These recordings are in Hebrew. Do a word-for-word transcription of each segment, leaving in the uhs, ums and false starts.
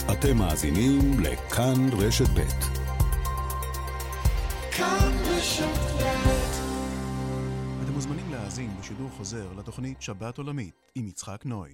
אתם מאזינים לכאן רשת ב'. כאן רשת ב'. אתם מוזמנים להאזין בשידור חוזר לתוכנית שבת עולמית עם יצחק נוי.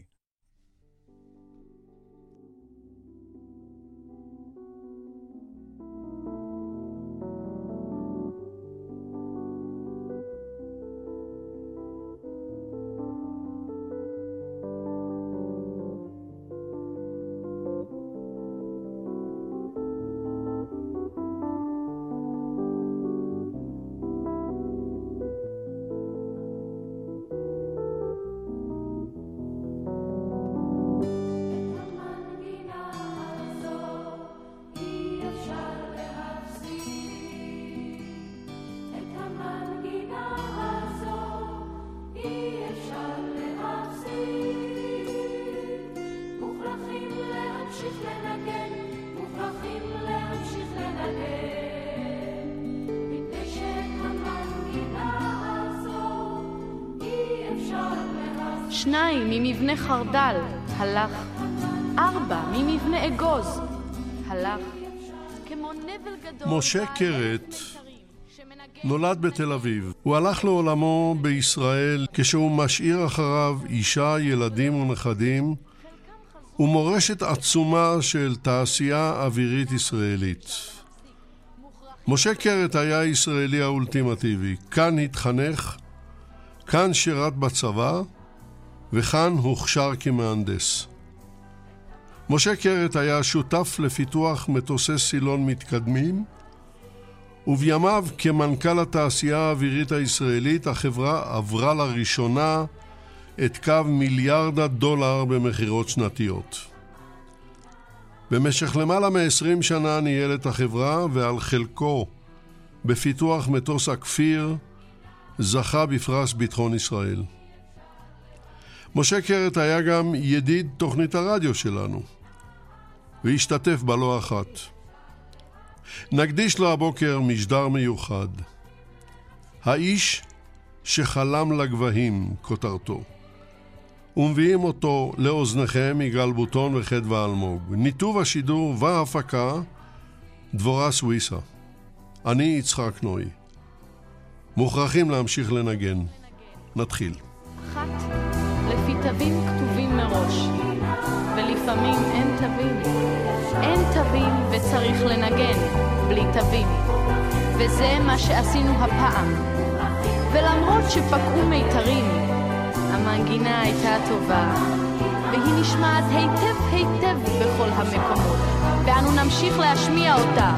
שניים ממבנה חרדל הלך, ארבע ממבנה אגוז הלך, כמו נבל גדול. משה קרת נולד בתל אביב. הוא הלך לעולמו בישראל כשהוא משאיר אחריו אישה, ילדים ונכדים ומורשת עצומה של תעשייה אווירית ישראלית. משה קרת היה ישראלי האולטימטיבי. כאן התחנך, כאן שירת בצבא וכאן הוכשר כמהנדס. משה קרת היה שותף לפיתוח מטוסי סילון מתקדמים, ובימיו כמנכ"ל התעשייה האווירית הישראלית החברה עברה לראשונה את קו מיליארד הדולר במחירות שנתיות. במשך למעלה מ-עשרים שנה ניהל את החברה, ועל חלקו בפיתוח מטוס הכפיר זכה בפרס ביטחון ישראל. משה קרת היה גם ידיד תוכנית הרדיו שלנו, והשתתף בה לא אחת. נקדיש לו הבוקר משדר מיוחד. האיש שחלם לגבהים, כותרתו. ומביאים אותו לאוזניכם יגאל בוטון וחדווה אלמוג. ניתוב השידור וההפקה דבורה סוויסה. אני יצחק נוי. מוכרחים להמשיך לנגן. נתחיל. אחת, לפי תווים כתובים מראש, ולפעמים אין תווים. אין תווים וצריך לנגן בלי תווים, וזה מה שעשינו הפעם. ולמרות שפקעו מיתרים, המנגינה הייתה טובה, והיא נשמעת היטב היטב בכל המקומות, ואנו נמשיך להשמיע אותה.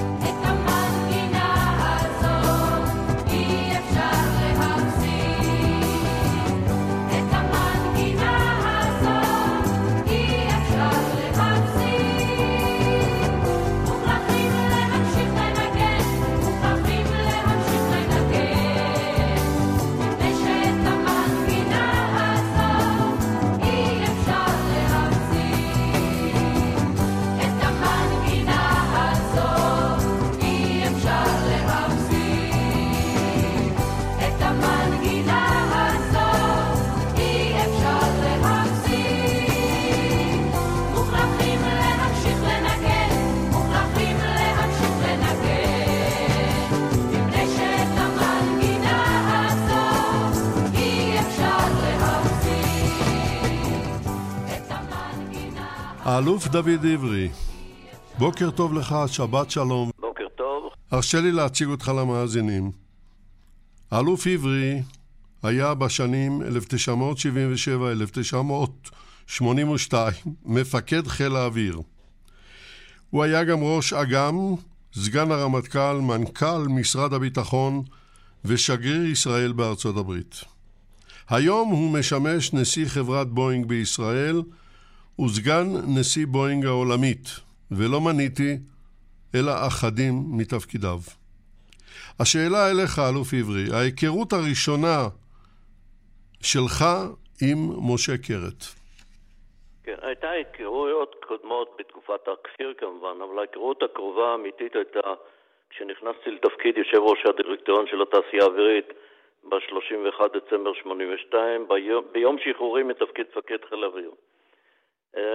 האלוף דוד עברי, בוקר טוב לך, שבת שלום. בוקר טוב. הרשה לי להציג אותך למאזינים. האלוף עברי היה בשנים אלף תשע מאות שבעים ושבע עד אלף תשע מאות שמונים ושתיים מפקד חיל האוויר. הוא היה גם ראש אג"ם, סגן הרמטכ"ל, מנכ"ל משרד הביטחון ושגריר ישראל בארצות הברית. היום הוא משמש נשיא חברת בואינג בישראל, וסגן נשיא בואינג העולמית, ולא מניתי, אלא אחדים מתפקידיו. השאלה אליך, אלוף עברי, ההיכרות הראשונה שלך עם משה קרת. כן, הייתה היכרויות קודמות בתקופת הכפיר כמובן, אבל ההיכרות הקרובה האמיתית הייתה כשנכנסתי לתפקיד יושב ראש הדירקטוריון של התעשייה האווירית ב-שלושים ואחד דצמבר שמונים ושתיים, ביום, ביום שחרורי מתפקיד מפקד חיל האוויר.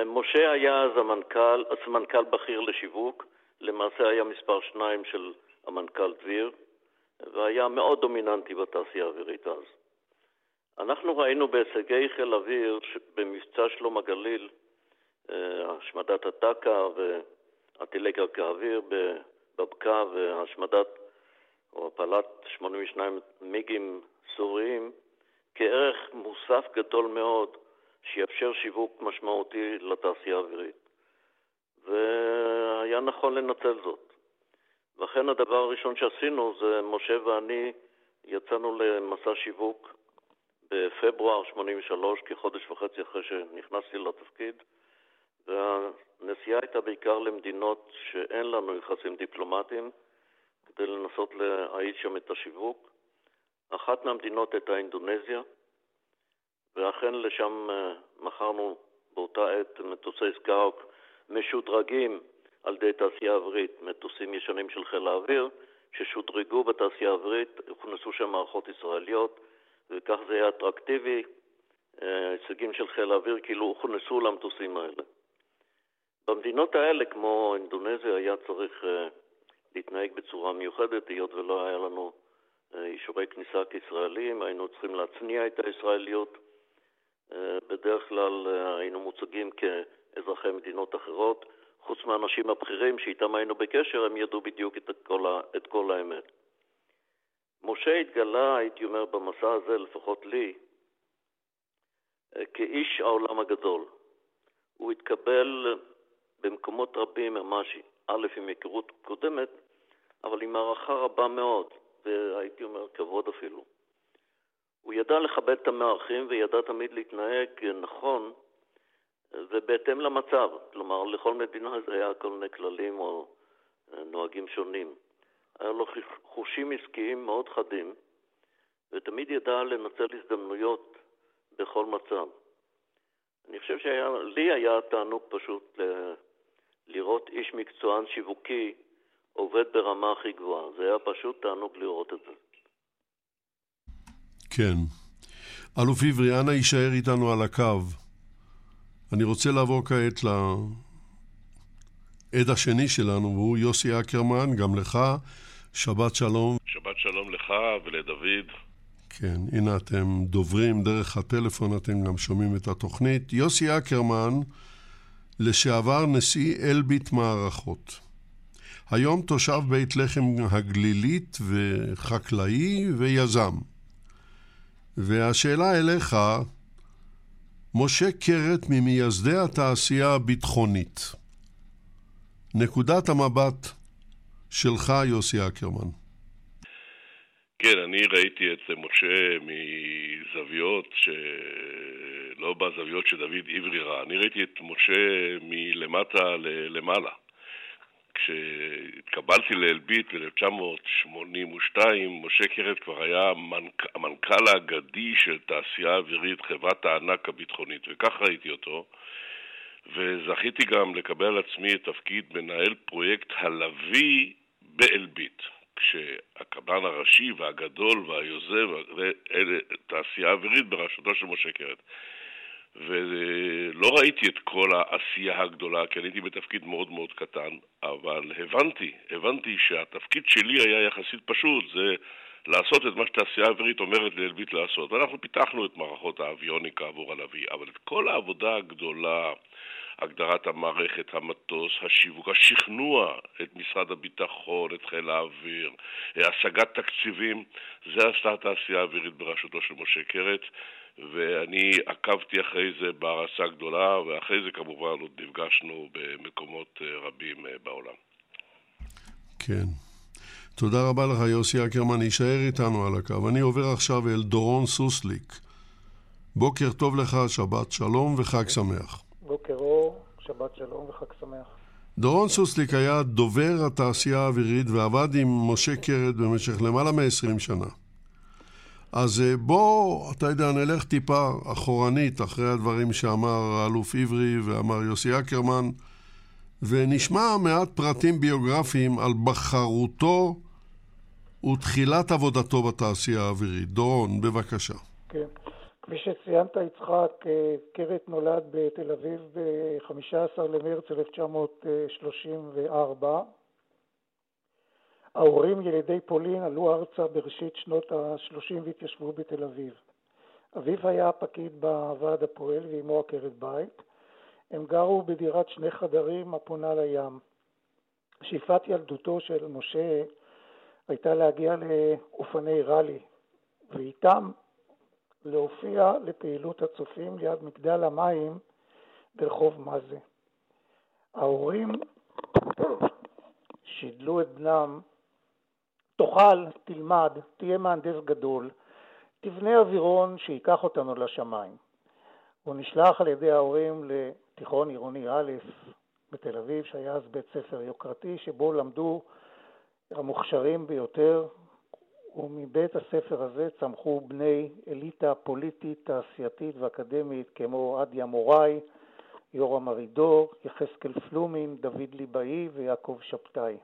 משה היה אז המנכ"ל, הסמנכ"ל בכיר לשיווק, למעשה היה מספר שניים של המנכ"ל דביר, והיה מאוד דומיננטי בתעשייה האווירית אז. אנחנו ראינו בהישגי חיל אוויר במבצע שלום הגליל, השמדת הטקה והטילי קרקע אוויר בבקעה והשמדת או הפעלת שמונים ושניים מיגים סוריים, כערך מוסף גדול מאוד שיאפשר שיווק משמעותי לתעשייה האווירית. והיה נכון לנצל זאת. ואכן הדבר הראשון שעשינו זה משה ואני יצאנו למסע שיווק בפברואר שמונים ושלוש, כחודש וחצי אחרי שנכנסתי לתפקיד, והנסיעה הייתה בעיקר למדינות שאין לנו יחסים דיפלומטיים, כדי לנסות להעיד שם את השיווק. אחת מהמדינות הייתה אינדונזיה, ואכן לשם מכרנו באותה עת מטוסי סקאוק משודרגים על ידי תעשייה האווירית, מטוסים ישנים של חיל האוויר, ששודרגו בתעשייה האווירית, הוכנסו שם מערכות ישראליות, וכך זה היה אטרקטיבי, הישגים של חיל האוויר כאילו הוכנסו למטוסים האלה. במדינות האלה, כמו אינדונזיה, היה צריך להתנהג בצורה מיוחדת, היות ולא היה לנו אישורי כניסה כישראלים, היינו צריכים להצניע את הישראליות. בדרך כלל היינו מוצגים כאזרחי מדינות אחרות, חוץ מהאנשים הבכירים שאיתם היינו בקשר, הם ידעו בדיוק את כל, את כל האמת. משה התגלה, הייתי אומר, במסע הזה, לפחות לי, כאיש העולם הגדול. הוא התקבל במקומות רבים ממש, א' עם היכרות קודמת, אבל עם הערכה רבה מאוד, והייתי אומר כבוד אפילו. הוא ידע לכבד את המארחים וידע תמיד להתנהג נכון ובהתאם למצב. כלומר, לכל מדינה זה היה כל מיני כללים או נוהגים שונים. היה לו חושים עסקיים מאוד חדים, ותמיד ידע לנצל הזדמנויות בכל מצב. אני חושב שלי היה תענוג פשוט ל- לראות איש מקצוען שיווקי עובד ברמה הכי גבוהה. זה היה פשוט תענוג לראות את זה. כן. אלוף עברי, אנא יישאר איתנו על הקו. אני רוצה לעבור כעת לעד השני שלנו, והוא יוסי אקרמן, גם לך. שבת שלום. שבת שלום לך ולדוד. כן, הנה אתם דוברים דרך הטלפון, אתם גם שומעים את התוכנית. יוסי אקרמן, לשעבר נשיא אלביט מערכות. היום תושב בית לחם הגלילית וחקלאי ויזם. והשאלה אליך, משה קרת ממייסדי התעשייה הביטחונית. נקודת המבט שלך, יוסי אקרמן. כן, אני ראיתי את משה מזוויות שלא בזוויות שדוד עברי ראה. אני ראיתי את משה מלמטה למעלה. כשהתקבלתי לאלביט ב-אלף תשע מאות שמונים ושתיים, משה קרת כבר היה המנכ"ל האגדי של תעשייה אווירית, חברת הענק הביטחונית, וכך ראיתי אותו. וזכיתי גם לקבל על עצמי את תפקיד מנהל פרויקט הלוי באלביט, כשהקבלן הראשי והגדול והיוזם, אלה תעשייה אווירית בראשותו של משה קרת. ולא ראיתי את כל העשייה הגדולה, כי אני הייתי בתפקיד מאוד מאוד קטן, אבל הבנתי, הבנתי שהתפקיד שלי היה יחסית פשוט, זה לעשות את מה שתעשייה האווירית אומרת לאלביט לעשות. ואנחנו פיתחנו את מערכות האוויוניקה עבור הלוי, אבל את כל העבודה הגדולה, הגדרת המערכת, המטוס, השיווק, השכנוע, את משרד הביטחון, את חיל האוויר, השגת תקציבים, זה עשתה התעשייה האווירית בראשותו של משה קרת, ואני עקבתי אחרי זה בהרצה גדולה, ואחרי זה כמובן עוד נפגשנו במקומות רבים בעולם. כן. תודה רבה לך יוסי אקרמן, יישאר איתנו על הקו. אני עובר עכשיו אל דורון סוסליק. בוקר טוב לך, שבת שלום וחג שמח. בוקר אור, שבת שלום וחג שמח. דורון סוסליק היה דובר התעשייה האווירית ועבד עם משה קרת במשך למעלה מ-עשרים שנה. אז בוא, אתה יודע, נלך טיפה אחורנית אחרי הדברים שאמר האלוף עברי ואמר יוסי אקרמן, ונשמע מעט פרטים ביוגרפיים על בחרותו ותחילת עבודתו בתעשייה האווירית. דורון, בבקשה. כן. כפי שציינת יצחק, קרת נולד בתל אביב ב-חמישה עשר למרץ אלף תשע מאות שלושים וארבע. ההורים ילידי פולין עלו ארצה בראשית שנות ה-שלושים והתיישבו בתל אביב. אביו היה פקיד בוועד הפועל ואמו עקרת בית. הם גרו בדירת שני חדרים הפונה לים. שאיפת ילדותו של משה הייתה להגיע לאופני רלי, ואיתם להופיע לפעילות הצופים ליד מגדל המים ברחוב מזה. ההורים שידלו את בנם, תאכל, תלמד, תהיה מהנדס גדול, תבנה אווירון שיקח אותנו לשמיים. הוא נשלח על ידי ההורים לתיכון עירוני א' בתל אביב, שהיה אז בית ספר יוקרתי שבו למדו המוכשרים ביותר, ומבית הספר הזה צמחו בני אליטה פוליטית, תעשייתית ואקדמית כמו עדיה מוראי, יורם ארידור, יחזקאל פלומין, דוד ליבאי ויעקב שבתאי.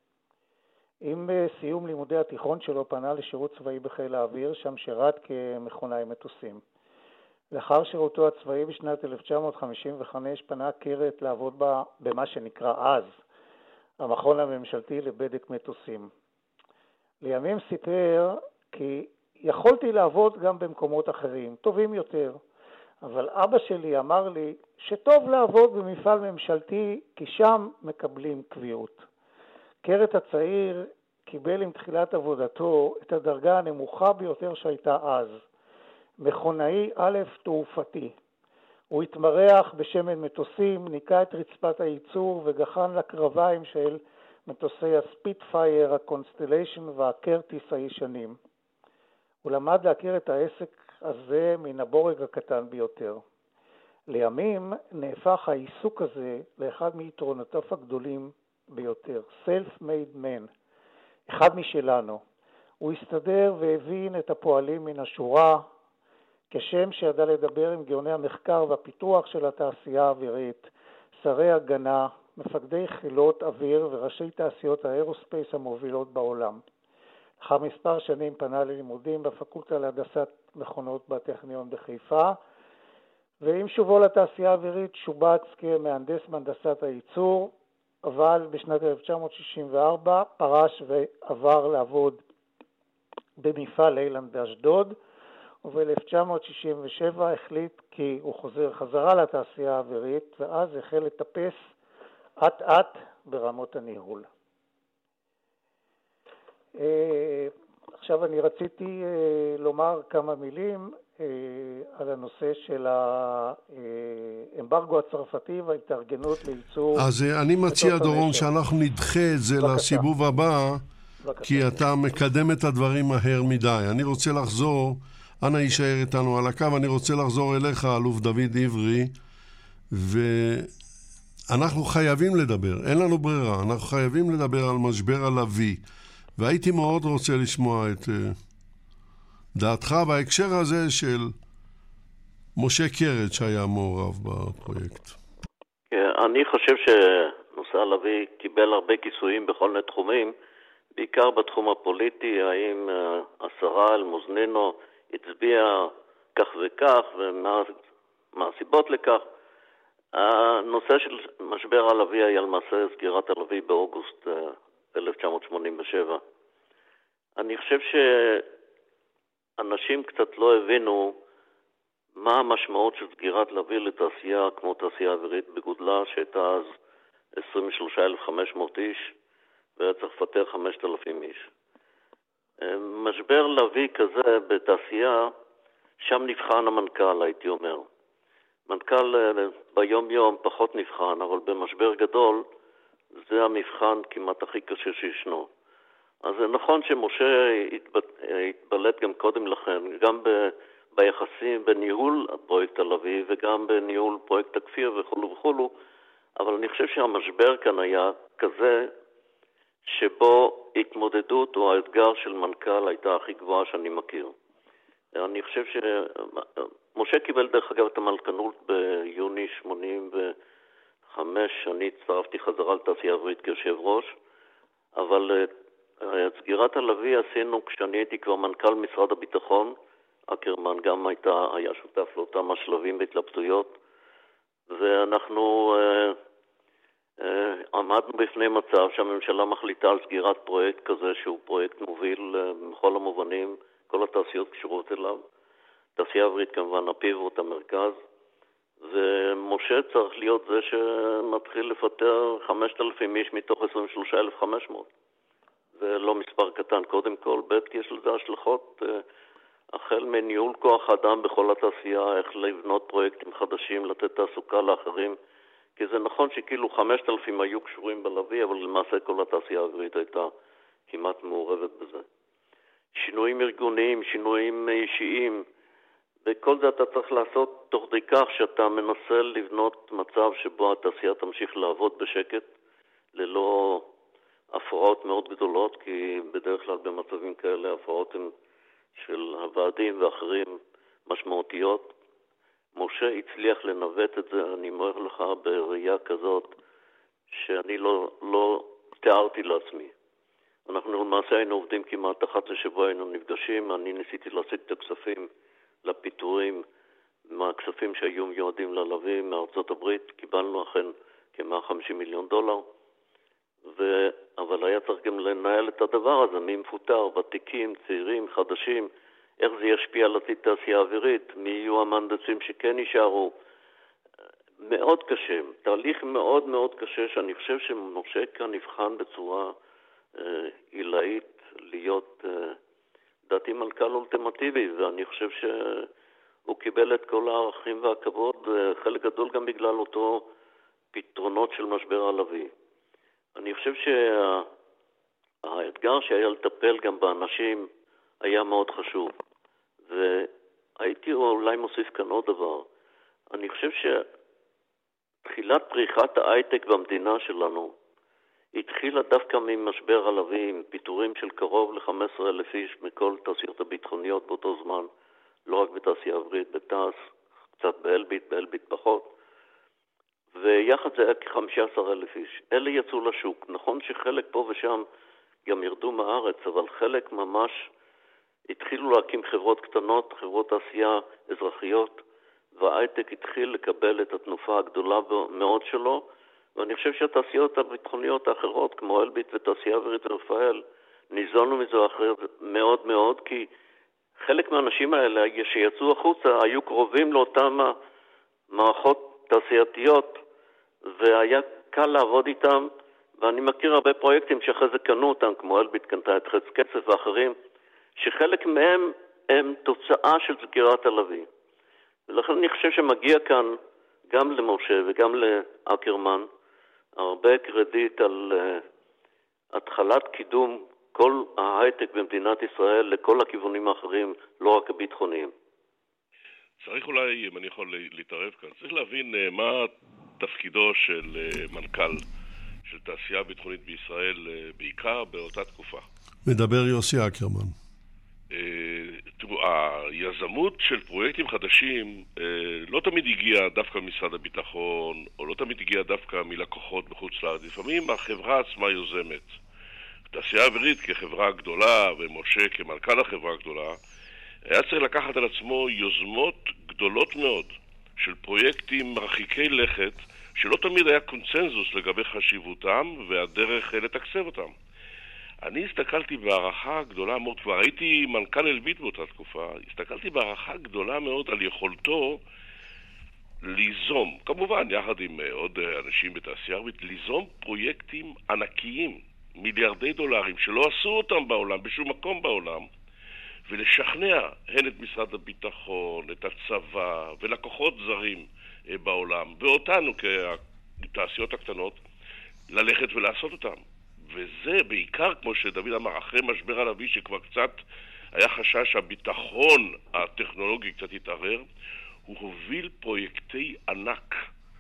עם סיום לימודי התיכון שלו פנה לשירות צבאי בחיל האוויר, שם שירת כמכונאי מטוסים. לאחר שירותו הצבאי בשנת אלף תשע מאות חמישים וחמש פנה קרת לעבוד בה במה שנקרא אז המכון הממשלתי לבדק מטוסים. לימים סיפר כי יכולתי לעבוד גם במקומות אחרים, טובים יותר, אבל אבא שלי אמר לי שטוב לעבוד במפעל ממשלתי כי שם מקבלים קביעות. קרת הצעיר קיבל עם תחילת עבודתו את הדרגה הנמוכה ביותר שהייתה אז, מכונאי א' תעופתי. הוא התמרח בשמן מטוסים, ניקה את רצפת הייצור וגחן לקרביים של מטוסי הספיטפייר, הקונסטליישן והקרטיס הישנים. הוא למד להכיר את העסק הזה מן הבורג הקטן ביותר. לימים נהפך העיסוק הזה לאחד מיתרונותיו הגדולים ביותר, self-made man, אחד משלנו. הוא הסתדר והבין את הפועלים מן השורה, כשם שידע לדבר עם גאוני המחקר והפיתוח של התעשייה האווירית, שרי הגנה, מפקדי חילות אוויר וראשי תעשיות האירוספייס המובילות בעולם. לאחר מספר שנים פנה ללימודים בפקולטה להנדסת מכונות בטכניון בחיפה, ועם שובו לתעשייה האווירית שובץ כמהנדס מהנדסת הייצור, אבל בשנת אלף תשע מאות שישים וארבע פרש ועבר לעבוד במפעל ליילנד באשדוד, וב-אלף תשע מאות שישים ושבע החליט כי הוא חוזר חזרה לתעשייה האווירית, ואז החל לטפס עט עט ברמות הניהול. עכשיו אני רציתי לומר כמה מילים על הנושא של האמברגו הצרפתי וההתארגנות לייצור. אז אני מציע דורון שאנחנו נדחה את זה בבקשה. לסיבוב הבא, בבקשה. כי אתה מקדם את הדברים מהר מדי. אני רוצה לחזור, אנא יישאר איתנו על הקו, אני רוצה לחזור אליך, אלוף דוד עברי, ואנחנו חייבים לדבר, אין לנו ברירה, אנחנו חייבים לדבר על משבר הלוי, והייתי מאוד רוצה לשמוע את דעתך בהקשר הזה של משה קרת שהיה מעורב בפרויקט. אני חושב שנושא הלוי קיבל הרבה כיסויים בכל מיני תחומים, בעיקר בתחום הפוליטי, האם השרה אלמוזנינו הצביע כך וכך ומה מה הסיבות לכך. הנושא של משבר הלוי היה למעשה סגירת הלוי באוגוסט אלף תשע מאות שמונים ושבע. אני חושב שאנשים קצת לא הבינו מה המשמעות של סגירת לוי לתעשייה כמו תעשייה אווירית בגודלה, שהייתה אז עשרים ושלושה אלף וחמש מאות איש והיה צריך לפטר חמשת אלפים איש. משבר לוי כזה בתעשייה, שם נבחן המנכ"ל, הייתי אומר. מנכ"ל ביום יום פחות נבחן, אבל במשבר גדול זה המבחן כמעט הכי קשה שישנו. אז זה נכון שמשה התבלט גם קודם לכן, גם ב, ביחסים, בניהול הפרויקט הלוי וגם בניהול פרויקט הכפיר וכו' וכו', אבל אני חושב שהמשבר כאן היה כזה שבו התמודדות או האתגר של מנכ"ל הייתה הכי גבוהה שאני מכיר. אני חושב שמשה קיבל דרך אגב את המלכנות ביוני שמונים וחמש, אני הצטרפתי חזרה לתעשייה האווירית כיושב ראש, אבל את סגירת הלוי עשינו כשאני הייתי כבר מנכ"ל משרד הביטחון, אקרמן גם הייתה, היה שותף לאותם השלבים בהתלבטויות, ואנחנו אה, אה, עמדנו בפני מצב שהממשלה מחליטה על סגירת פרויקט כזה שהוא פרויקט מוביל אה, בכל המובנים, כל התעשיות קשורות אליו, תעשייה אווירית כמובן, הפיבוט, המרכז, ומשה צריך להיות זה שמתחיל לפטר חמשת אלפים איש מתוך עשרים ושלושה אלף וחמש מאות. זה לא מספר קטן קודם כל, ב' יש לזה השלכות, החל מניהול כוח אדם בכל התעשייה, איך לבנות פרויקטים חדשים, לתת תעסוקה לאחרים, כי זה נכון שכאילו חמשת אלפים היו קשורים בלוי, אבל למעשה כל התעשייה האווירית הייתה כמעט מעורבת בזה. שינויים ארגוניים, שינויים אישיים, וכל זה אתה צריך לעשות תוך די כך שאתה מנסה לבנות מצב שבו התעשייה תמשיך לעבוד בשקט, ללא הפרעות מאוד גדולות, כי בדרך כלל במצבים כאלה הפרעות הן של הוועדים ואחרים משמעותיות. משה הצליח לנווט את זה, אני אומר לך, בראייה כזאת שאני לא, לא תיארתי לעצמי. אנחנו למעשה היינו עובדים כמעט אחת לשבוע, היינו נפגשים, אני ניסיתי להשיג את הכספים לפיטורים מהכספים שהיו מיועדים ללוי מארצות הברית, קיבלנו אכן כ-מאה וחמישים מיליון דולר, ו... אבל היה צריך גם לנהל את הדבר הזה, מי מפוטר, ותיקים, צעירים, חדשים, איך זה ישפיע על עתיד תעשייה אווירית, מי יהיו המהנדסים שכן יישארו. מאוד קשה, תהליך מאוד מאוד קשה, שאני חושב שמשה כאן נבחן בצורה אה, עילאית להיות אה, דעתי מנכ"ל אולטימטיבי, ואני חושב שהוא קיבל את כל הערכים והכבוד, חלק גדול גם בגלל אותו פתרונות של משבר הלוי. אני חושב שהאתגר שהיה לטפל גם באנשים היה מאוד חשוב, והייתי אולי מוסיף כאן עוד דבר. אני חושב שתחילת פריחת ההייטק במדינה שלנו התחילה דווקא ממשבר הלוי, עם פיטורים של קרוב ל-חמישה עשר אלף איש מכל תעשיות הביטחוניות באותו זמן, לא רק בתעשייה אווירית, בתעש, קצת באלביט, באלביט פחות, ויחד זה היה כ-חמישה עשר אלף איש. אלה יצאו לשוק. נכון שחלק פה ושם גם ירדו מהארץ, אבל חלק ממש התחילו להקים חברות קטנות, חברות תעשייה אזרחיות, וההייטק התחיל לקבל את התנופה הגדולה מאוד שלו, ואני חושב שהתעשיות הביטחוניות האחרות, כמו אלביט ותעשייה אווירית ורפאל, ניזונו מזו אחרת מאוד מאוד, כי חלק מהאנשים האלה שיצאו החוצה היו קרובים לאותם מערכות תעשייתיות, והיה קל לעבוד איתם, ואני מכיר הרבה פרויקטים שאחרי זה קנו אותם, כמו אלביט קנתה את חץ כסף ואחרים, שחלק מהם הם תוצאה של סגירת הלוי. ולכן אני חושב שמגיע כאן גם למשה וגם לאקרמן הרבה קרדיט על uh, התחלת קידום כל ההייטק במדינת ישראל לכל הכיוונים האחרים, לא רק הביטחוניים. צריך אולי, אם אני יכול להתערב כאן, צריך להבין uh, מה תפקידו של uh, מנכ"ל של תעשייה ביטחונית בישראל, uh, בעיקר באותה תקופה. מדבר יוסי אקרמן. תראו, היזמות של פרויקטים חדשים לא תמיד הגיעה דווקא ממשרד הביטחון, או לא תמיד הגיעה דווקא מלקוחות בחוץ לארץ. לפעמים החברה עצמה יוזמת. תעשייה אווירית כחברה גדולה, ומשה כמנכ"ל החברה הגדולה, היה צריך לקחת על עצמו יוזמות גדולות מאוד של פרויקטים מרחיקי לכת, שלא תמיד היה קונצנזוס לגבי חשיבותם והדרך לתקצב אותם. אני הסתכלתי בהערכה גדולה מאוד, כבר הייתי מנכ"ל אלביט באותה תקופה, הסתכלתי בהערכה גדולה מאוד על יכולתו ליזום, כמובן יחד עם עוד אנשים בתעשייה אווירית, ליזום פרויקטים ענקיים, מיליארדי דולרים, שלא עשו אותם בעולם, בשום מקום בעולם, ולשכנע הן את משרד הביטחון, את הצבא ולקוחות זרים בעולם, ואותנו כתעשיות הקטנות, ללכת ולעשות אותם. וזה בעיקר, כמו שדוד אמר, אחרי משבר הלוי שכבר קצת היה חשש שהביטחון הטכנולוגי קצת התערער, הוא הוביל פרויקטי ענק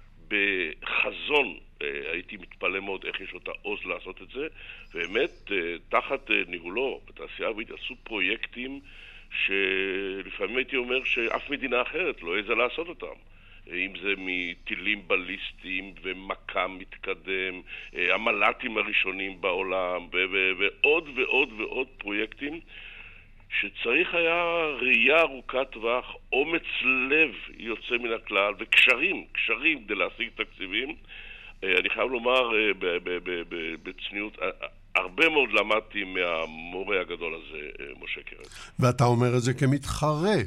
בחזון, הייתי מתפלא מאוד איך יש לו את העוז לעשות את זה, ובאמת תחת ניהולו בתעשייה האווירית עשו פרויקטים שלפעמים הייתי אומר שאף מדינה אחרת לא העזה לעשות אותם. אם זה מטילים בליסטיים ומקם מתקדם, המל"טים הראשונים בעולם, ועוד ועוד ועוד פרויקטים שצריך היה ראייה ארוכת טווח, אומץ לב יוצא מן הכלל, וקשרים, קשרים כדי להשיג תקציבים. אני חייב לומר בצניעות, הרבה מאוד למדתי מהמורה הגדול הזה, משה קרת. ואתה אומר את זה כמתחרה.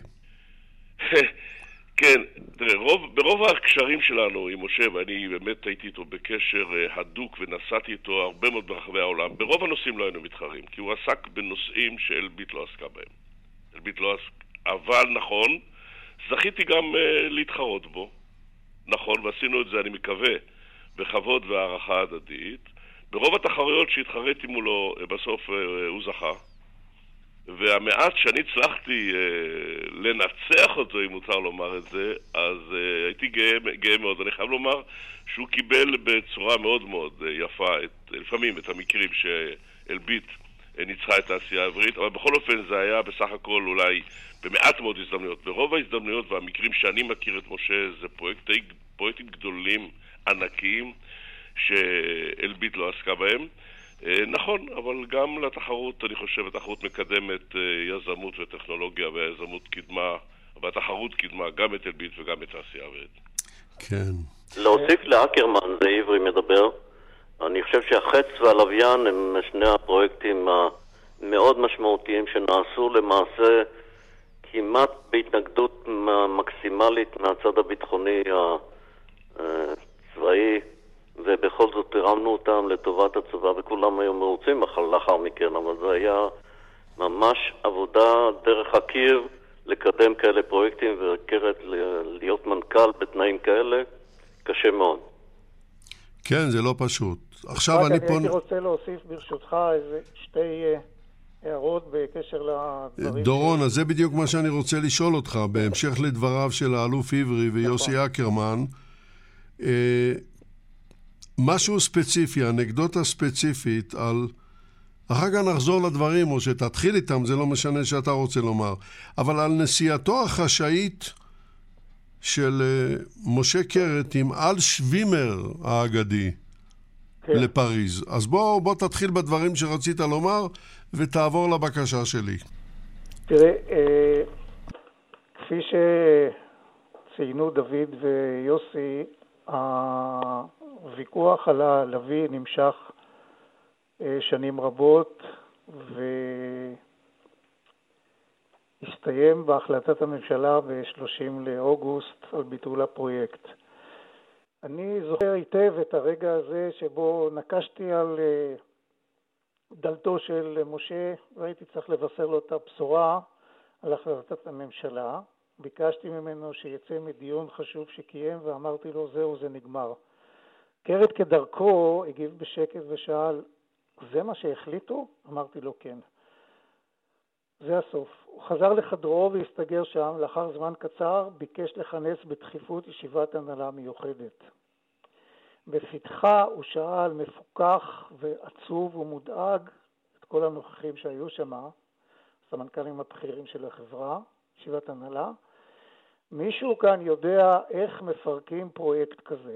כן, תראה, רוב, ברוב הקשרים שלנו עם משה, ואני באמת הייתי איתו בקשר הדוק ונסעתי איתו הרבה מאוד ברחבי העולם, ברוב הנושאים לא היינו מתחרים, כי הוא עסק בנושאים שאלביט לא עסקה בהם. אלביט לא עסק, אבל נכון, זכיתי גם uh, להתחרות בו. נכון, ועשינו את זה, אני מקווה, בכבוד והערכה הדדית. ברוב התחרויות שהתחרתי מולו, בסוף uh, הוא זכה. והמעט שאני הצלחתי אה, לנצח אותו, אם מותר לומר את זה, אז אה, הייתי גאה, גאה מאוד. אני חייב לומר שהוא קיבל בצורה מאוד מאוד אה, יפה, את, לפעמים את המקרים שאלביט אה, ניצחה את העשייה העברית, אבל בכל אופן זה היה בסך הכל אולי במעט מאוד הזדמנויות. ברוב ההזדמנויות והמקרים שאני מכיר את משה זה פרויקטי, פרויקטים גדולים, ענקיים, שאלביט לא עסקה בהם. נכון, אבל גם לתחרות, אני חושב, התחרות מקדמת יזמות וטכנולוגיה, והיזמות קדמה, והתחרות קדמה גם את אלביט וגם את העשייה האווירית. כן. להוסיף לאקרמן, זה עברי מדבר, אני חושב שהחץ והלוויין הם שני הפרויקטים המאוד משמעותיים שנעשו למעשה כמעט בהתנגדות מקסימלית מהצד הביטחוני הצבאי, ובכל זאת הרמנו אותם לטובת הצבא, וכולם היו מרוצים לאחר מכן, אבל זה היה ממש עבודה דרך הקיר לקדם כאלה פרויקטים, וקרת להיות מנכ"ל בתנאים כאלה, קשה מאוד. כן, זה לא פשוט. עכשיו אני פה... אני הייתי רוצה להוסיף ברשותך איזה שתי הערות בקשר לדברים... דורון, אז זה בדיוק מה שאני רוצה לשאול אותך, בהמשך לדבריו של האלוף עברי ויוסי אקרמן, משהו ספציפי, אנקדוטה ספציפית על... אחר כך נחזור לדברים, או שתתחיל איתם, זה לא משנה שאתה רוצה לומר. אבל על נסיעתו החשאית של משה קרת עם אל שווימר האגדי כן. לפריז. אז בוא, בוא תתחיל בדברים שרצית לומר, ותעבור לבקשה שלי. תראה, אה, כפי שציינו דוד ויוסי, ה... הוויכוח על הלוי נמשך שנים רבות והסתיים בהחלטת הממשלה ב-שלושים לאוגוסט על ביטול הפרויקט. אני זוכר היטב את הרגע הזה שבו נקשתי על דלתו של משה והייתי צריך לבשר לו את הבשורה על החלטת הממשלה. ביקשתי ממנו שיצא מדיון חשוב שקיים ואמרתי לו זהו, זה נגמר. קרת כדרכו הגיב בשקט ושאל, זה מה שהחליטו? אמרתי לו כן. זה הסוף. הוא חזר לחדרו והסתגר שם, לאחר זמן קצר ביקש לכנס בדחיפות ישיבת הנהלה מיוחדת. בפתחה הוא שאל מפוקח ועצוב ומודאג את כל הנוכחים שהיו שם, הסמנכ"לים הבכירים של החברה, ישיבת הנהלה, מישהו כאן יודע איך מפרקים פרויקט כזה.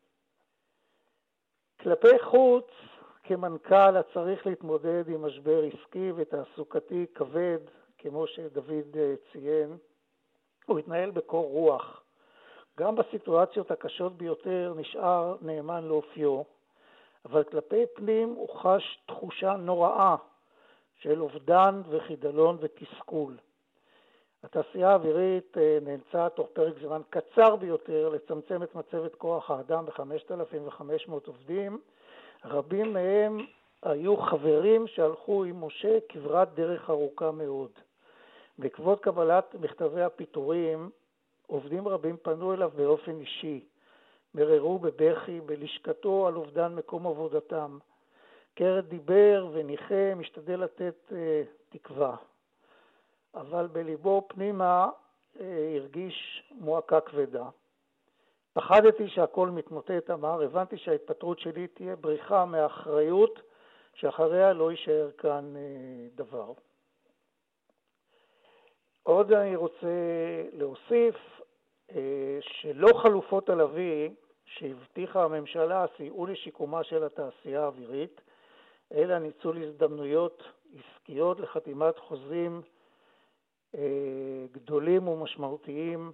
כלפי חוץ, כמנכ"ל צריך להתמודד עם משבר עסקי ותעסוקתי כבד, כמו שדוד ציין, הוא התנהל בקור רוח. גם בסיטואציות הקשות ביותר נשאר נאמן לאופיו, אבל כלפי פנים הוא חש תחושה נוראה של אובדן וחידלון ותסכול. התעשייה האווירית נאלצה תוך פרק זמן קצר ביותר לצמצם את מצבת כוח האדם ב-חמשת אלפים וחמש מאות עובדים. רבים מהם היו חברים שהלכו עם משה כברת דרך ארוכה מאוד. בעקבות קבלת מכתבי הפיטורים, עובדים רבים פנו אליו באופן אישי, מררו בבכי בלשכתו על אובדן מקום עבודתם. קרת דיבר וניחה, משתדל לתת אה, תקווה. אבל בליבו פנימה אה, הרגיש מועקה כבדה. פחדתי שהכל מתמוטט, אמר, הבנתי שההתפטרות שלי תהיה בריחה מהאחריות, שאחריה לא יישאר כאן אה, דבר. עוד אני רוצה להוסיף אה, שלא חלופות הלוי שהבטיחה הממשלה סייעו לשיקומה של התעשייה האווירית, אלא ניצול הזדמנויות עסקיות לחתימת חוזים גדולים ומשמעותיים,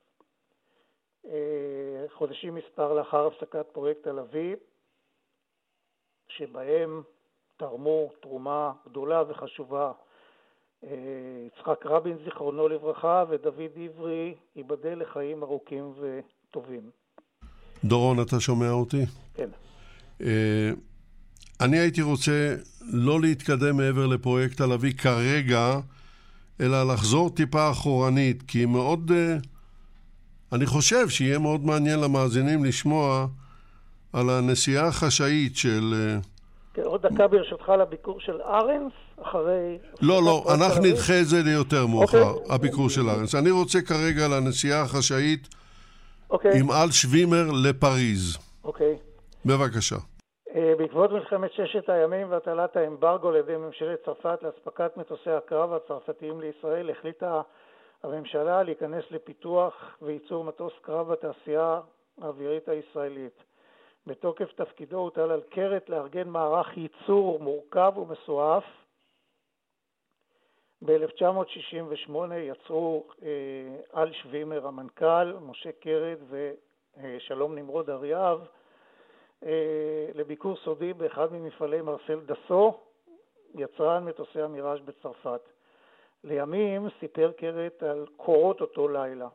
חודשים מספר לאחר הפסקת פרויקט תל אביב, שבהם תרמו תרומה גדולה וחשובה יצחק רבין זיכרונו לברכה ודוד עברי ייבדל לחיים ארוכים וטובים. דורון, אתה שומע אותי? כן. אני הייתי רוצה לא להתקדם מעבר לפרויקט תל אביב כרגע, אלא לחזור טיפה אחורנית, כי מאוד, אני חושב שיהיה מאוד מעניין למאזינים לשמוע על הנסיעה החשאית של... כן, עוד דקה ברשותך לביקור של ארנס, אחרי... לא, לא, אנחנו נדחה את זה ליותר מאוחר, הביקור של ארנס. אני רוצה כרגע לנסיעה החשאית עם אל שווימר לפריז. אוקיי. בבקשה. בעקבות מלחמת ששת הימים והטלת האמברגו על ידי ממשלת צרפת להספקת מטוסי הקרב הצרפתיים לישראל, החליטה הממשלה להיכנס לפיתוח וייצור מטוס קרב בתעשייה האווירית הישראלית. בתוקף תפקידו הוטל על קרת לארגן מערך ייצור מורכב ומסועף. ב-אלף תשע מאות שישים ושמונה יצרו אה, אל שווימר המנכ"ל, משה קרת ושלום נמרוד אריאב, לביקור סודי באחד ממפעלי מרסל דסו, יצרן מטוסי המיראז' בצרפת. לימים סיפר קרת על קורות אותו לילה.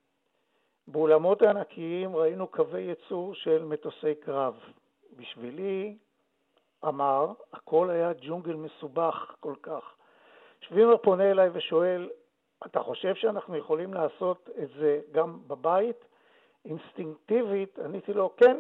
באולמות הענקיים ראינו קווי ייצור של מטוסי קרב. בשבילי, אמר, הכל היה ג'ונגל מסובך כל כך. שווימר פונה אליי ושואל, אתה חושב שאנחנו יכולים לעשות את זה גם בבית? אינסטינקטיבית, עניתי לו, כן.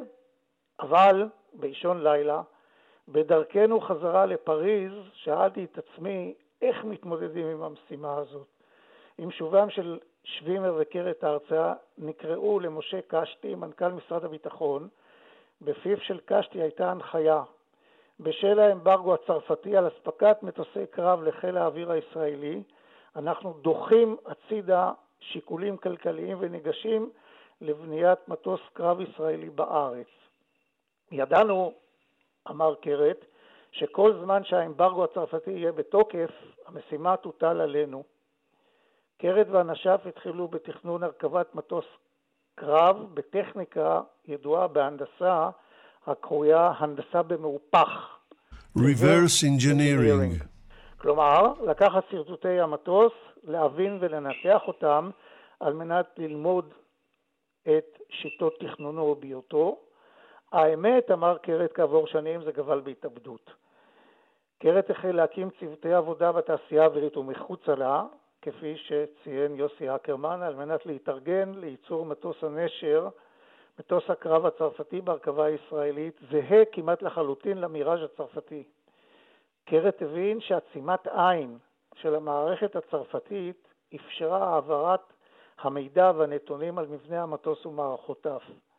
אבל באישון לילה, בדרכנו חזרה לפריז, שאלתי את עצמי איך מתמודדים עם המשימה הזאת. עם שובם של שווימר וקרת ההרצאה נקראו למשה קשתי, מנכ"ל משרד הביטחון. בפיו של קשתי הייתה הנחיה. בשל האמברגו הצרפתי על הספקת מטוסי קרב לחיל האוויר הישראלי, אנחנו דוחים הצידה שיקולים כלכליים וניגשים לבניית מטוס קרב ישראלי בארץ. ידענו, אמר קרת, שכל זמן שהאמברגו הצרפתי יהיה בתוקף, המשימה תוטל עלינו. קרת ואנשיו התחילו בתכנון הרכבת מטוס קרב בטכניקה ידועה בהנדסה, הקרויה הנדסה במהופך. Reverse Engineering. כלומר, לקחת סרטוטי המטוס, להבין ולנתח אותם, על מנת ללמוד את שיטות תכנונו וביותו. האמת, אמר קרת כעבור שנים, זה גבל בהתאבדות. קרת החל להקים צוותי עבודה בתעשייה האווירית ומחוצה לה, כפי שציין יוסי אקרמן, על מנת להתארגן לייצור מטוס הנשר, מטוס הקרב הצרפתי בהרכבה הישראלית, זהה כמעט לחלוטין למיראז' הצרפתי. קרת הבין שעצימת עין של המערכת הצרפתית אפשרה העברת המידע והנתונים על מבנה המטוס ומערכותיו.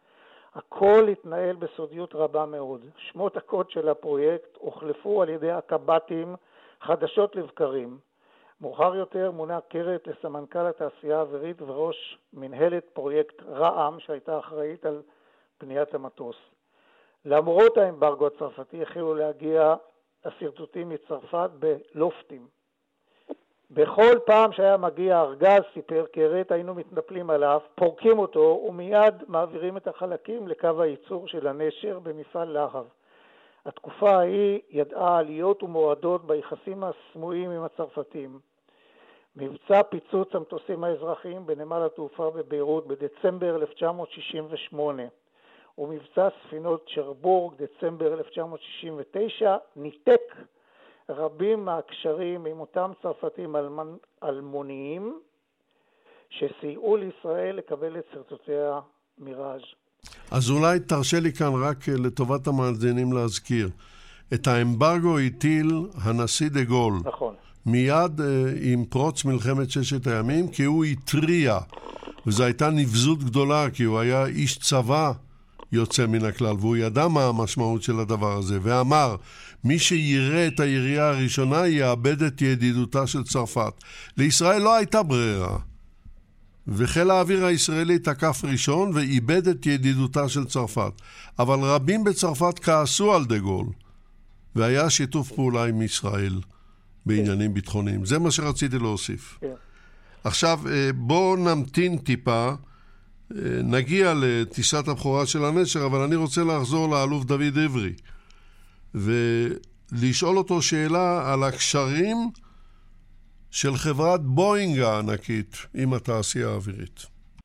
הכל התנהל בסודיות רבה מאוד. שמות הקוד של הפרויקט הוחלפו על ידי הקב"טים חדשות לבקרים. מאוחר יותר מונה קרת לסמנכ"ל התעשייה האווירית וראש מנהלת פרויקט רע"ם שהייתה אחראית על בניית המטוס. למרות האמברגו הצרפתי החלו להגיע הסרטוטים מצרפת בלופטים. בכל פעם שהיה מגיע ארגז, סיפר קרת, היינו מתנפלים עליו, פורקים אותו ומיד מעבירים את החלקים לקו הייצור של הנשר במפעל להב. התקופה ההיא ידעה עליות ומורדות ביחסים הסמויים עם הצרפתים. מבצע פיצוץ המטוסים האזרחיים בנמל התעופה בביירות בדצמבר אלף תשע מאות שישים ושמונה ומבצע ספינות שרבורג דצמבר אלף תשע מאות שישים ותשע ניתק רבים מהקשרים עם אותם צרפתים אלמנ... אלמוניים שסייעו לישראל לקבל את סרטוטי המיראז'. אז אולי תרשה לי כאן רק לטובת המאזינים להזכיר. את האמברגו הטיל הנשיא דה גול. נכון. מיד עם פרוץ מלחמת ששת הימים, כי הוא התריע, וזו הייתה נבזות גדולה, כי הוא היה איש צבא יוצא מן הכלל, והוא ידע מה המשמעות של הדבר הזה, ואמר, מי שיראה את הירייה הראשונה יאבד את ידידותה של צרפת. לישראל לא הייתה ברירה, וחיל האוויר הישראלי תקף ראשון ואיבד את ידידותה של צרפת. אבל רבים בצרפת כעסו על דה גול, והיה שיתוף פעולה עם ישראל בעניינים ביטחוניים. זה מה שרציתי להוסיף. עכשיו, בואו נמתין טיפה, נגיע לטיסת הבכורה של הנשר, אבל אני רוצה לחזור לאלוף דוד עברי, ולשאול אותו שאלה על הקשרים של חברת בואינג הענקית עם התעשייה האווירית.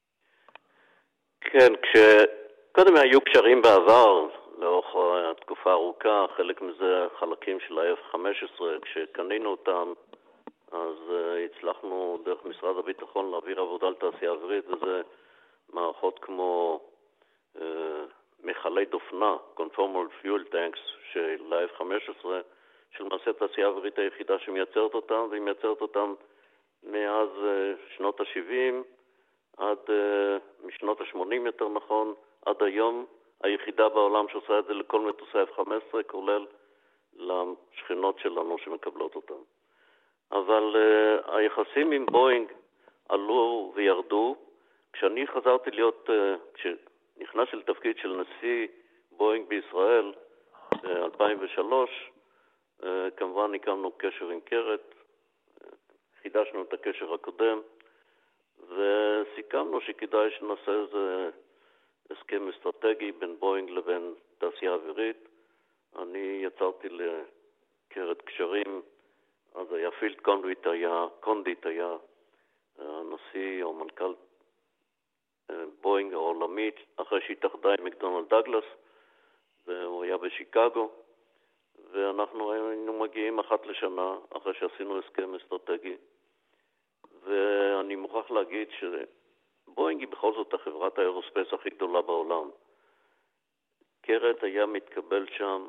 כן, כשקודם היו קשרים בעבר, לאורך התקופה ארוכה, חלק מזה חלקים של ה-אף חמש עשרה, כשקנינו אותם, אז uh, הצלחנו דרך משרד הביטחון להעביר עבודה על תעשייה אווירית, וזה מערכות כמו uh, מכלי דופנה, Conformal Fuel Tanks של ה-אף חמש עשרה, שלמעשה תעשייה אווירית היחידה שמייצרת אותם, והיא מייצרת אותם מאז uh, שנות ה-שבעים עד uh, משנות ה-שמונים יותר נכון, עד היום היחידה בעולם שעושה את זה לכל מטוסי אף חמש עשרה, כולל לשכנות שלנו שמקבלות אותם. אבל uh, היחסים עם בואינג עלו וירדו. כשאני חזרתי להיות, uh, כשנכנסתי לתפקיד של נשיא בואינג בישראל ב-אלפיים ושלוש, uh, כמובן הקמנו קשר עם קרת, uh, חידשנו את הקשר הקודם, וסיכמנו שכדאי שנעשה איזה הסכם אסטרטגי בין בואינג לבין תעשייה אווירית. אני יצרתי לקרת קשרים, אז היה פילד קונדיט, היה קונדיט, היה הנשיא או מנכ"ל בואינג העולמית, אחרי שהתאחדה עם מקדונלד דאגלס, והוא היה בשיקגו, ואנחנו היינו מגיעים אחת לשנה אחרי שעשינו הסכם אסטרטגי. ואני מוכרח להגיד שבואינג היא בכל זאת החברת האירוספייס הכי גדולה בעולם. קרת היה מתקבל שם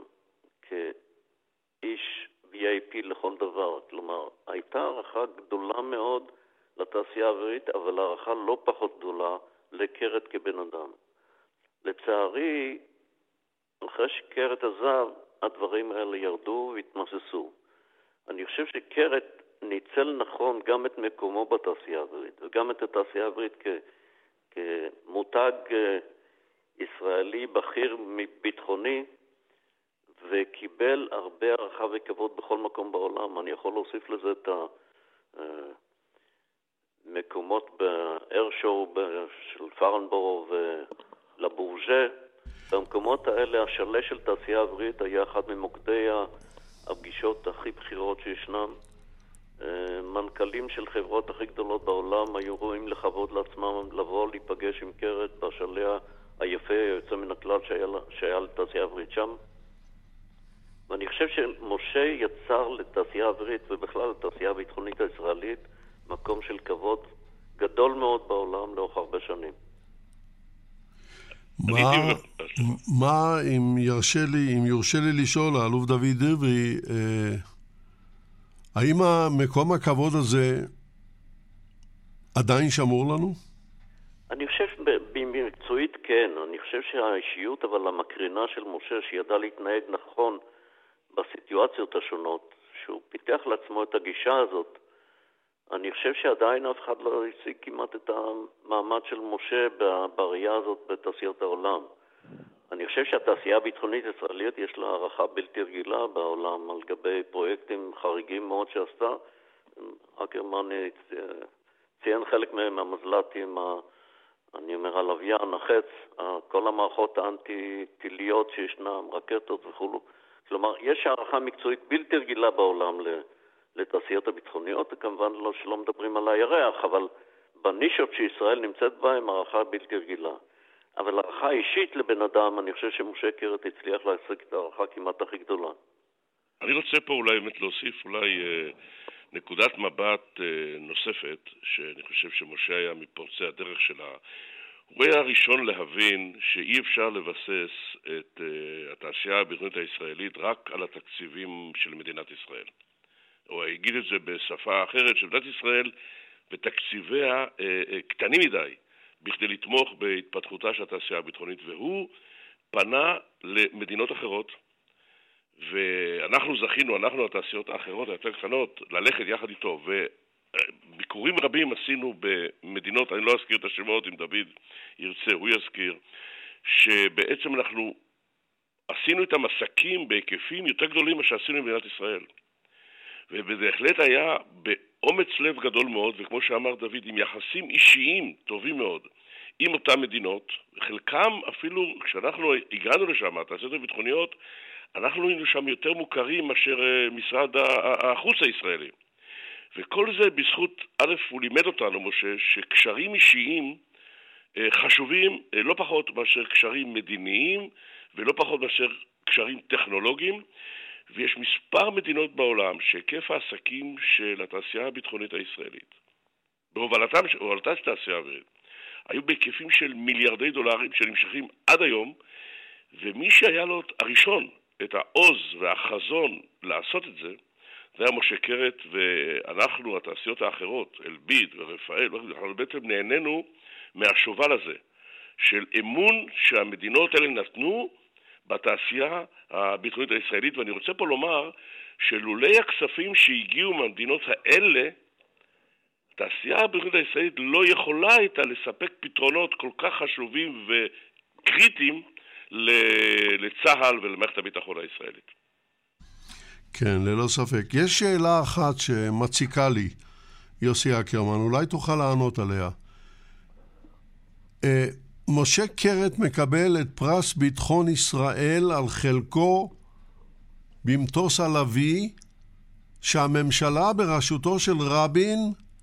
כאיש וי איי פי לכל דבר, כלומר, הייתה הערכה גדולה מאוד לתעשייה האווירית, אבל הערכה לא פחות גדולה לקרת כבן אדם. לצערי, אחרי שקרת עזב, הדברים האלה ירדו והתמססו. אני חושב שקרת ניצל נכון גם את מקומו בתעשייה האווירית, וגם את התעשייה האווירית כ, כמותג ישראלי בכיר ביטחוני, וקיבל הרבה הערכה וכבוד בכל מקום בעולם. אני יכול להוסיף לזה את המקומות באיירשואו של פרנבורו ולבורג'ה. במקומות האלה השלה של תעשייה האווירית היה אחד ממוקדי הפגישות הכי בחירות שישנם. מנכ"לים של חברות הכי גדולות בעולם היו רואים לכבוד לעצמם לבוא להיפגש עם קרת בשלה היפה היוצא מן הכלל שהיה, שהיה לתעשייה האווירית שם. ואני חושב שמשה יצר לתעשייה האווירית ובכלל לתעשייה הביטחונית הישראלית מקום של כבוד גדול מאוד בעולם לאורך הרבה שנים. מה, מה אם ירשה לי, אם יורשה לי לשאול, האלוף דוד עברי, אה, האם המקום הכבוד הזה עדיין שמור לנו? אני חושב במקצועית כן. אני חושב שהאישיות אבל המקרינה של משה שידע להתנהג נכון בסיטואציות השונות, שהוא פיתח לעצמו את הגישה הזאת, אני חושב שעדיין אף אחד לא השיג כמעט את המעמד של משה בראייה הזאת בתעשיות העולם. אני חושב שהתעשייה הביטחונית הישראלית יש לה הערכה בלתי רגילה בעולם על גבי פרויקטים חריגים מאוד שעשתה. אקרמן ציין חלק מהם, המזל"טים, אני אומר הלוויין, החץ, כל המערכות האנטי-טיליות שישנם, רקטות וכו'. כלומר, יש הערכה מקצועית בלתי רגילה בעולם לתעשיות הביטחוניות, וכמובן לא שלא מדברים על הירח, אבל בנישות שישראל נמצאת בהם, הערכה בלתי רגילה. אבל הערכה אישית לבן אדם, אני חושב שמשה קרת הצליח להשיג את הערכה כמעט הכי גדולה. אני רוצה פה אולי באמת להוסיף אולי אה, נקודת מבט אה, נוספת, שאני חושב שמשה היה מפורצי הדרך שלה. הוא היה הראשון להבין שאי אפשר לבסס את uh, התעשייה הביטחונית הישראלית רק על התקציבים של מדינת ישראל. הוא הגיד את זה בשפה אחרת, שמדינת ישראל ותקציביה uh, uh, קטנים מדי בכדי לתמוך בהתפתחותה של התעשייה הביטחונית, והוא פנה למדינות אחרות, ואנחנו זכינו, אנחנו התעשיות האחרות היותר קטנות, ללכת יחד איתו, ו... ביקורים רבים עשינו במדינות, אני לא אזכיר את השמות, אם דוד ירצה, הוא יזכיר, שבעצם אנחנו עשינו את המסקים בהיקפים יותר גדולים מה שעשינו במדינת ישראל. ובהחלט היה באומץ לב גדול מאוד, וכמו שאמר דוד, עם יחסים אישיים טובים מאוד עם אותן מדינות, חלקם אפילו כשאנחנו הגענו לשם, התעשיות הביטחוניות, אנחנו היינו שם יותר מוכרים מאשר משרד החוץ הישראלי. וכל זה בזכות, א', הוא לימד אותנו, משה, שקשרים אישיים חשובים לא פחות מאשר קשרים מדיניים, ולא פחות מאשר קשרים טכנולוגיים, ויש מספר מדינות בעולם שהיקף העסקים של התעשייה הביטחונית הישראלית, בהובלתה של תעשייה אווירית, היו בהיקפים של מיליארדי דולרים שנמשכים עד היום, ומי שהיה לו הראשון את העוז והחזון לעשות את זה, זה היה משה קרת, ואנחנו, התעשיות האחרות, אלביט ורפאל, אנחנו בעצם נהנינו מהשובל הזה, של אמון שהמדינות האלה נתנו בתעשייה הביטחונית הישראלית, ואני רוצה פה לומר שלולי הכספים שהגיעו מהמדינות האלה, התעשייה הביטחונית הישראלית לא יכולה הייתה לספק פתרונות כל כך חשובים וקריטיים לצה"ל ולמערכת הביטחון הישראלית. כן, ללא ספק. יש שאלה אחת שמציקה לי, יוסי אקרמן, אולי תוכל לענות עליה. משה קרת מקבל את פרס ביטחון ישראל על חלקו במטוס הלוי שהממשלה בראשותו של רבין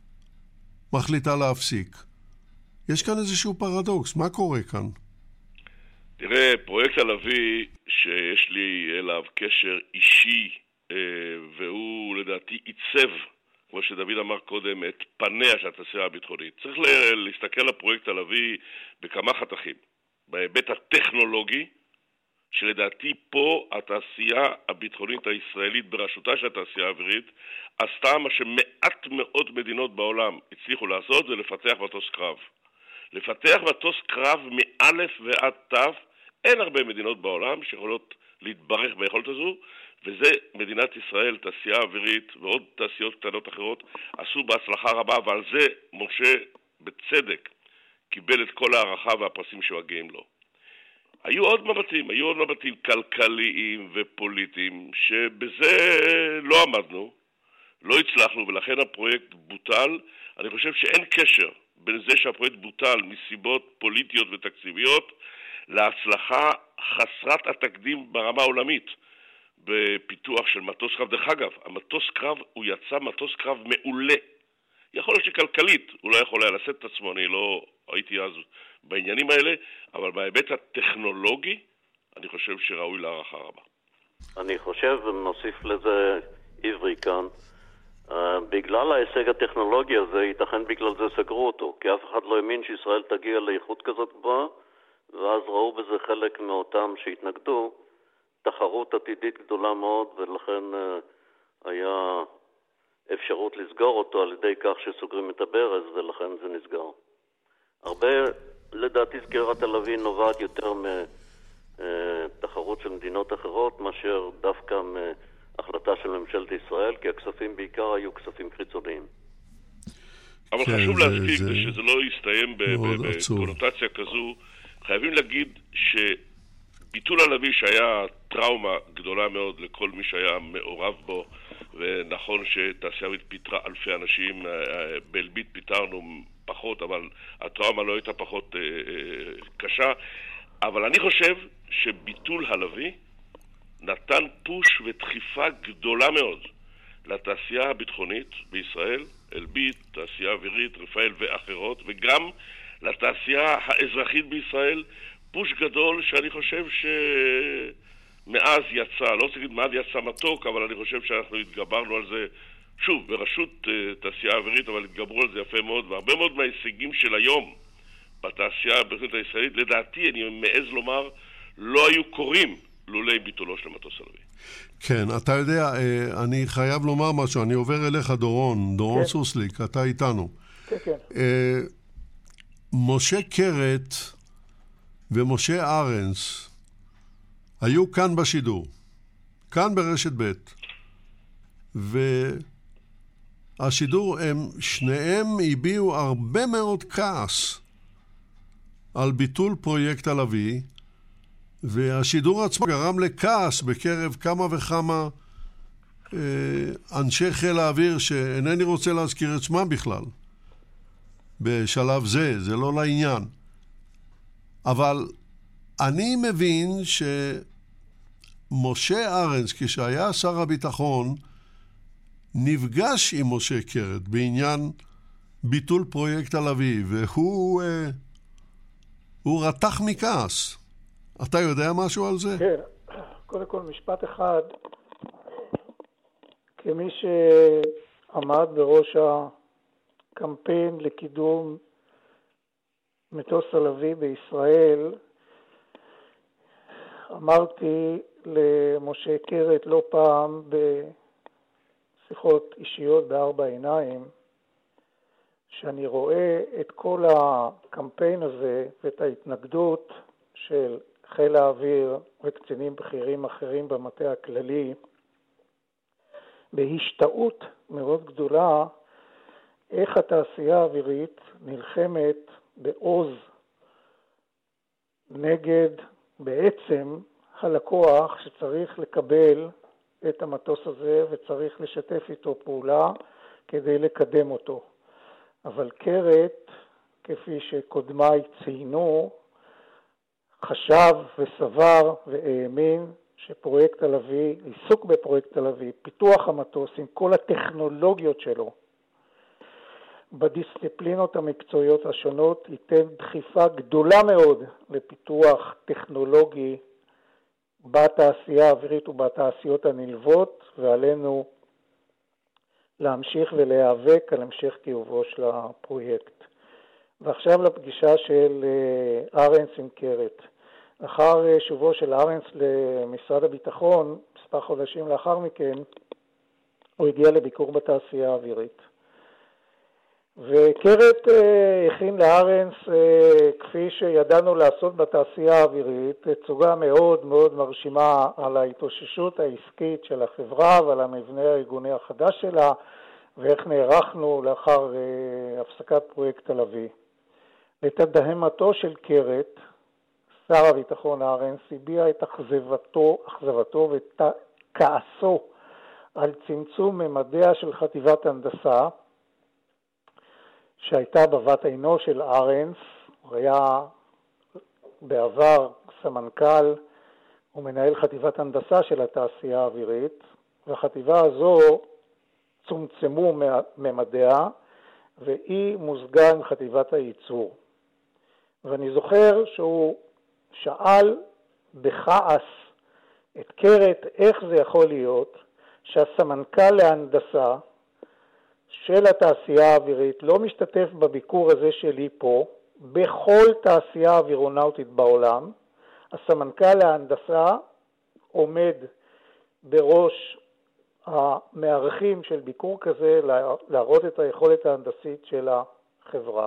מחליטה להפסיק. יש כאן איזשהו פרדוקס, מה קורה כאן? תראה, פרויקט הלוי שיש לי אליו קשר אישי, והוא לדעתי עיצב, כמו שדוד אמר קודם, את פניה של התעשייה הביטחונית. צריך להסתכל על פרויקט הלוי בכמה חתכים. בהיבט הטכנולוגי, שלדעתי פה התעשייה הביטחונית הישראלית בראשותה של התעשייה האווירית עשתה מה שמעט מאוד מדינות בעולם הצליחו לעשות, ולפתח מטוס קרב. לפתח מטוס קרב מאלף ועד תו, אין הרבה מדינות בעולם שיכולות להתברך ביכולת הזו, וזה מדינת ישראל, תעשייה אווירית ועוד תעשיות קטנות אחרות עשו בהצלחה רבה, ועל זה משה בצדק קיבל את כל הערכה והפרסים שמגיעים לו. היו עוד מבטים, היו עוד מבטים כלכליים ופוליטיים, שבזה לא עמדנו, לא הצלחנו, ולכן הפרויקט בוטל. אני חושב שאין קשר בין זה שהפרויקט בוטל מסיבות פוליטיות ותקציביות, להצלחה חסרת התקדים ברמה העולמית בפיתוח של מטוס קרב. דרך אגב, המטוס קרב הוא יצא מטוס קרב מעולה. יכול להיות שכלכלית הוא לא יכול היה לשאת את עצמו, אני לא הייתי אז בעניינים האלה, אבל בהיבט הטכנולוגי אני חושב שראוי להערכה רבה. אני חושב, ונוסיף לזה עברי כאן, uh, בגלל ההישג הטכנולוגי הזה, ייתכן בגלל זה סגרו אותו, כי אף אחד לא האמין שישראל תגיע לאיכות כזאת גבוהה, ואז ראו בזה חלק מאותם שהתנגדו, תחרות עתידית גדולה מאוד, ולכן uh, היה אפשרות לסגור אותו על ידי כך שסוגרים את הברז, ולכן זה נסגר. הרבה, לדעתי, סגירת הלוי נובעת יותר מתחרות של מדינות אחרות, מאשר דווקא מהחלטה של ממשלת ישראל, כי הכספים בעיקר היו כספים חיצוניים. אבל חשוב להזכיר, שזה לא יסתיים בקונוטציה כזו, חייבים להגיד שביטול הלוי שהיה טראומה גדולה מאוד לכל מי שהיה מעורב בו, ונכון שתעשייה פיתרה אלפי אנשים, באלביט פיתרנו פחות, אבל הטראומה לא הייתה פחות אה, אה, קשה. אבל אני חושב שביטול הלוי נתן פוש ודחיפה גדולה מאוד לתעשייה הביטחונית בישראל, אלביט, תעשייה אווירית, רפאל ואחרות, וגם לתעשייה האזרחית בישראל, פוש גדול שאני חושב שמאז יצא, לא רוצה להגיד מאז יצא מתוק, אבל אני חושב שאנחנו התגברנו על זה, שוב, בראשות uh, תעשייה אווירית, אבל התגברו על זה יפה מאוד, והרבה מאוד מההישגים של היום בתעשייה הביטחונית הישראלית, לדעתי, אני מעז לומר, לא היו קורים לולי ביטולו של מטוס הלוי. כן, אתה יודע, אני חייב לומר משהו, אני עובר אליך דורון, דורון כן. סוסליק, אתה איתנו. כן, כן. משה קרת ומשה ארנס היו כאן בשידור, כאן ברשת ב', והשידור, הם שניהם הביעו הרבה מאוד כעס על ביטול פרויקט הלוי, והשידור עצמו גרם לכעס בקרב כמה וכמה אנשי חיל האוויר שאינני רוצה להזכיר את שמם בכלל. בשלב זה, זה לא לעניין. אבל אני מבין שמשה ארנס, כשהיה שר הביטחון, נפגש עם משה קרת בעניין ביטול פרויקט הלוי, והוא הוא רתח מכעס. אתה יודע משהו על זה? כן, קודם כל משפט אחד. כמי שעמד בראש הקמפיין לקידום מטוס הלוי בישראל, אמרתי למשה קרת לא פעם בשיחות אישיות בארבע עיניים, שאני רואה את כל הקמפיין הזה ואת ההתנגדות של חיל האוויר וקצינים בכירים אחרים במטה הכללי, בהשתאות מאוד גדולה איך התעשייה האווירית נלחמת בעוז נגד בעצם הלקוח שצריך לקבל את המטוס הזה וצריך לשתף איתו פעולה כדי לקדם אותו. אבל קרת, כפי שקודמיי ציינו, חשב וסבר והאמין שפרויקט הלוי, עיסוק בפרויקט הלוי, פיתוח המטוס עם כל הטכנולוגיות שלו, בדיסציפלינות המקצועיות השונות, ייתן דחיפה גדולה מאוד לפיתוח טכנולוגי בתעשייה האווירית ובתעשיות הנלוות, ועלינו להמשיך ולהיאבק על המשך קיובו של הפרויקט. ועכשיו לפגישה של ארנס עם קרת. לאחר שובו של ארנס למשרד הביטחון, מספר חודשים לאחר מכן, הוא הגיע לביקור בתעשייה האווירית. וקרת הכין לארנס, כפי שידענו לעשות בתעשייה האווירית, תצוגה מאוד מאוד מרשימה על ההתאוששות העסקית של החברה ועל המבנה הארגוני החדש שלה, ואיך נערכנו לאחר הפסקת פרויקט הלוי. לתדהמתו של קרת, שר הביטחון ארנס הביע את אכזבתו, אכזבתו ואת כעסו על צמצום ממדיה של חטיבת הנדסה, שהייתה בבת עינו של ארנס. הוא היה בעבר סמנכ"ל ומנהל חטיבת הנדסה של התעשייה האווירית, והחטיבה הזו צומצמו ממדיה, והיא מוזגה עם חטיבת הייצור. ואני זוכר שהוא שאל בכעס את קרת איך זה יכול להיות שהסמנכ"ל להנדסה של התעשייה האווירית לא משתתף בביקור הזה שלי פה, בכל תעשייה אווירונאוטית בעולם. הסמנכ"ל להנדסה עומד בראש המערכים של ביקור כזה להראות את היכולת ההנדסית של החברה.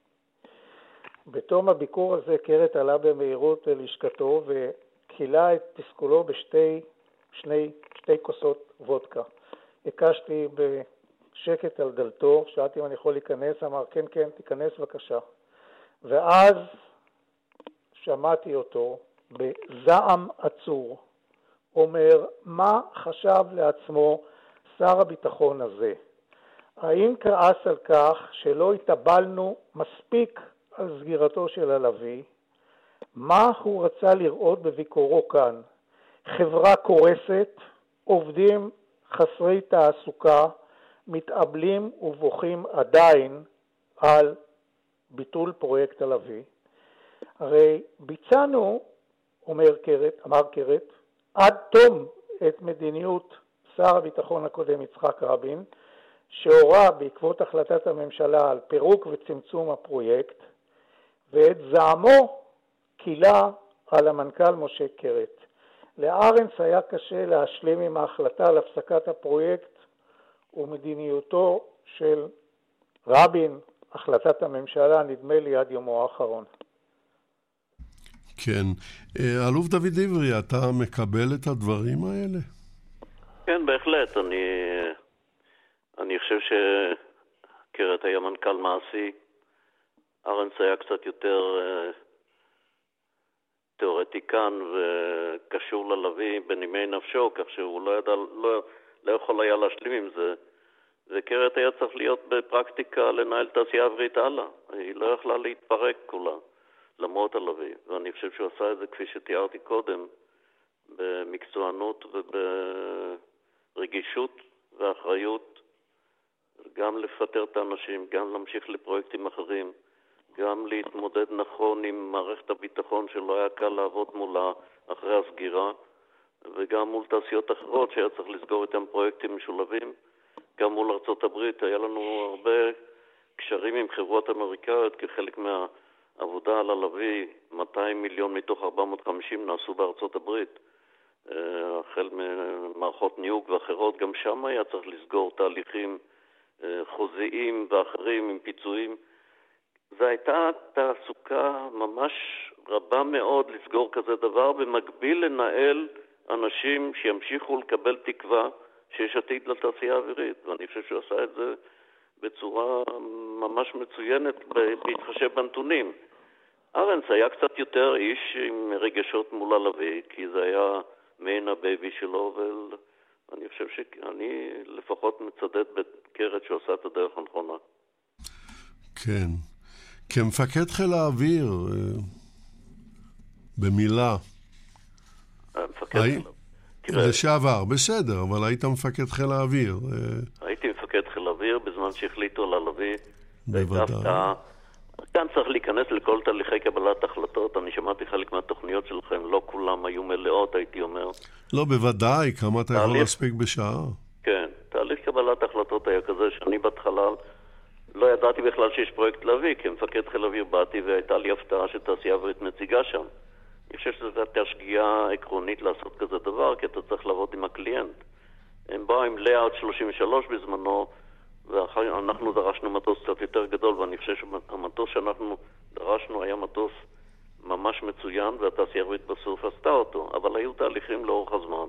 בתום הביקור הזה קרת עלה במהירות ללשכתו וקילה את תסכולו בשתי שני, שתי כוסות וודקה. הקשתי בשקט על דלתו, שאלתי אם אני יכול להיכנס, אמר כן כן תיכנס בבקשה. ואז שמעתי אותו בזעם עצור אומר מה חשב לעצמו שר הביטחון הזה. האם כעס על כך שלא התאבלנו מספיק על סגירתו של הלוי? מה הוא רצה לראות בביקורו כאן? חברה קורסת, עובדים חסרי תעסוקה, מתאבלים ובוכים עדיין על ביטול פרויקט הלוי. הרי ביצענו, אומר קרת, אמר קרת, עד תום את מדיניות שר הביטחון הקודם יצחק רבין, שהורה בעקבות החלטת הממשלה על פירוק וצמצום הפרויקט, ואת זעמו קילה על המנכ"ל משה קרת. לארנס היה קשה להשלים עם ההחלטה על הפסקת הפרויקט ומדיניותו של רבין, החלטת הממשלה, נדמה לי עד יומו האחרון. כן. אלוף דוד עברי, אתה מקבל את הדברים האלה? כן, בהחלט. אני, אני חושב שקרת היה מנכ"ל מעשי. ארנס היה קצת יותר תיאורטיקן וקשור ללוי בנימי נפשו, כך שהוא לא ידע, לא, לא יכול היה להשלים עם זה, וקרת היה צריך להיות בפרקטיקה לנהל תעשייה אווירית הלאה. היא לא יכלה להתפרק כולה, למרות הלוי. ואני חושב שהוא עשה את זה כפי שתיארתי קודם, במקצוענות וברגישות ואחריות, גם לפטר את האנשים, גם להמשיך לפרויקטים אחרים, גם להתמודד נכון עם מערכת הביטחון שלא היה קל לעבוד מולה אחרי הסגירה, וגם מול תעשיות אחרות שהיה צריך לסגור איתם פרויקטים משולבים. גם מול ארצות הברית היה לנו הרבה קשרים עם חברות אמריקאיות כחלק מהעבודה על הלוי. מאתיים מיליון מתוך ארבע מאות וחמישים נעשו בארצות הברית, החל ממערכות ניוג ואחרות. גם שם היה צריך לסגור תהליכים חוזיים ואחרים עם פיצויים. זו הייתה תעסוקה ממש רבה מאוד לסגור כזה דבר, במקביל לנהל אנשים שימשיכו לקבל תקווה שיש עתיד לתעשייה האווירית, ואני חושב שהוא עשה את זה בצורה ממש מצוינת בהתחשב בנתונים. ארנס היה קצת יותר איש עם רגשות מול הלוי, כי זה היה מעין הבייבי שלו, ואני חושב שאני לפחות מצדד בקרת שהוא עשה את הדרך הנכונה. כן. כמפקד חיל האוויר, במילה. מפקד חיל האוויר. לשעבר, בסדר, אבל היית מפקד חיל האוויר. הייתי מפקד חיל האוויר בזמן שהחליטו על הלוי. בוודאי. כאן צריך להיכנס לכל תהליכי קבלת החלטות. אני שמעתי חלק מהתוכניות שלכם, לא כולם היו מלאות, הייתי אומר. לא, בוודאי, כמה אתה יכול להספיק בשעה. כן, תהליך קבלת החלטות היה כזה שאני בהתחלה לא ידעתי בכלל שיש פרויקט לוי, כי מפקד חיל האוויר באתי והייתה לי הפתעה שתעשייה אווירית מציגה שם. אני חושב שזו הייתה שגיאה עקרונית לעשות כזה דבר, כי אתה צריך לעבוד עם הקליינט. הם באו עם לאאוט שלושים ושלוש בזמנו, ואנחנו דרשנו מטוס קצת יותר גדול, ואני חושב שהמטוס שאנחנו דרשנו היה מטוס ממש מצוין, והתעשייה האווירית בסוף עשתה אותו. אבל היו תהליכים לאורך הזמן,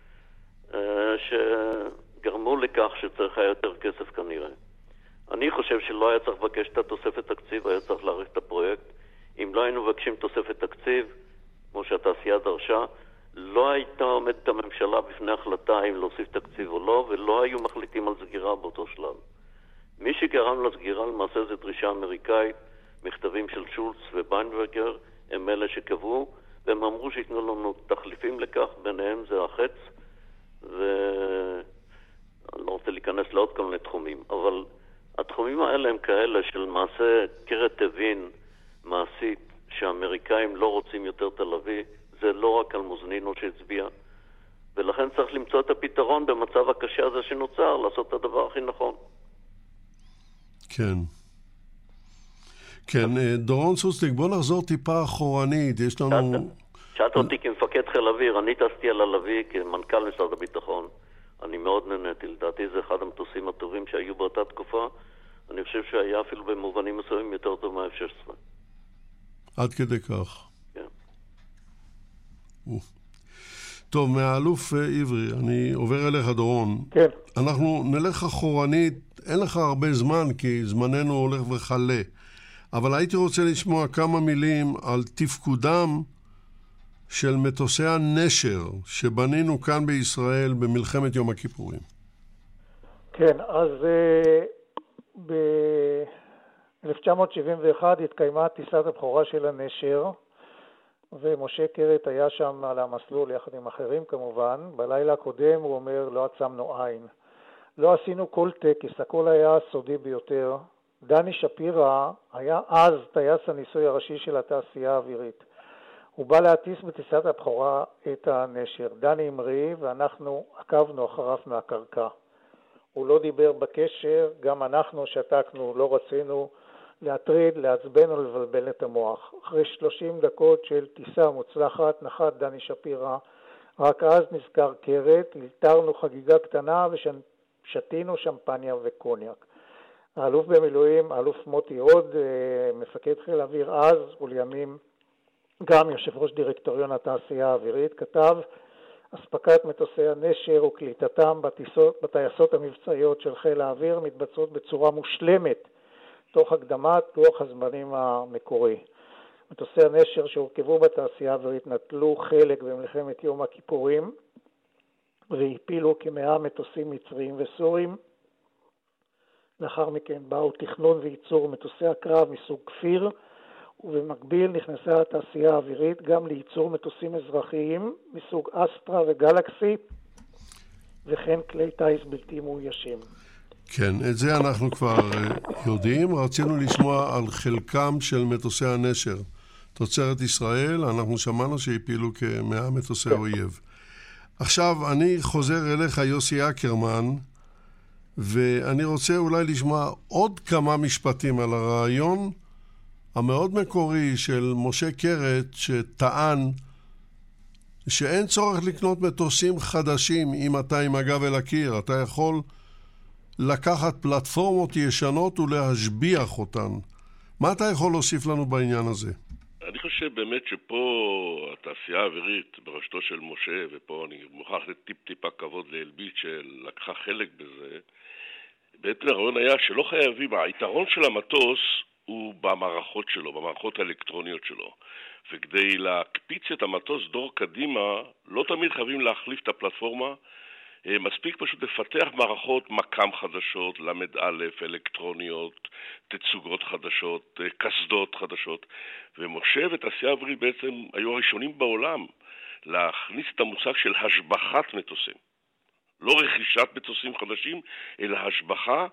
שגרמו לכך שצריך היה יותר כסף כנראה. אני חושב שלא היה צריך לבקש את התוספת תקציב, היה צריך להאריך את הפרויקט. אם לא היינו מבקשים תוספת תקציב, כמו שהתעשייה דרשה, לא הייתה עומדת הממשלה בפני החלטה אם להוסיף תקציב או לא, ולא היו מחליטים על סגירה באותו שלב. מי שגרם לסגירה למעשה זה דרישה אמריקאית, מכתבים של שולץ וביינברגר, הם אלה שקבעו, והם אמרו שיתנו לנו תחליפים לכך, ביניהם זה החץ, ואני לא רוצה להיכנס לעוד כל מיני תחומים, אבל התחומים האלה הם כאלה של מעשה קרת הבין מעשית, שהאמריקאים לא רוצים יותר תל אביב, זה לא רק על מוזנינו שהצביע, ולכן צריך למצוא את הפתרון במצב הקשה הזה שנוצר, לעשות את הדבר הכי נכון. כן. כן, דורון סוסטיק, בוא נחזור טיפה אחורנית, יש לנו... שאלת אותי כמפקד חיל אוויר, אני טסתי על הלוי כמנכ"ל משרד הביטחון. אני מאוד נהניתי, לדעתי זה אחד המטוסים הטובים שהיו באותה תקופה. אני חושב שהיה אפילו במובנים מסוימים יותר טוב מה-אף שש עשרה. עד כדי כך. כן. טוב, מהאלוף עברי, אני עובר אליך דורון. כן. אנחנו נלך אחורנית, אין לך הרבה זמן כי זמננו הולך וחלה, אבל הייתי רוצה לשמוע כמה מילים על תפקודם של מטוסי הנשר שבנינו כאן בישראל במלחמת יום הכיפורים. כן, אז ב-אלף תשע מאות שבעים ואחת התקיימה טיסת הבכורה של הנשר, ומשה קרת היה שם על המסלול יחד עם אחרים כמובן. בלילה הקודם הוא אומר, לא עצמנו עין. לא עשינו כל טקס, הכל היה סודי ביותר. דני שפירא היה אז טייס הניסוי הראשי של התעשייה האווירית. הוא בא להטיס בטיסת הבכורה את הנשר. דני המריא ואנחנו עקבנו אחריו מהקרקע. הוא לא דיבר בקשר, גם אנחנו שתקנו, לא רצינו להטריד, לעצבן או לבלבל את המוח. אחרי שלושים דקות של טיסה מוצלחת נחת דני שפירא, רק אז נזכר קרת, ליתרנו חגיגה קטנה ושתינו שמפניה וקוניאק. האלוף במילואים, האלוף מוטי הוד, מפקד חיל האוויר אז ולימים גם יושב ראש דירקטוריון התעשייה האווירית, כתב, אספקת מטוסי הנשר וקליטתם בטיסות, בטייסות המבצעיות של חיל האוויר מתבצעות בצורה מושלמת, תוך הקדמת לוח הזמנים המקורי. מטוסי הנשר שהורכבו בתעשייה האווירית נטלו חלק במלחמת יום הכיפורים, והפילו כמאה מטוסים מצריים וסורים. לאחר מכן באו תכנון וייצור מטוסי הקרב מסוג כפיר, ובמקביל נכנסה התעשייה האווירית גם לייצור מטוסים אזרחיים מסוג אסטרה וגלקסי, וכן כלי טייס בלתי מאוישים. כן, את זה אנחנו כבר יודעים. רצינו לשמוע על חלקם של מטוסי הנשר. תוצרת ישראל, אנחנו שמענו שהפילו כמאה מטוסי אויב. עכשיו אני חוזר אליך, יוסי אקרמן, ואני רוצה אולי לשמוע עוד כמה משפטים על הרעיון המאוד מקורי של משה קרת, שטען שאין צורך לקנות מטוסים חדשים אם אתה עם הגב אל הקיר. אתה יכול לקחת פלטפורמות ישנות ולהשביח אותן. מה אתה יכול להוסיף לנו בעניין הזה? אני חושב באמת שפה התעשייה האווירית בראשותו של משה, ופה אני מוכרח לטיפ טיפה כבוד לאלביט שלקחה חלק בזה, בעצם הרעיון היה שלא חייבים, היתרון של המטוס הוא במערכות שלו, במערכות האלקטרוניות שלו. וכדי להקפיץ את המטוס דור קדימה, לא תמיד חייבים להחליף את הפלטפורמה, מספיק פשוט לפתח מערכות מקם חדשות, למד א', אלקטרוניות, תצוגות חדשות, קסדות חדשות. ומשה ותעשייה האווירית בעצם היו הראשונים בעולם להכניס את המושג של השבחת מטוסים. לא רכישת מטוסים חדשים, אלא השבחה,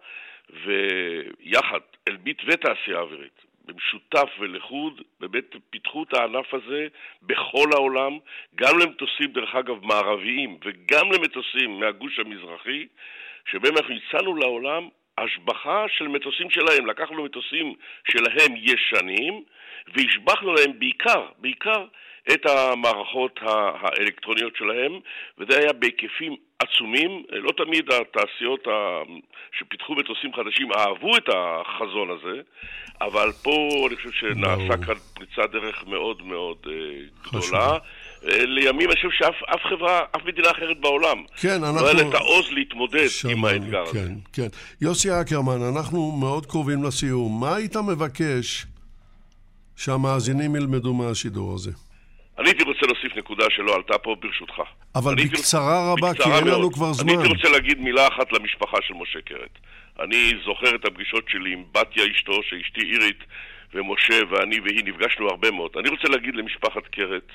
ויחד, אלביט ותעשייה האווירית, במשותף ולחוד, באמת פיתחו את הענף הזה בכל העולם, גם למטוסים דרך אגב מערביים, וגם למטוסים מהגוש המזרחי, שבהם אנחנו הצענו לעולם השבחה של מטוסים שלהם. לקחנו מטוסים שלהם ישנים, והשבחנו להם בעיקר, בעיקר את המערכות האלקטרוניות שלהם, וזה היה בהיקפים עצומים. לא תמיד התעשיות שפיתחו מטוסים חדשים אהבו את החזון הזה, אבל פה אני חושב שנעשה כאן פריצת דרך מאוד מאוד גדולה. לימים אני חושב שאף אף חברה, אף מדינה אחרת בעולם כן, אנחנו... לא היה את העוז להתמודד שמן, עם האתגר כן, הזה. כן. יוסי אקרמן, אנחנו מאוד קרובים לסיום. מה היית מבקש שהמאזינים ילמדו מהשידור הזה? אני הייתי רוצה להוסיף נקודה שלא עלתה פה ברשותך. אבל בקצרה רבה, כי אין לנו כבר זמן. אני הייתי רוצה להגיד מילה אחת למשפחה של משה קרת. אני זוכר את הפגישות שלי עם בתיה אשתו, שאשתי אירית, ומשה ואני והיא נפגשנו הרבה מאוד. אני רוצה להגיד למשפחת קרת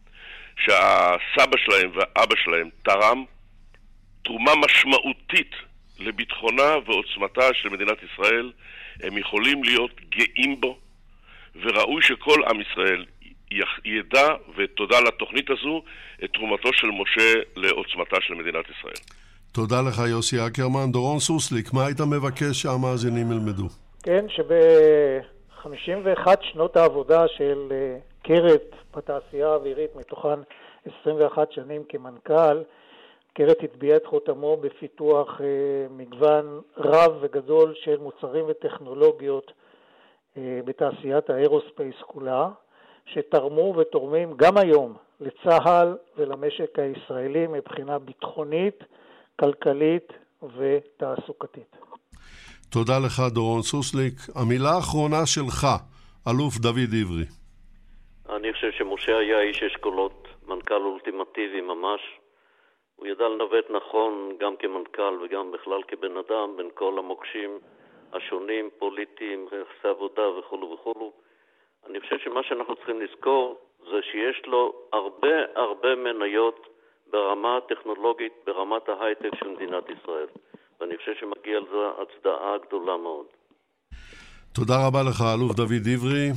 שהסבא שלהם והאבא שלהם תרם תרומה משמעותית לביטחונה ועוצמתה של מדינת ישראל. הם יכולים להיות גאים בו, וראוי שכל עם ישראל ידע, ותודה לתוכנית הזו, את תרומתו של משה לעוצמתה של מדינת ישראל. תודה לך יוסי אקרמן. דורון סוסליק, מה היית מבקש שהמאזינים ילמדו? כן, שב-חמישים ואחת שנות העבודה של קרת בתעשייה האווירית, מתוכן עשרים ואחת שנים כמנכ"ל, קרת הטביע את חותמו בפיתוח מגוון רב וגדול של מוצרים וטכנולוגיות בתעשיית האירוספייס כולה, שתרמו ותורמים גם היום לצה"ל ולמשק הישראלי מבחינה ביטחונית, כלכלית ותעסוקתית. תודה לך דורון סוסליק. המילה האחרונה שלך, אלוף דוד עברי. אני חושב שמשה היה איש אשכולות, מנכ"ל אולטימטיבי ממש. הוא ידע לנווט נכון גם כמנכ"ל וגם בכלל כבן אדם בין כל המוקשים השונים, פוליטיים, יחסי עבודה וכו' וכו'. אני חושב שמה שאנחנו צריכים לזכור זה שיש לו הרבה הרבה מניות ברמה הטכנולוגית, ברמת ההייטק של מדינת ישראל. ואני חושב שמגיע על זה הצדעה גדולה מאוד. תודה רבה לך, אלוף דוד עברי.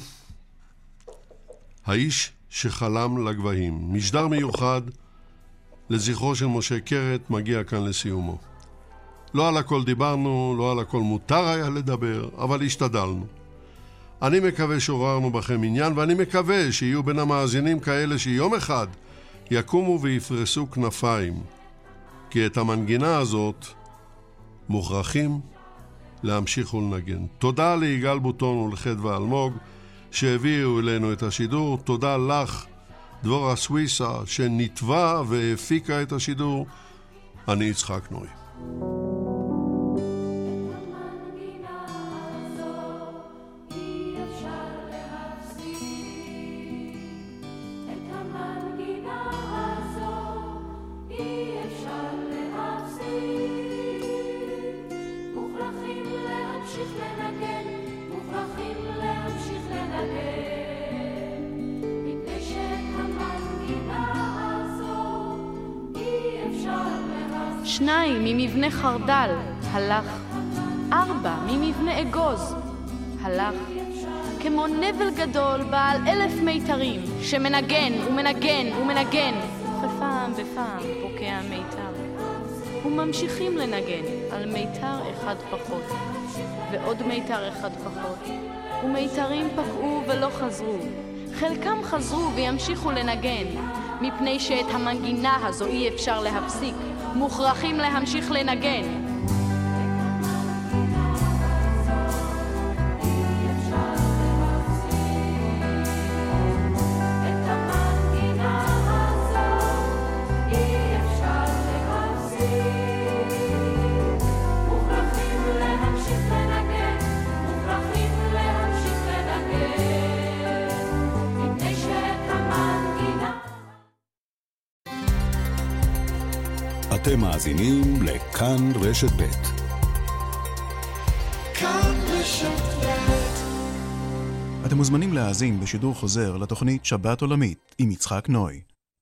האיש שחלם לגבהים. משדר מיוחד לזכרו של משה קרת מגיע כאן לסיומו. לא על הכל דיברנו, לא על הכל מותר היה לדבר, אבל השתדלנו. אני מקווה שעוררנו בכם עניין, ואני מקווה שיהיו בין המאזינים כאלה שיום אחד יקומו ויפרסו כנפיים, כי את המנגינה הזאת מוכרחים להמשיך ולנגן. תודה ליגאל בוטון ולחדווה אלמוג שהביאו אלינו את השידור. תודה לך, דבורה סוויסה, שנטבע והפיקה את השידור. אני יצחק נוי. את המנגינה הזו אי אפשר שניים ממבנה חרדל, הלך. ארבע ממבנה אגוז, הלך. כמו נבל גדול בעל אלף מיתרים, שמנגן ומנגן ומנגן, ופעם בפעם פוקע מיתר. וממשיכים לנגן על מיתר אחד פחות, ועוד מיתר אחד פחות, ומיתרים פקעו ולא חזרו. חלקם חזרו וימשיכו לנגן, מפני שאת המנגינה הזו אי אפשר להפסיק, מוכרחים להמשיך לנגן. אתם מאזינים לכאן רשת ב'. כאן רשת ב'. אתם מוזמנים להאזין בשידור חוזר לתוכנית שבת עולמית עם יצחק נוי.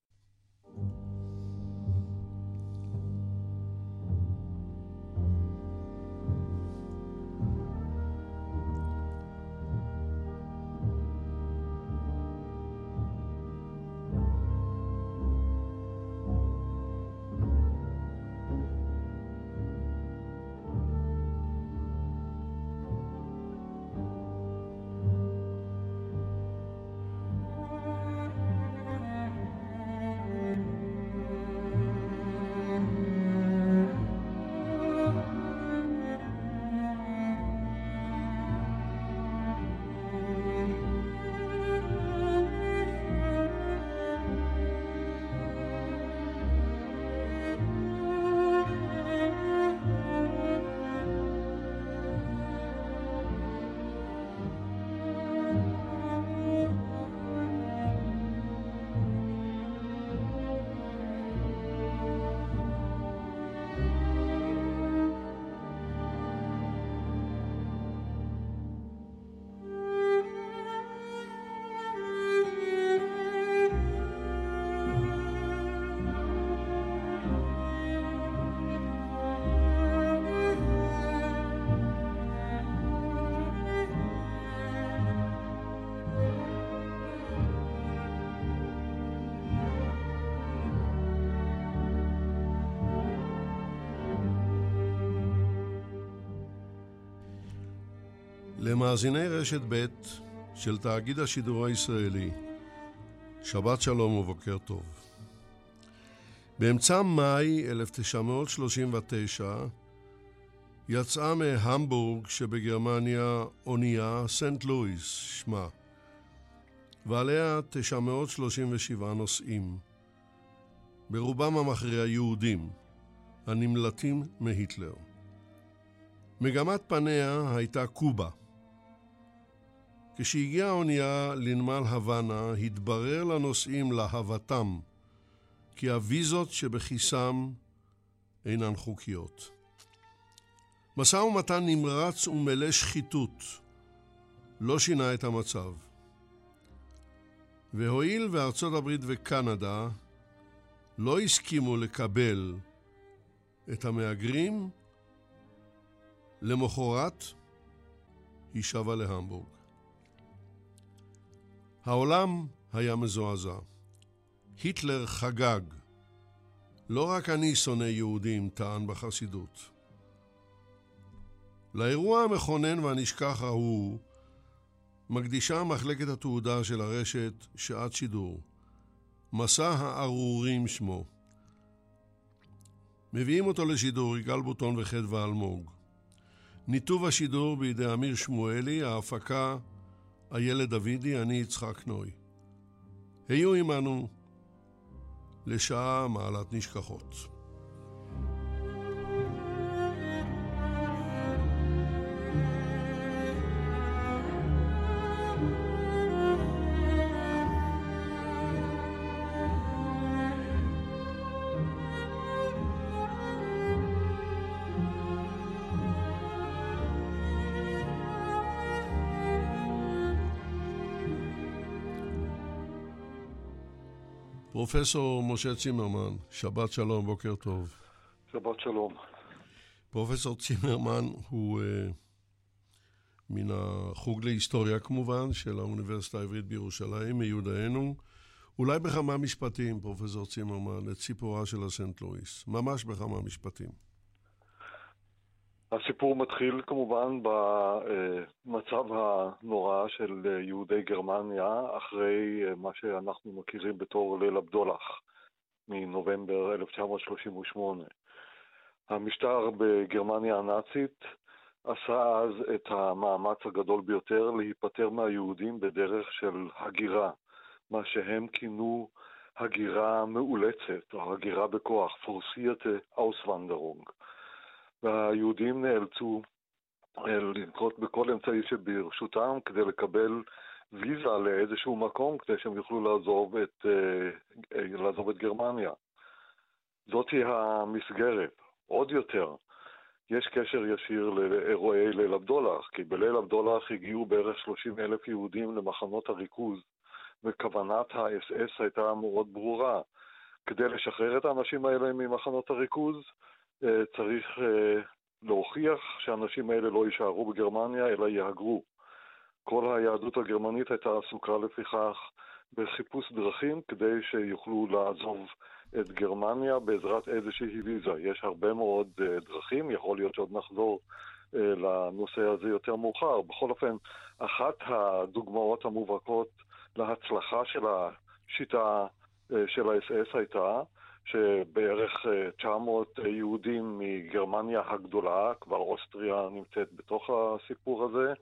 למאזיני רשת ב' של תאגיד השידור הישראלי, שבת שלום ובוקר טוב. באמצע מאי אלף תשע מאות שלושים ותשע יצאה מהמבורג שבגרמניה אונייה סנט לואיס שמה, ועליה תשע מאות שלושים ושבעה נוסעים, ברובם המכריע יהודים, הנמלטים מהיטלר. מגמת פניה הייתה קובה. כשהגיעה האונייה לנמל הוואנה, התברר לנוסעים להבתם כי הוויזות שבכיסם אינן חוקיות. משא ומתן נמרץ ומלא שחיתות לא שינה את המצב. והואיל וארצות הברית וקנדה לא הסכימו לקבל את המהגרים, למחרת היא שבה להמבורג. העולם היה מזועזע. היטלר חגג. לא רק אני שונא יהודים, טען בחסידות. לאירוע המכונן והנשכח ההוא מקדישה מחלקת התעודה של הרשת שעת שידור. מסע הארורים שמו. מביאים אותו לשידור יגאל בוטון וחדווה אלמוג. ניתוב השידור בידי אמיר שמואלי, ההפקה הילד דוידי, אני יצחק נוי. היו עמנו לשעה מעלת נשכחות. פרופסור משה צימרמן, שבת שלום, בוקר טוב. שבת שלום. פרופסור צימרמן הוא uh, מן החוג להיסטוריה כמובן של האוניברסיטה העברית בירושלים, מיודענו. אולי בכמה משפטים, פרופסור צימרמן, את סיפורה של הסנט לואיס. ממש בכמה משפטים. הסיפור מתחיל כמובן במצב הנורא של יהודי גרמניה אחרי מה שאנחנו מכירים בתור ליל הבדולח מנובמבר אלף תשע מאות שלושים ושמונה. המשטר בגרמניה הנאצית עשה אז את המאמץ הגדול ביותר להיפטר מהיהודים בדרך של הגירה, מה שהם כינו הגירה מאולצת או הגירה בכוח, forcierte Auswanderung. והיהודים נאלצו לנקוט בכל אמצעי שברשותם כדי לקבל ויזה לאיזשהו מקום כדי שהם יוכלו לעזוב את, לעזוב את גרמניה. זאת היא המסגרת. עוד יותר, יש קשר ישיר לאירועי ליל הבדולח, כי בליל הבדולח הגיעו בערך שלושים אלף יהודים למחנות הריכוז, וכוונת ה-אס אס הייתה מאוד ברורה. כדי לשחרר את האנשים האלה ממחנות הריכוז, צריך להוכיח שהאנשים האלה לא יישארו בגרמניה, אלא יהגרו. כל היהדות הגרמנית הייתה עסוקה לפיכך בחיפוש דרכים כדי שיוכלו לעזוב את גרמניה בעזרת איזושהי ויזה. יש הרבה מאוד דרכים, יכול להיות שעוד נחזור לנושא הזה יותר מאוחר. בכל אופן, אחת הדוגמאות המובהקות להצלחה של השיטה של ה-אס אס הייתה שבערך תשע מאות יהודים מגרמניה הגדולה, כבר אוסטריה נמצאת בתוך הסיפור הזה,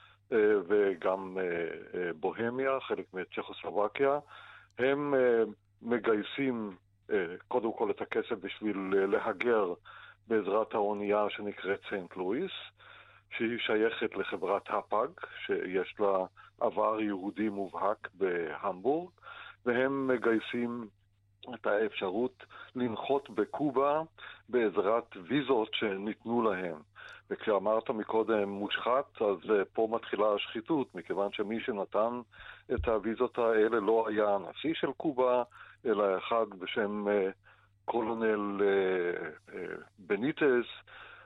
וגם בוהמיה, חלק מצ'כוסלובקיה, הם מגייסים קודם כל את הכסף בשביל להגר בעזרת האונייה שנקראת סנט לואיס, שהיא שייכת לחברת הפאג, שיש לה עבר יהודי מובהק בהמבורג, והם מגייסים את האפשרות לנחות בקובה בעזרת ויזות שניתנו להם. וכשאמרת מקודם מושחת, אז פה מתחילה השחיתות, מכיוון שמי שנתן את הוויזות האלה לא היה הנשיא של קובה, אלא אחד בשם קולונל בניטס,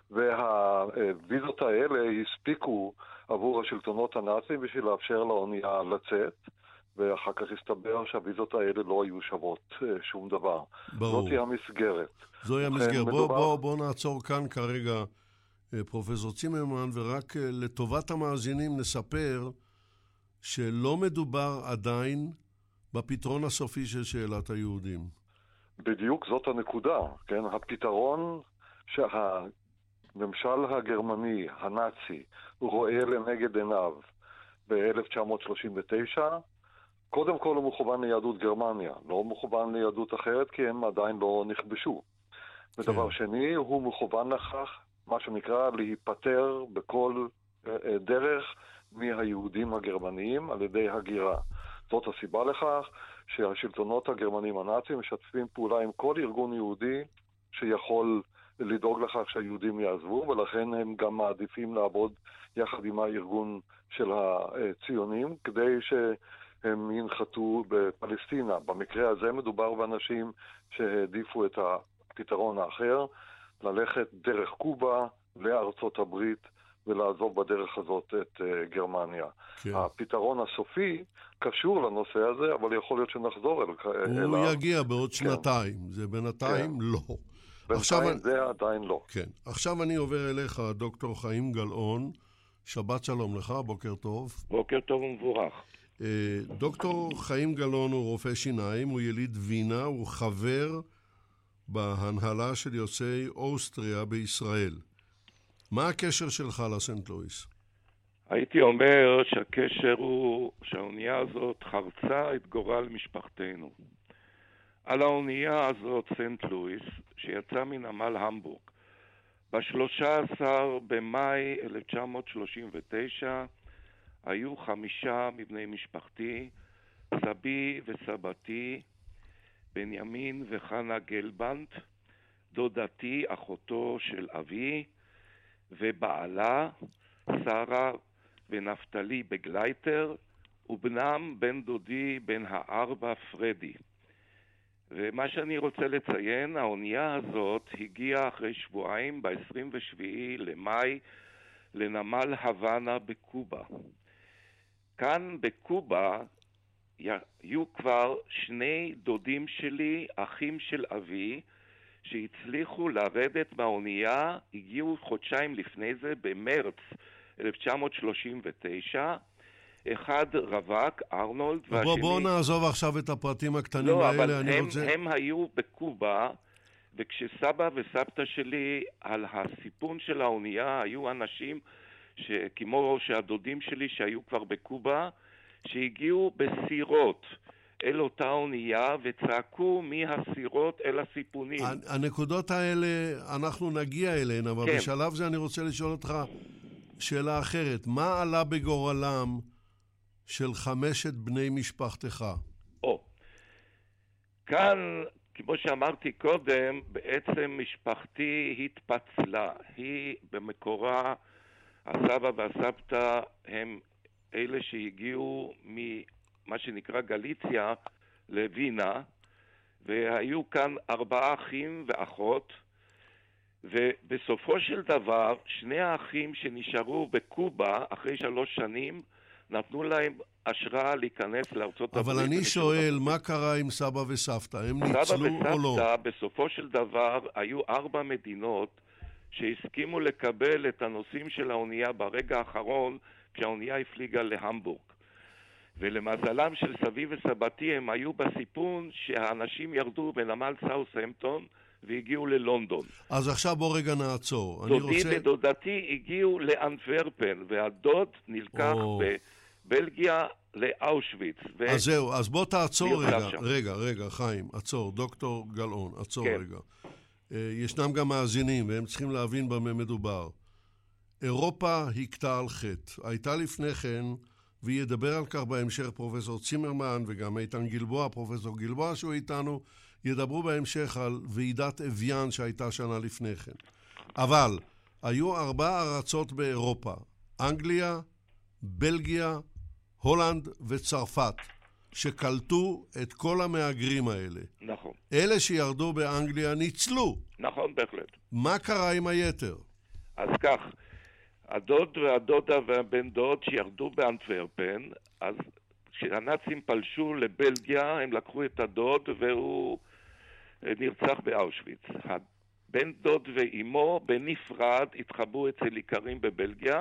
והוויזות האלה הספיקו עבור השלטונות הנאצים בשביל לאפשר לאונייה לצאת, ואחר כך הסתבר שהוויזות האלה לא היו שוות שום דבר. ברור. זאת היא המסגרת. זוהי המסגרת. בוא, מדובר... בוא, בוא נעצור כאן כרגע, פרופסור צימרמן, ורק לטובת המאזינים נספר שלא מדובר עדיין בפתרון הסופי של שאלת היהודים. בדיוק זאת הנקודה, כן? הפתרון שהממשל הגרמני, הנאצי, רואה לנגד עיניו ב-אלף תשע מאות שלושים ותשע, קודם כל הוא מכוון ליהדות גרמניה, לא מכוון ליהדות אחרת כי הם עדיין לא נכבשו. כן. ודבר שני, הוא מכוון לכך, מה שנקרא, להיפטר בכל דרך מהיהודים הגרמניים על ידי הגירה. זאת הסיבה לכך שהשלטונות הגרמנים הנאצים משתפים פעולה עם כל ארגון יהודי שיכול לדאוג לכך שהיהודים יעזבו, ולכן הם גם מעדיפים לעבוד יחד עם הארגון של הציונים כדי שהם ינחתו בפלסטינה. במקרה הזה מדובר באנשים שהעדיפו את הפתרון האחר, ללכת דרך קובה לארצות הברית ולעזוב בדרך הזאת את uh, גרמניה. כן. הפתרון הסופי קשור לנושא הזה, אבל יכול להיות שנחזור אל... הוא אל יגיע בעוד שנתיים, כן. זה בינתיים כן. לא. בינתיים זה אני... עדיין לא. כן. עכשיו אני עובר אליך, דוקטור חיים גלאון, שבת שלום לך, בוקר טוב. בוקר טוב ומבורך. דוקטור חיים גלאון הוא רופא שיניים, הוא יליד וינה, הוא חבר בהנהלה של יוצאי אוסטריה בישראל. מה הקשר שלך לסנט לואיס? הייתי אומר שהקשר הוא שהאונייה הזאת חרצה את גורל משפחתנו. על האונייה הזאת סנט לואיס, שיצא מנמל המבורג, ב-שלושה עשר במאי אלף תשע מאות שלושים ותשע היו חמישה מבני משפחתי, סבי וסבתי, בנימין וחנה גלבנט, דודתי, אחותו של אבי, ובעלה, שרה ונפתלי בגלייטר, ובנם בן דודי בן הארבע פרדי. ומה שאני רוצה לציין, האונייה הזאת הגיעה אחרי שבועיים, ב-עשרים ושבעה למאי, לנמל הוואנה בקובה. כאן בקובה היו כבר שני דודים שלי, אחים של אבי, שהצליחו לרדת מהאונייה, הגיעו חודשיים לפני זה, במרץ אלף תשע מאות שלושים ותשע, אחד רווק, ארנולד, והשני... בוא, בוא נעזוב עכשיו את הפרטים הקטנים לא, האלה, אבל אני הם, רוצה... הם היו בקובה, וכשסבא וסבתא שלי על הסיפון של האונייה, היו אנשים שכמו שהדודים שלי שהיו כבר בקובה, שהגיעו בסירות אל אותה אונייה וצעקו מהסירות אל הסיפונים. הנקודות האלה, אנחנו נגיע אליהן, אבל כן. בשלב זה אני רוצה לשאול אותך שאלה אחרת. מה עלה בגורלם של חמשת בני משפחתך? או, כאן, כמו שאמרתי קודם, בעצם משפחתי התפצלה. היא במקורה, הסבא והסבתא הם אלה שהגיעו ממה שנקרא גליציה לווינה, והיו כאן ארבעה אחים ואחות, ובסופו של דבר שני האחים שנשארו בקובה אחרי שלוש שנים נתנו להם השראה להיכנס לארצות הברית. אבל אני שואל, מה קרה עם סבא וסבתא? הם ניצלו סבא או לא? וסבתא בסופו של דבר היו ארבע מדינות שהסכימו לקבל את הנושאים של האונייה ברגע האחרון כשהאונייה הפליגה להמבורג. ולמזלם של סבי וסבתי הם היו בסיפון שהאנשים ירדו בנמל סאות'המפטון והגיעו ללונדון. אז עכשיו בוא רגע נעצור. דודי רוצה... ודודתי הגיעו לאנטוורפן, והדוד נלקח או... בבלגיה לאושוויץ. ו... אז זהו, אז בוא תעצור רגע. שם. רגע, רגע, חיים, עצור. דוקטור גלאון, עצור כן. רגע. ישנם גם מאזינים, והם צריכים להבין במה מדובר. אירופה הכתה על חטא. הייתה לפני כן, וידבר על כך בהמשך פרופסור צימרמן, וגם איתן גלבוע, פרופסור גלבוע שהוא איתנו, ידברו בהמשך על ועידת אביאן שהייתה שנה לפני כן. אבל היו ארבע ארצות באירופה, אנגליה, בלגיה, הולנד וצרפת, שקלטו את כל המהגרים האלה. נכון. אלה שירדו באנגליה ניצלו. נכון, בהחלט. מה קרה עם היתר? אז כך, הדוד והדודה והבן דוד שירדו באנטוורפן, אז כשהנאצים פלשו לבלגיה, הם לקחו את הדוד והוא נרצח באושוויץ. הבן דוד ואימו בנפרד התחבאו אצל איכרים בבלגיה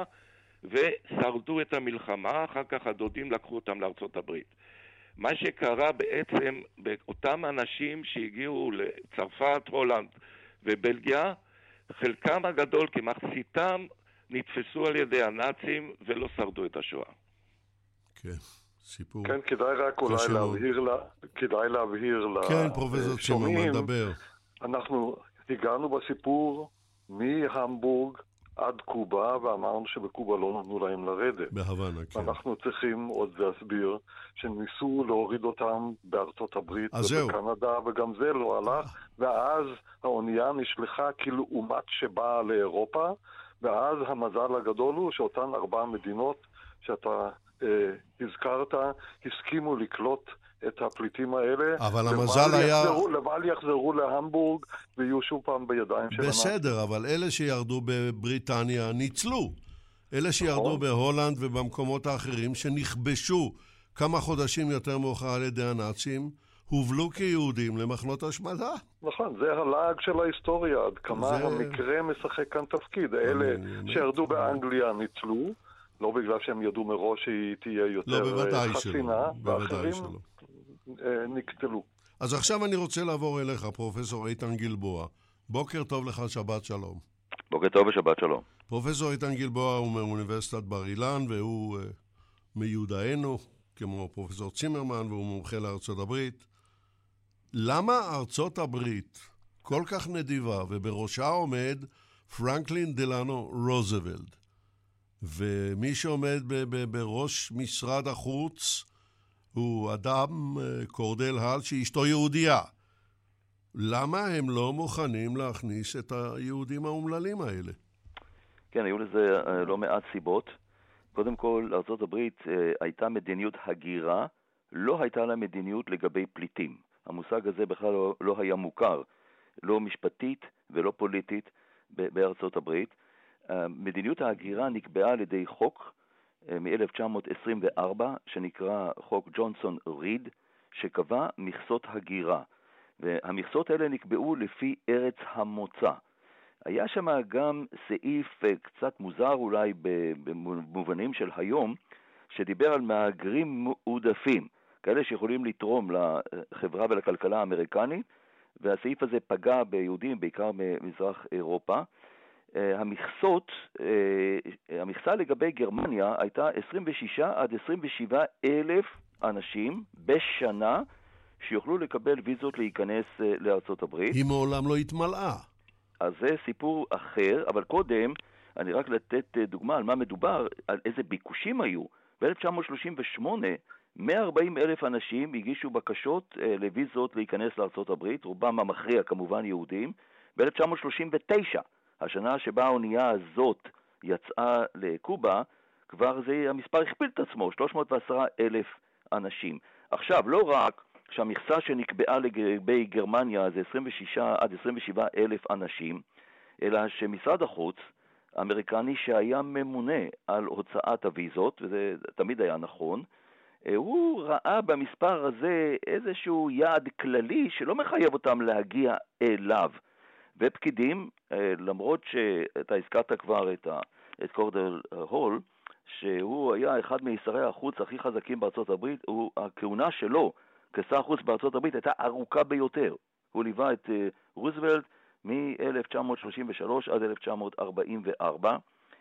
ושרדו את המלחמה, אחר כך הדודים לקחו אותם לארצות הברית. מה שקרה בעצם באותם אנשים שהגיעו לצרפת, הולנד ובלגיה, חלקם הגדול כמחציתם נתפסו על ידי הנאצים ולא שרדו את השואה. כן, סיפור. כן, כדאי רק אולי להבהיר, לה, כדאי להבהיר כן, פרופסור צימרמן, דבר. אנחנו הגענו בסיפור מהמבורג עד קובה, ואמרנו שבקובה לא נתנו להם לרדת. בהוואנה, כן. אנחנו צריכים עוד להסביר שניסו להוריד אותם בארצות הברית ובקנדה, וגם זה לא הלך, ואז האונייה נשלחה כלעומת שבאה לאירופה, ואז המזל הגדול הוא שאותן ארבע מדינות שאתה אה, הזכרת, הסכימו לקלוט את הפליטים האלה. אבל המזל היה... יחזרו, לבל יחזרו להמבורג ויהיו שוב פעם בידיים של... בסדר, אבל אלה שירדו בבריטניה ניצלו. אלה שירדו בהולנד ובמקומות האחרים שנכבשו כמה חודשים יותר מאוחר על ידי הנאצים, הובלו כיהודים למחנות השמדה. נכון, זה הלעג של ההיסטוריה, עד כמה זה... המקרה משחק כאן תפקיד. אלה שירדו באנגליה ניצלו, לא בגלל שהם ידעו מראש שהיא תהיה יותר לא, חסינה, ואחרים נקטלו. אז עכשיו אני רוצה לעבור אליך, פרופסור איתן גלבוע. בוקר טוב לך, שבת שלום. בוקר טוב ושבת שלום. פרופסור איתן גלבוע הוא מאוניברסיטת בר אילן, והוא uh, מיודענו, כמו פרופסור צימרמן, והוא מומחה לארצות הברית. למה ארצות הברית כל כך נדיבה, ובראשה עומד פרנקלין דלאנו רוזוולט, ומי שעומד ב- ב- בראש משרד החוץ הוא אדם, קורדל הל, שאשתו יהודייה. למה הם לא מוכנים להכניס את היהודים האומללים האלה? כן, היו לזה לא מעט סיבות. קודם כל, ארצות הברית הייתה מדיניות הגירה, לא הייתה לה מדיניות לגבי פליטים. המושג הזה בכלל לא, לא היה מוכר, לא משפטית ולא פוליטית בארצות הברית. מדיניות ההגירה נקבעה על ידי חוק מ-אלף תשע מאות עשרים וארבע, שנקרא חוק ג'ונסון ריד, שקבע מכסות הגירה. והמכסות האלה נקבעו לפי ארץ המוצא. היה שם גם סעיף קצת מוזר אולי במובנים של היום, שדיבר על מהגרים מועדפים, כאלה שיכולים לתרום לחברה ולכלכלה האמריקנית, והסעיף הזה פגע ביהודים, בעיקר ממזרח אירופה. המכסות, המכסה לגבי גרמניה הייתה עשרים ושישה עד עשרים ושבעה אלף אנשים בשנה שיוכלו לקבל ויזות להיכנס לארצות הברית. היא מעולם לא התמלאה. אז זה סיפור אחר, אבל קודם אני רק לתת דוגמה על מה מדובר, על איזה ביקושים היו. ב-אלף תשע מאות שלושים ושמונה מאה וארבעים אלף אנשים הגישו בקשות לויזות להיכנס לארצות הברית, רובם המכריע כמובן יהודים. ב-אלף תשע מאות שלושים ותשע, השנה שבה האונייה הזאת יצאה לקובה, כבר זה המספר הכפיל את עצמו, שלוש מאות ועשרה אלף אנשים. עכשיו, לא רק שהמכסה שנקבעה לגבי גרמניה זה עשרים ושישה עד עשרים ושבעה אלף אנשים, אלא שמשרד החוץ האמריקני שהיה ממונה על הוצאת הוויזות, וזה תמיד היה נכון, הוא ראה במספר הזה איזשהו יעד כללי שלא מחייב אותם להגיע אליו. ופקידים, למרות שאתה הזכרת כבר את, ה, את קורדל הול, שהוא היה אחד משרי החוץ הכי חזקים בארצות הברית, הוא, הכהונה שלו כשר החוץ בארצות הברית הייתה ארוכה ביותר. הוא ליווה את רוזוולט מ-אלף תשע מאות שלושים ושלוש עד אלף תשע מאות ארבעים וארבע,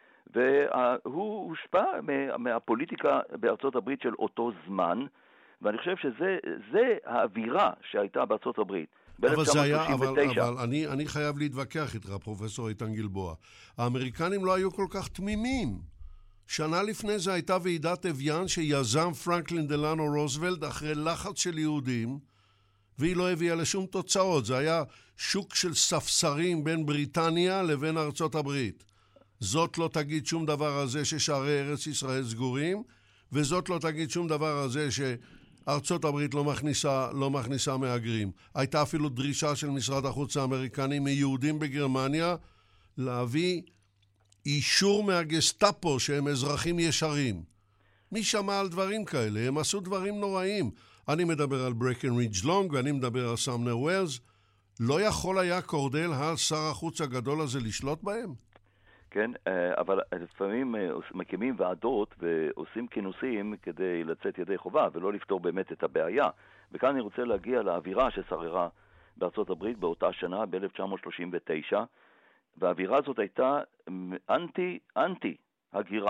והוא הושפע מהפוליטיקה בארצות הברית של אותו זמן, ואני חושב שזה זה האווירה שהייתה בארצות הברית. אבל זה היה, אבל, אבל אני, אני חייב להתווכח איתך, פרופסור איתן גלבוע. האמריקנים לא היו כל כך תמימים. שנה לפני זה הייתה ועידת אביאן שיזם פרנקלין דלאנו רוזוולט אחרי לחץ של יהודים, והיא לא הביאה לשום תוצאות. זה היה שוק של ספסרים בין בריטניה לבין ארצות הברית. זאת לא תגיד שום דבר על זה ששערי ארץ ישראל סגורים, וזאת לא תגיד שום דבר על זה שארצות הברית לא מכניסה, לא מכניסה מהגרים. הייתה אפילו דרישה של משרד החוץ האמריקני מיהודים בגרמניה להביא אישור מהגסטאפו שהם אזרחים ישרים. מי שמע על דברים כאלה? הם עשו דברים נוראים. אני מדבר על ברקנרידג' לונג ואני מדבר על סמנר ווילס. לא יכול היה קורדל הל, שר החוץ הגדול הזה, לשלוט בהם? כן, אבל לפעמים מקימים ועדות ועושים כינוסים כדי לצאת ידי חובה ולא לפתור באמת את הבעיה. וכאן אני רוצה להגיע לאווירה ששררה בארצות הברית באותה שנה, ב-אלף תשע מאות שלושים ותשע, והאווירה הזאת הייתה אנטי, אנטי הגירה.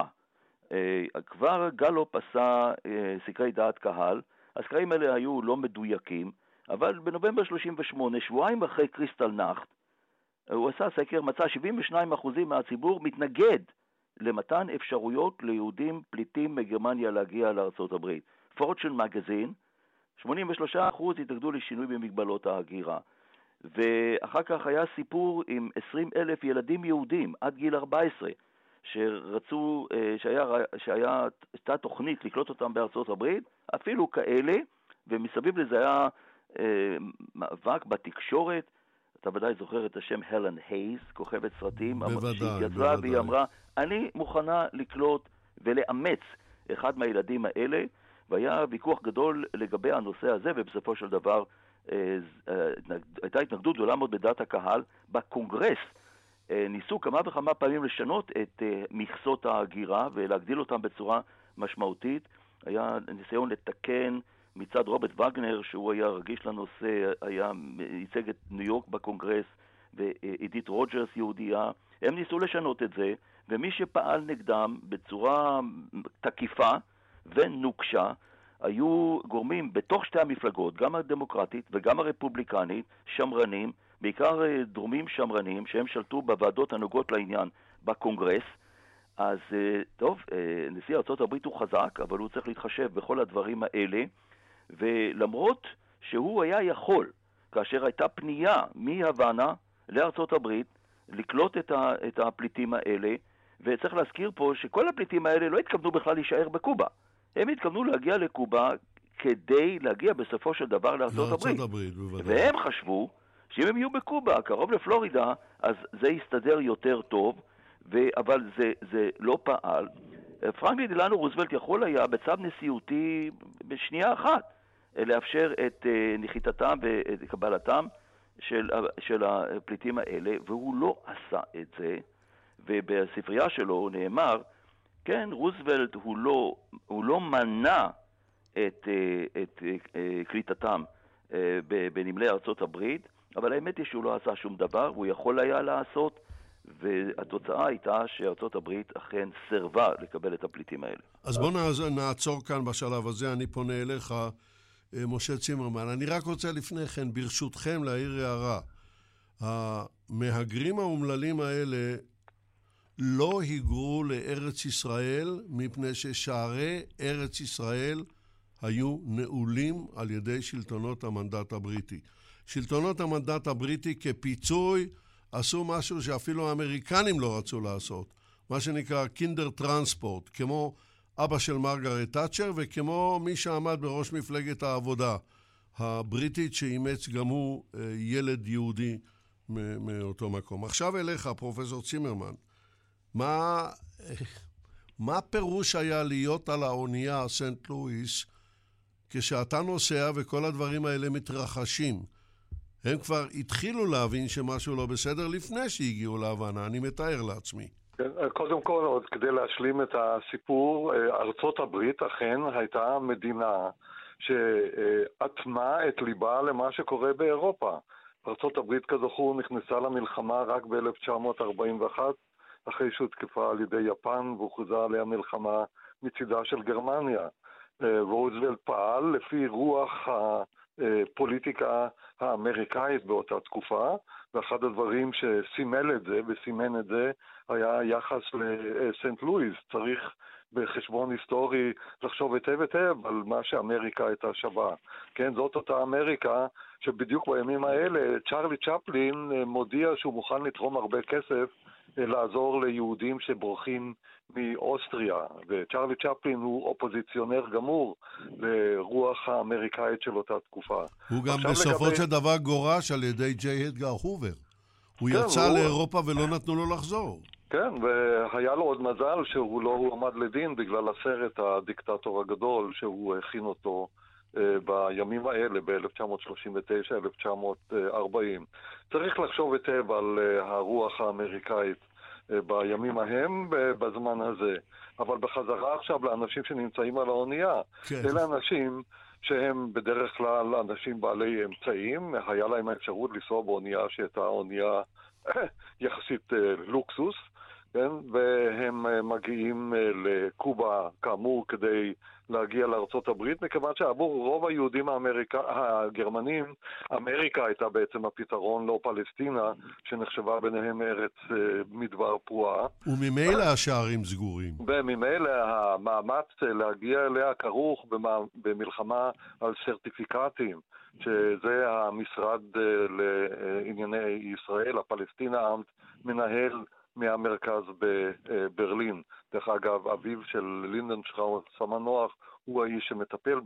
כבר גלופ עשה סקרי דעת קהל, הסקרים האלה היו לא מדויקים, אבל בנובמבר שלושים ושמונה, שבועיים אחרי קריסטל נחט, הוא עשה סקר, מצא שבעים ושניים אחוז מהציבור מתנגד למתן אפשרויות ליהודים פליטים מגרמניה להגיע לארצות הברית. פורצ'ן מגזין, שמונים ושלושה אחוז התנגדו לשינוי במגבלות ההגירה. ואחר כך היה סיפור עם עשרים אלף ילדים יהודים עד גיל ארבע עשרה, שרצו, שהיה, שהיה הייתה תוכנית לקלוט אותם בארצות הברית, אפילו כאלה, ומסביב לזה היה אה, מאבק בתקשורת. אתה ודאי זוכר את השם הלן הייז, כוכבת סרטים, שהיא יצרה והיא אמרה, אני מוכנה לקלוט ולאמץ אחד מהילדים האלה, והיה ויכוח גדול לגבי הנושא הזה, ובסופו של דבר אה, אה, הייתה התנגדות גדולה מאוד בדעת הקהל. בקונגרס אה, ניסו כמה וכמה פעמים לשנות את אה, מכסות ההגירה ולהגדיל אותם בצורה משמעותית. היה ניסיון לתקן מצד רוברט וגנר, שהוא היה רגיש לנושא, היה ייצג את ניו יורק בקונגרס, ואידית רוג'רס יהודייה. הם ניסו לשנות את זה, ומי שפעל נגדם בצורה תקיפה ונוקשה, היו גורמים בתוך שתי המפלגות, גם הדמוקרטית וגם הרפובליקנית, שמרנים, בעיקר דרומים שמרנים, שהם שלטו בוועדות הנוגעות לעניין בקונגרס. אז טוב, נשיא ארצות הברית הוא חזק, אבל הוא צריך להתחשב בכל הדברים האלה, ולמרות שהוא היה יכול, כאשר הייתה פנייה מהוואנה לארצות הברית, לקלוט את, ה, את הפליטים האלה, וצריך להזכיר פה שכל הפליטים האלה לא התכוונו בכלל להישאר בקובה. הם התכוונו להגיע לקובה כדי להגיע בסופו של דבר לארצות הברית. הברית והם חשבו שאם הם יהיו בקובה, קרוב לפלורידה, אז זה יסתדר יותר טוב, ו... אבל זה, זה לא פעל. פרנקלין דלאנו רוזוולט יכול היה בצו נשיאותי בשנייה אחת לאפשר את נחיתתם ואת קבלתם של, של הפליטים האלה, והוא לא עשה את זה, ובספרייה שלו נאמר, כן, רוזוולט הוא לא, הוא לא מנע את, את, את קליטתם בנמלי ארצות הברית, אבל האמת היא שהוא לא עשה שום דבר, הוא יכול היה לעשות, והתוצאה הייתה שארצות הברית אכן סרבה לקבל את הפליטים האלה. אז בואו נעצור כאן בשלב הזה, אני פונה אליך, משה צימרמן. אני רק רוצה לפני כן, ברשותכם, להעיר הערה. המהגרים האומללים האלה לא היגרו לארץ ישראל, מפני ששערי ארץ ישראל היו נעולים על ידי שלטונות המנדט הבריטי. שלטונות המנדט הבריטי כפיצוי עשו משהו שאפילו האמריקנים לא רצו לעשות, מה שנקרא קינדר טרנספורט, כמו אבא של מרגרט תאצ'ר וכמו מי שעמד בראש מפלגת העבודה הבריטית, שאימץ גם הוא ילד יהודי מאותו מקום. עכשיו אליך, פרופסור צימרמן, מה, מה פירוש היה להיות על האונייה סנט לואיס כשאתה נוסע וכל הדברים האלה מתרחשים? הם כבר התחילו להבין שמשהו לא בסדר לפני שהגיעו להבנה, אני מתאר לעצמי. קודם כל, עוד כדי להשלים את הסיפור, ארצות הברית אכן הייתה מדינה שעטמה את ליבה למה שקורה באירופה. ארצות הברית כזכור נכנסה למלחמה רק ב-אלף תשע מאות ארבעים ואחת, אחרי שהותקפה על ידי יפן והוכרזה עליה מלחמה מצידה של גרמניה. רוזוולט פעל לפי רוח הפוליטיקה האמריקאית באותה תקופה, ואחד הדברים שסימל את זה וסימן את זה היה יחס לסנט לואיס. צריך בחשבון היסטורי לחשוב היטב היטב על מה שאמריקה הייתה שווה. כן, זאת אותה אמריקה שבדיוק בימים האלה צ'רלי צ'פלין מודיע שהוא מוכן לתרום הרבה כסף לעזור ליהודים שבורחים מאוסטריה, וצ'רלי צ'פלין הוא אופוזיציונר גמור לרוח האמריקאית של אותה תקופה. הוא גם בסופו לגבי... של דבר גורש על ידי ג'יי אדגר הובר. הוא כן, יצא הוא... לאירופה ולא נתנו לו לחזור. כן, והיה לו עוד מזל שהוא לא הועמד לדין בגלל הסרט הדיקטטור הגדול שהוא הכין אותו בימים האלה, ב-אלף תשע מאות שלושים ותשע עד אלף תשע מאות ארבעים. צריך לחשוב היטב על הרוח האמריקאית בימים ההם, בזמן הזה. אבל בחזרה עכשיו לאנשים שנמצאים על האונייה, כן. אלה אנשים שהם בדרך כלל אנשים בעלי אמצעים, היה להם האפשרות לנסוע באונייה שהייתה אונייה יחסית לוקסוס, כן? והם מגיעים לקובה כאמור כדי להגיע לארצות הברית, מכיוון שעבור רוב היהודים האמריקה, הגרמנים, אמריקה הייתה בעצם הפתרון, לא פלסטינה, שנחשבה ביניהם ארץ מדבר פרועה. וממילא השערים סגורים. וממילא המאמץ להגיע אליה כרוך במלחמה על סרטיפיקטים, שזה המשרד לענייני ישראל, הפלסטינה אמט, מנהל מהמרכז בברלין. דרך אגב, אביו של לינדנשטראוס המנוח הוא האיש שמטפל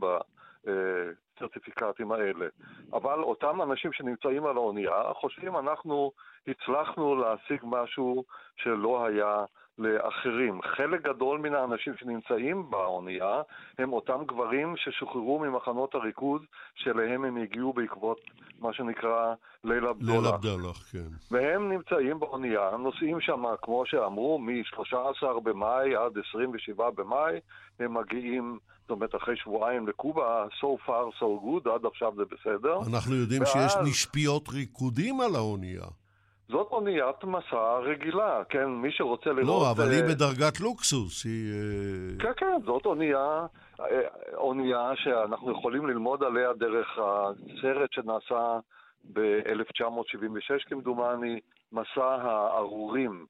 בסרטיפיקטים האלה. אבל אותם אנשים שנמצאים על האונייה חושבים אנחנו הצלחנו להשיג משהו שלא היה לאחרים. חלק גדול מן האנשים שנמצאים באונייה הם אותם גברים ששוחררו ממחנות הריכוז שלהם הם הגיעו בעקבות מה שנקרא ליל הבדולח. ליל הבדולח, כן. והם נמצאים באונייה, נוסעים שם כמו שאמרו מ-שלושה עשר במאי עד עשרים ושבעה במאי, הם מגיעים, זאת אומרת אחרי שבועיים לקובה, so far so good, עד עכשיו זה בסדר. אנחנו יודעים ואז... שיש נשפיות ריקודים על האונייה. זאת אוניית מסע רגילה, כן, מי שרוצה לראות... לא, אבל היא בדרגת לוקסוס, היא... כן, כן, זאת אונייה, אונייה שאנחנו יכולים ללמוד עליה דרך הסרט שנעשה ב-אלף תשע מאות שבעים ושש כמדומני, מסע הארורים.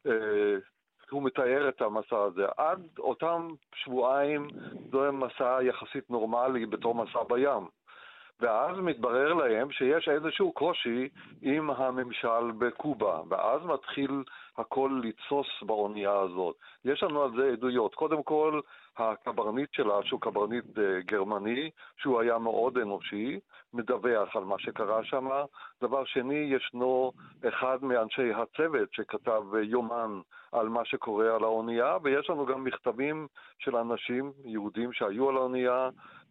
הוא מתאר את המסע הזה. עד אותם שבועיים זו מסע יחסית נורמלי בתור מסע בים. ואז מתברר להם שיש איזשהו קושי עם הממשל בקובה, ואז מתחיל הכל לצוס באונייה הזאת. יש לנו על זה עדויות. קודם כל, הקברניט שלה, שהוא קברניט גרמני, שהוא היה מאוד אנושי, מדווח על מה שקרה שם. דבר שני, ישנו אחד מאנשי הצוות שכתב יומן על מה שקורה על האונייה, ויש לנו גם מכתבים של אנשים יהודים שהיו על האונייה,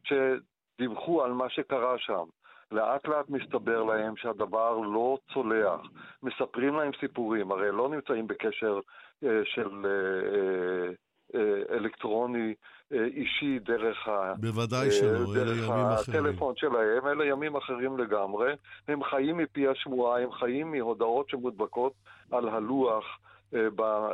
שדיווחו על מה שקרה שם. לאט לאט מסתבר להם שהדבר לא צולח. מספרים להם סיפורים, הרי לא נמצאים בקשר אה, של אה, אה, אלקטרוני אה, אישי דרך, בוודאי שלא, אה, דרך הטלפון אחרים. שלהם, אלה ימים אחרים לגמרי. הם חיים מפי השמועה, הם חיים מהודעות שמודבקות על הלוח אה,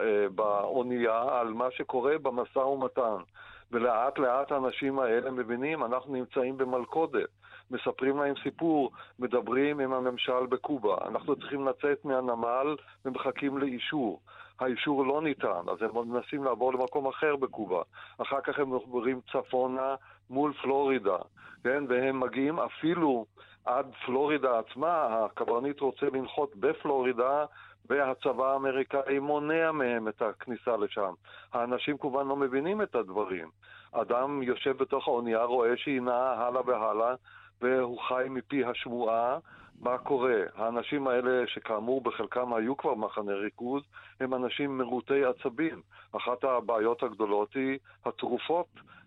באונייה, על מה שקורה במשא ומתן. ולאט לאט האנשים האלה מבינים, אנחנו נמצאים במלכודת. מספרים להם סיפור, מדברים עם הממשל בקובה. אנחנו צריכים לצאת מהנמל ומחכים לאישור. האישור לא ניתן, אז הם מנסים לעבור למקום אחר בקובה. אחר כך הם עוברים צפונה מול פלורידה, כן? והם מגיעים אפילו עד פלורידה עצמה. הקברניט רוצה לנחות בפלורידה, והצבא האמריקאי מונע מהם את הכניסה לשם. האנשים כמובן לא מבינים את הדברים. אדם יושב בתוך האונייה, רואה שהיא נעה הלאה והלאה, והוא חי מפי השמועה. מה קורה? האנשים האלה שכאמור בחלקם היו כבר מחנה ריכוז, הם אנשים מרוטי עצבים. אחת הבעיות הגדולות היא התרופות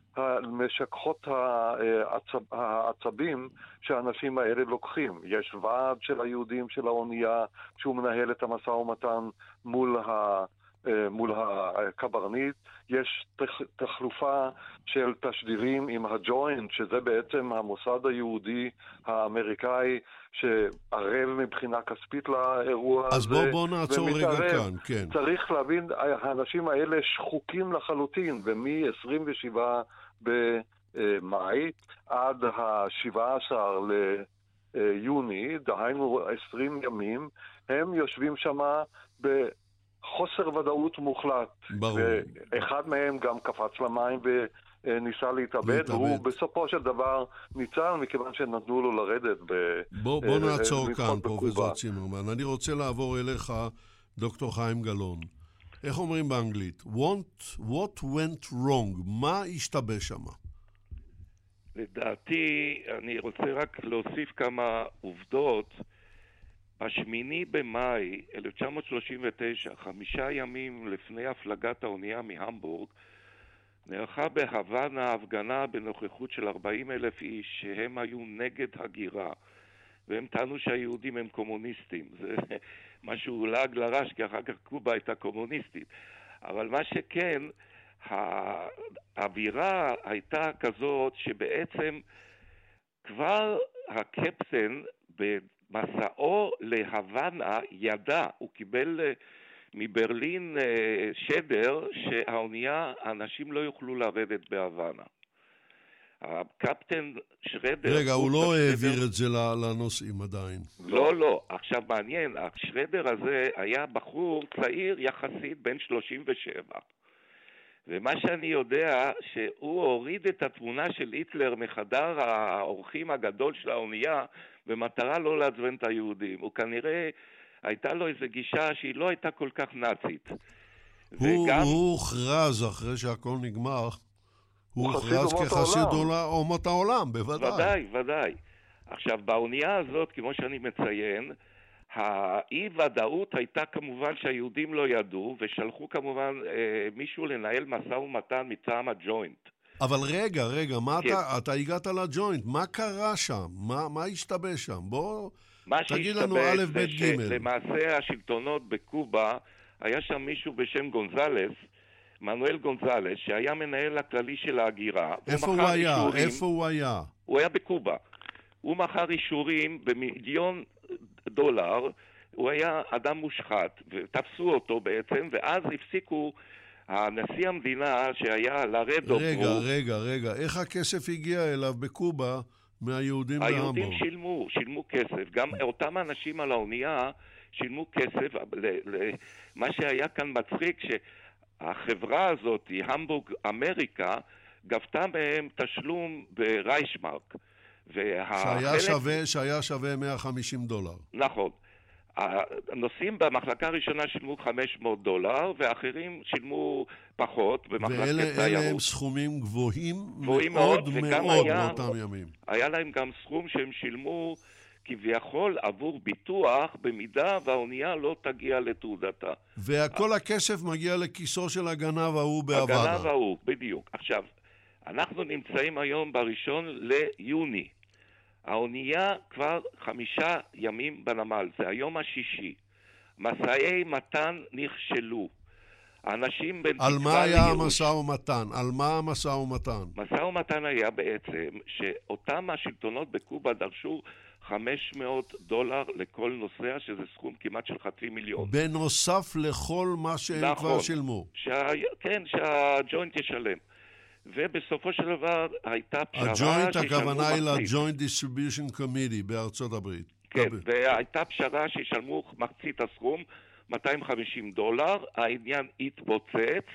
המשככות העצב, העצבים שהאנשים האלה לוקחים. יש ועד של היהודים של האונייה שהוא מנהל את המשא ומתן מול ה... מול הקברניט. יש תחלופה של תשדירים עם הג'וינט, שזה בעצם המוסד היהודי האמריקאי שערב מבחינה כספית לאירוע הזה. אז בוא, בוא נעצור רגע כאן, כן. צריך להבין, האנשים האלה שחוקים לחלוטין, ומ-עשרים ושבעה במאי עד ה-שבעה עשר ליוני, דהיינו עשרים ימים, הם יושבים שם ב... חוסר ודאות מוחלט. ברור. ואחד מהם גם קפץ למים וניסה להתאבד, והוא בסופו של דבר ניצל מכיוון שנתנו לו לרדת ב... בוא, בוא נעצור כאן, פרופסור צימרמן. אני רוצה לעבור אליך, דוקטור חיים גלאון. איך אומרים באנגלית? What, what went wrong? מה השתבש שם? לדעתי, אני רוצה רק להוסיף כמה עובדות. בשמיני במאי אלף תשע מאות שלושים ותשע, חמישה ימים לפני הפלגת האונייה מהמבורג, נערכה בהוואנה הפגנה בנוכחות של ארבעים אלף איש שהם היו נגד הגירה, והם טענו שהיהודים הם קומוניסטים. זה משהו לעג לרש, כי אחר כך קובה הייתה קומוניסטית. אבל מה שכן, האווירה הייתה כזאת שבעצם כבר הקפטן ב... מסעו להוואנה ידע, הוא קיבל מברלין שדר שהאונייה, האנשים לא יוכלו לרדת בהוואנה. הקפטן שרדר... רגע, הוא לא העביר את זה לנוסעים עדיין. לא, לא. עכשיו מעניין, השרדר הזה היה בחור צעיר יחסית בן שלושים ושבע. ומה שאני יודע, שהוא הוריד את התמונה של היטלר מחדר האורחים הגדול של האונייה, במטרה לא לעצבן את היהודים. הוא כנראה, הייתה לו איזו גישה שהיא לא הייתה כל כך נאצית. הוא, וגם... הוא הוכרז אחרי שהכל נגמר, הוא הוכרז כחסיד אומות העולם, בוודאי. ודאי, ודאי. עכשיו, באונייה הזאת, כמו שאני מציין, האי ודאות הייתה כמובן שהיהודים לא ידעו, ושלחו כמובן אה, מישהו לנהל משא ומתן מטעם הג'וינט. אבל רגע, רגע, מה כן. אתה, אתה הגעת לג'וינט, מה קרה שם? מה, מה השתבש שם? בוא תגיד לנו א' ב' ג'. למעשה השלטונות בקובה, היה שם מישהו בשם גונזלס, מנואל גונזלס, שהיה מנהל הכללי של ההגירה. איפה הוא, הוא היה? אישורים, איפה הוא היה? הוא היה בקובה. הוא מכר אישורים במיליון דולר, הוא היה אדם מושחת, ותפסו אותו בעצם, ואז הפסיקו, הנשיא המדינה שהיה לרדו... רגע, הוא, רגע, רגע, איך הכסף הגיע אליו בקובה מהיהודים בהמבורג? היהודים שילמו, שילמו כסף, גם אותם אנשים על האונייה שילמו כסף, מה שהיה כאן מצחיק, שהחברה הזאת, המבורג אמריקה, גבתה מהם תשלום בריישמרק, שהיה שווה, שהיה שווה מאה וחמישים דולר. נכון. הנוסעים במחלקה הראשונה שילמו חמש מאות דולר, ואחרים שילמו פחות במחלקת תיירות. ואלה הם סכומים גבוהים, גבוהים מאוד מאוד, מאוד היה, באותם ימים. היה להם גם סכום שהם שילמו כביכול עבור ביטוח, במידה והאונייה לא תגיע לתעודתה. וכל הכסף מגיע לכיסו של הגנב ההוא בהוואנה. הגנב ההוא, בדיוק. עכשיו, אנחנו נמצאים היום בראשון ליוני. האונייה כבר חמישה ימים בנמל, זה היום השישי. מסעי מתן נכשלו. האנשים בין על מה היה המשא ומתן? על מה המשא ומתן? משא ומתן היה בעצם שאותם השלטונות בקובה דרשו חמש מאות דולר לכל נוסע, שזה סכום כמעט של חצי מיליון. בנוסף לכל מה שהם נכון, כבר שילמו. שה... כן, שהג'וינט ישלם. ובסופו של דבר הייתה פשרה... הג'וינט, הכוונה היא לג'וינט דיסטריביושן קומיטי בארצות הברית. כן, והייתה פשרה שישלמו מחצית הסכום, מאתיים וחמישים דולר, העניין התפוצץ,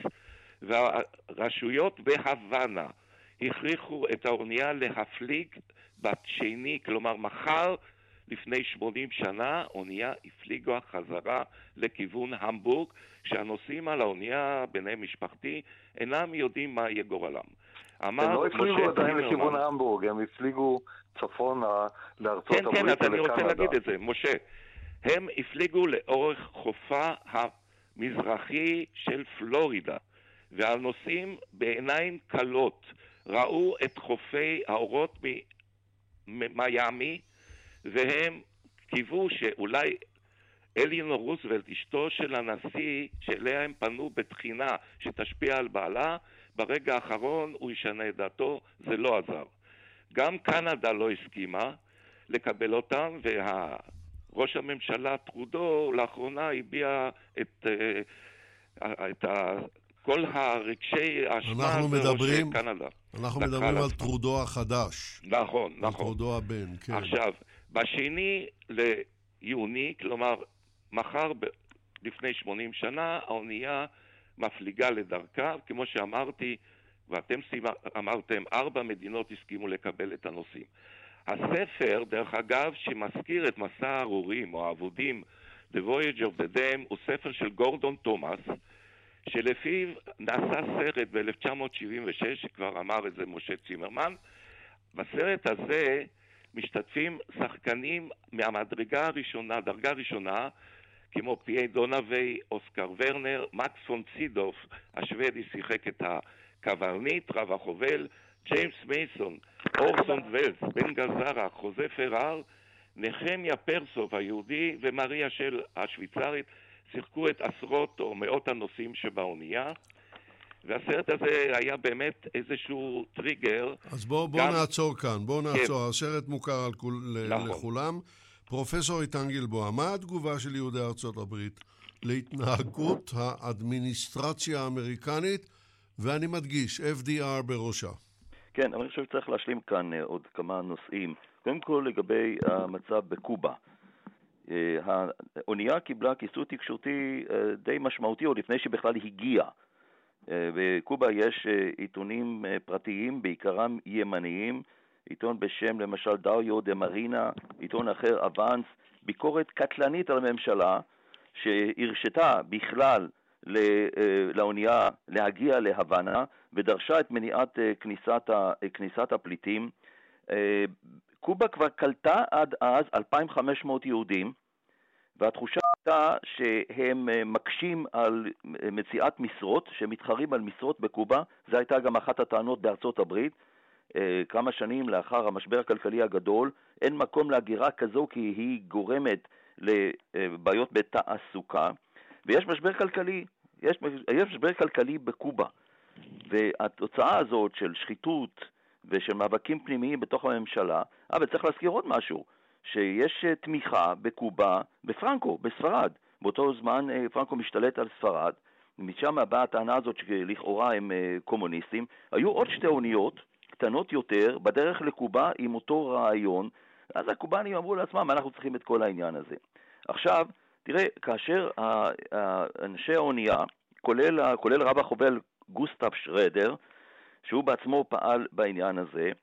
והרשויות בהוואנה הכריחו את האונייה להפליג בשני, כלומר מחר, לפני שמונים שנה, אונייה הפליגה חזרה לכיוון המבורג, שהנוסעים על האונייה, ביניהם משפחתי, אינם יודעים מה יהיה גורלם. הם לא הפליגו עדיין לכיוון המבורג, הם הפליגו צפונה לארצות כן, הברית ולקנדה. כן, כן, אני רוצה לקנדה. להגיד את זה, משה. הם הפליגו לאורך חופה המזרחי של פלורידה, והנוסעים בעיניים קלות ראו את חופי האורות ממיימי, והם קיוו שאולי אלינור רוזוולט, אשתו של הנשיא, שאליה הם פנו בתחינה שתשפיע על בעלה, ברגע האחרון הוא ישנה את דעתו, זה לא עזר. גם קנדה לא הסכימה לקבל אותם, וראש הממשלה טרודו לאחרונה הביע את, את ה, כל הרגשי האשמה בראשי קנדה. אנחנו מדברים על טרודו החדש. נכון, נכון. טרודו הבן, כן. עכשיו, בשני ליוני, כלומר, מחר ב- לפני שמונים שנה, האונייה מפליגה לדרכה, כמו שאמרתי, ואתם אמרתם, ארבע מדינות הסכימו לקבל את הנוסעים. הספר, דרך אגב, שמזכיר את מסע הארורים או העבודים, The Voyage of the Dam, הוא ספר של גורדון תומאס, שלפיו נעשה סרט ב-אלף תשע מאות שבעים ושש, שכבר אמר את זה משה צימרמן. בסרט הזה משתתפים שחקנים מהמדרגה הראשונה, דרגה ראשונה, כמו פי.איי דונאווי, אוסקר ורנר, מקס פון צידוף, השוודי שיחק את הקברניט, רב החובל, ג'יימס מייסון, אורסון ולס, בן גזרה, חוזה פרר, נחמיה פרסוב היהודי ומריה של השוויצרית, שיחקו את עשרות או מאות הנוסעים שבאונייה, והסרט הזה היה באמת איזשהו טריגר. אז בואו בוא גם... נעצור כאן, בואו נעצור. כן. הסרט מוכר על כול, נכון. לכולם. פרופסור איתן גלבוע, מה התגובה של יהודי ארצות הברית להתנהגות האדמיניסטרציה האמריקנית, ואני מדגיש, אף די אר בראשה? כן, אבל אני חושב שצריך להשלים כאן עוד כמה נושאים. קודם כל לגבי המצב בקובה. האונייה קיבלה כיסוי תקשורתי די משמעותי עוד לפני שבכלל הגיעה. בקובה יש עיתונים פרטיים, בעיקרם ימניים, עיתון בשם למשל דאריו דה מרינה, עיתון אחר אבנס, ביקורת קטלנית על הממשלה שהרשתה בכלל לאונייה להגיע להוואנה ודרשה את מניעת כניסת, כניסת הפליטים. קובה כבר קלטה עד אז אלפיים וחמש מאות יהודים, והתחושה הייתה שהם מקשים על מציאת משרות, שמתחרים על משרות בקובה. זו הייתה גם אחת הטענות בארצות הברית. כמה שנים לאחר המשבר הכלכלי הגדול, אין מקום להגירה כזו כי היא גורמת לבעיות בתעסוקה, ויש משבר כלכלי, יש, יש משבר כלכלי בקובה, והתוצאה הזאת של שחיתות ושל מאבקים פנימיים בתוך הממשלה, אבל צריך להזכיר עוד משהו, שיש תמיכה בקובה בפרנקו, בספרד. באותו זמן פרנקו משתלט על ספרד, ומשם הבאה הטענה הזאת שלכאורה הם קומוניסטים. היו עוד שתי אוניות קטנות יותר בדרך לקובה עם אותו רעיון, אז הקובנים אמרו לעצמם, אנחנו צריכים את כל העניין הזה. עכשיו, תראה, כאשר אנשי האונייה, כולל, כולל רב החובל גוסטב שרדר, שהוא בעצמו פעל בעניין הזה,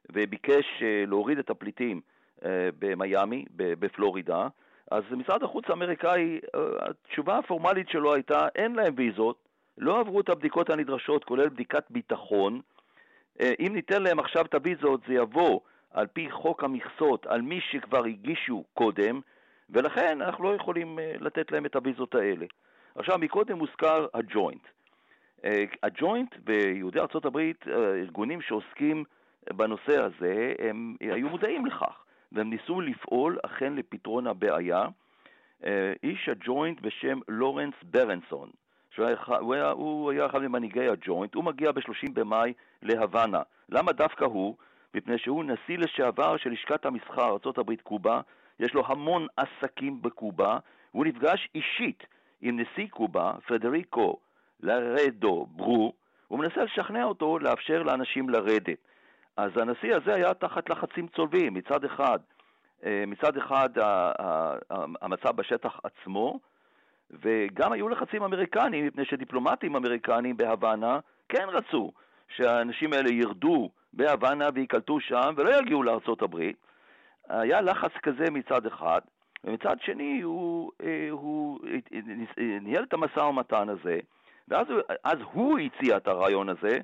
וביקש להוריד את הפליטים במיימי, בפלורידה, אז משרד החוץ האמריקאי, התשובה הפורמלית שלו הייתה, אין להם ויזות, לא עברו את הבדיקות הנדרשות, כולל בדיקת ביטחון. אם ניתן להם עכשיו את הוויזות, זה יבוא על פי חוק המכסות, על מי שכבר הגישו קודם, ולכן אנחנו לא יכולים לתת להם את הוויזות האלה. עכשיו, מקודם מוזכר הג'וינט. הג'וינט ויהודי ארצות הברית, ארגונים שעוסקים בנושא הזה, הם היו מודעים לכך, והם ניסו לפעול אכן לפתרון הבעיה. איש הג'וינט בשם לורנס ברנסון, שהוא היה, הוא היה אחד ממנהיגי הג'וינט, הוא מגיע ב-שלושים במאי להוואנה. למה דווקא הוא? מפני שהוא נשיא לשעבר של לשכת המסחר ארצות הברית קובה, יש לו המון עסקים בקובה, הוא נפגש אישית עם נשיא קובה, פדריקו לרדו ברו, הוא מנסה לשכנע אותו לאפשר לאנשים לרדת. אז הנשיא הזה היה תחת לחצים צולבים, מצד אחד, מצד אחד המצב בשטח עצמו, וגם היו לחצים אמריקנים, מפני שדיפלומטים אמריקנים בהוואנה כן רצו שהאנשים האלה ירדו בהוואנה ויקלטו שם ולא יגיעו לארצות הברית. היה לחץ כזה מצד אחד, ומצד שני הוא, הוא ניהל את המשא ומתן הזה, ואז אז הוא הציע את הרעיון הזה,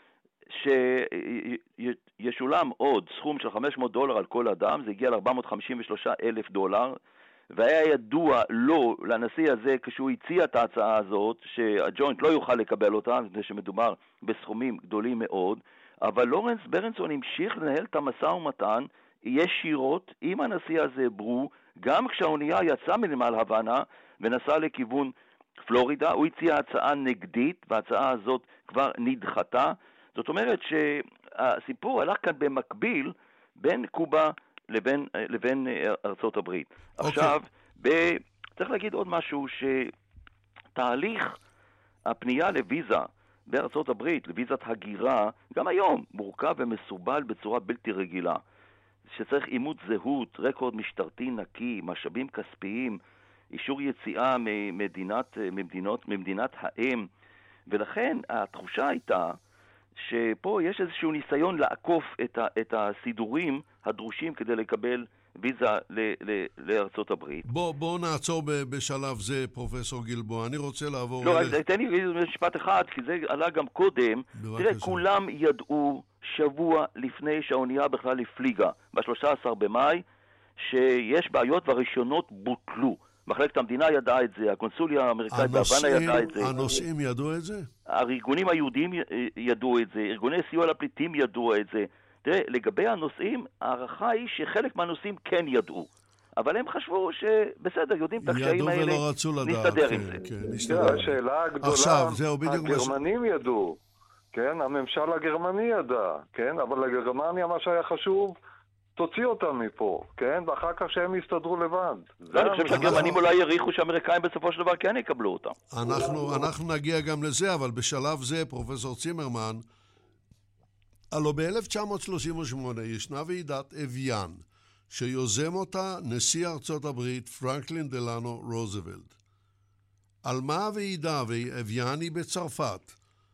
שישולם עוד סכום של חמש מאות דולר על כל אדם, זה הגיע ל-ארבע מאות חמישים ושלושה אלף דולר, והיה ידוע לו, לנשיא הזה, כשהוא הציע את ההצעה הזאת, שהג'וינט לא יוכל לקבל אותה, מפני שמדובר בסכומים גדולים מאוד, אבל לורנס ברנסון המשיך לנהל את המשא ומתן ישירות עם הנשיא הזה ברו, גם כשהאונייה יצאה מנמל הוואנה ונסע לכיוון פלורידה, הוא הציע הצעה נגדית, וההצעה הזאת כבר נדחתה. זאת אומרת שהסיפור הלך כאן במקביל בין קובה לבין, לבין ארצות הברית. Okay. עכשיו, ב... צריך להגיד עוד משהו, שתהליך הפנייה לוויזה בארצות הברית, לוויזת הגירה, גם היום מורכב ומסובל בצורה בלתי רגילה. שצריך אימות זהות, רקורד משטרתי נקי, משאבים כספיים, אישור יציאה ממדינת, ממדינות, ממדינת האם, ולכן התחושה הייתה שפה יש איזשהו ניסיון לעקוף את, ה, את הסידורים הדרושים כדי לקבל ויזה ל, ל, לארצות הברית. בוא, בוא נעצור ב, בשלב זה, פרופסור גילבוע. אני רוצה לעבור... לא, אל... תן לי משפט אחד, כי זה עלה גם קודם. תראה, כזה. כולם ידעו שבוע לפני שהאונייה בכלל הפליגה, ב-שלושה עשר במאי, שיש בעיות והרישיונות בוטלו. מחלקת המדינה ידעה את זה, הקונסוליה האמריקאית בהוואנה ידעה את זה. הנושאים ידעו את זה? הארגונים היהודיים ידעו את זה, ארגוני סיוע לפליטים ידעו את זה. תראה, לגבי הנושאים, הערכה היא שחלק מהנושאים כן ידעו. אבל הם חשבו שבסדר, יודעים את הקשיים האלה, ידעו ולא רצו לדעת. נסתדר עם זה. כן, נסתדר. השאלה הגדולה, הגרמנים ידעו, כן? הממשל הגרמני ידע, כן? אבל לגרמניה מה שהיה חשוב, תוציא אותם מפה, כן? ואחר כך שהם יסתדרו לבד. אני חושב שהגרמנים אולי יריחו שהאמריקאים בסופו של דבר כן יקבלו אותם. אנחנו נגיע גם לזה, אבל בשלב זה, פרופסור צימרמן, הלוא ב-אלף תשע מאות שלושים ושמונה ישנה ועידת אביאן, שיוזם אותה נשיא ארצות הברית פרנקלין דלאנו רוזוולט. על מה הוועידה ואביאן היא בצרפת?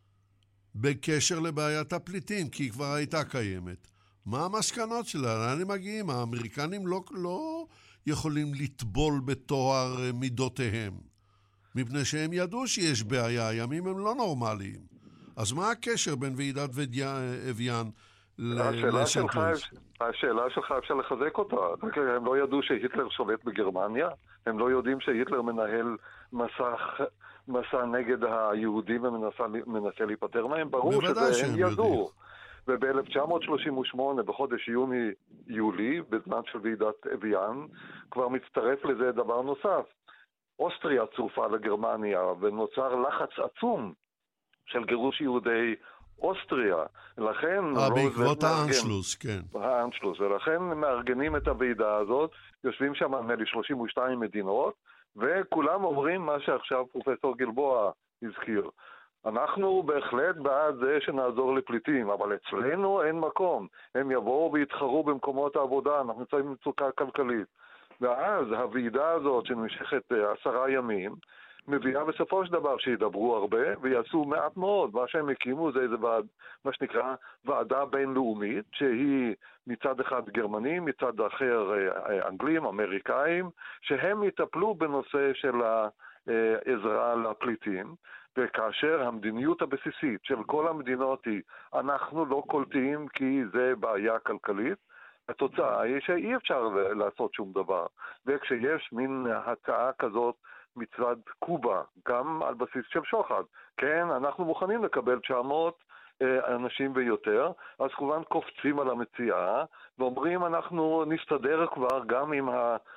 בקשר לבעיית הפליטים, כי היא כבר הייתה קיימת. מה המסקנות שלה? לאן הם מגיעים? האמריקנים לא, לא יכולים לטבול בתואר מידותיהם, מפני שהם ידעו שיש בעיה, הימים הם לא נורמליים. אז מה הקשר בין ועידת אביאן לסנטלוס? השאלה שלך אפשר לחזק אותה. הם לא ידעו שהיטלר שולט בגרמניה? הם לא יודעים שהיטלר מנהל מסע, מסע נגד היהודים ומנסה להיפטר מהם? ברור שזה הם ידעו. וב-אלף תשע מאות שלושים ושמונה, בחודש יוני-יולי, בזמן של ועידת אביאן, כבר מצטרף לזה דבר נוסף. אוסטריה צורפה לגרמניה, ונוצר לחץ עצום של גירוש יהודי אוסטריה. לכן... בעקבות האנשלוס, כן. האנשלוס, ולכן מארגנים את הוועידה הזאת, יושבים שם נדמה לי שלושים ושתיים מדינות, וכולם אומרים מה שעכשיו פרופסור גילבוע הזכיר. אנחנו בהחלט בעד זה שנעזור לפליטים, אבל אצלנו אין מקום. הם יבואו ויתחרו במקומות העבודה, אנחנו נמצאים במצוקה כלכלית. ואז הוועידה הזאת שנמשכת עשרה ימים, מביאה בסופו של דבר שידברו הרבה ויעשו מעט מאוד. מה שהם הקימו זה איזה ועד, מה שנקרא ועדה בינלאומית, שהיא מצד אחד גרמנים, מצד אחר אנגלים, אמריקאים, שהם יטפלו בנושא של העזרה לפליטים, וכאשר המדיניות הבסיסית של כל המדינות היא אנחנו לא קולטים כי זה בעיה כלכלית, התוצאה היא שאי אפשר לעשות שום דבר. וכשיש מין הצעה כזאת מצד קובה, גם על בסיס של שוחד, כן, אנחנו מוכנים לקבל תשע מאות אנשים ויותר, אז כמובן קופצים על המציאה ואומרים אנחנו נסתדר כבר גם אם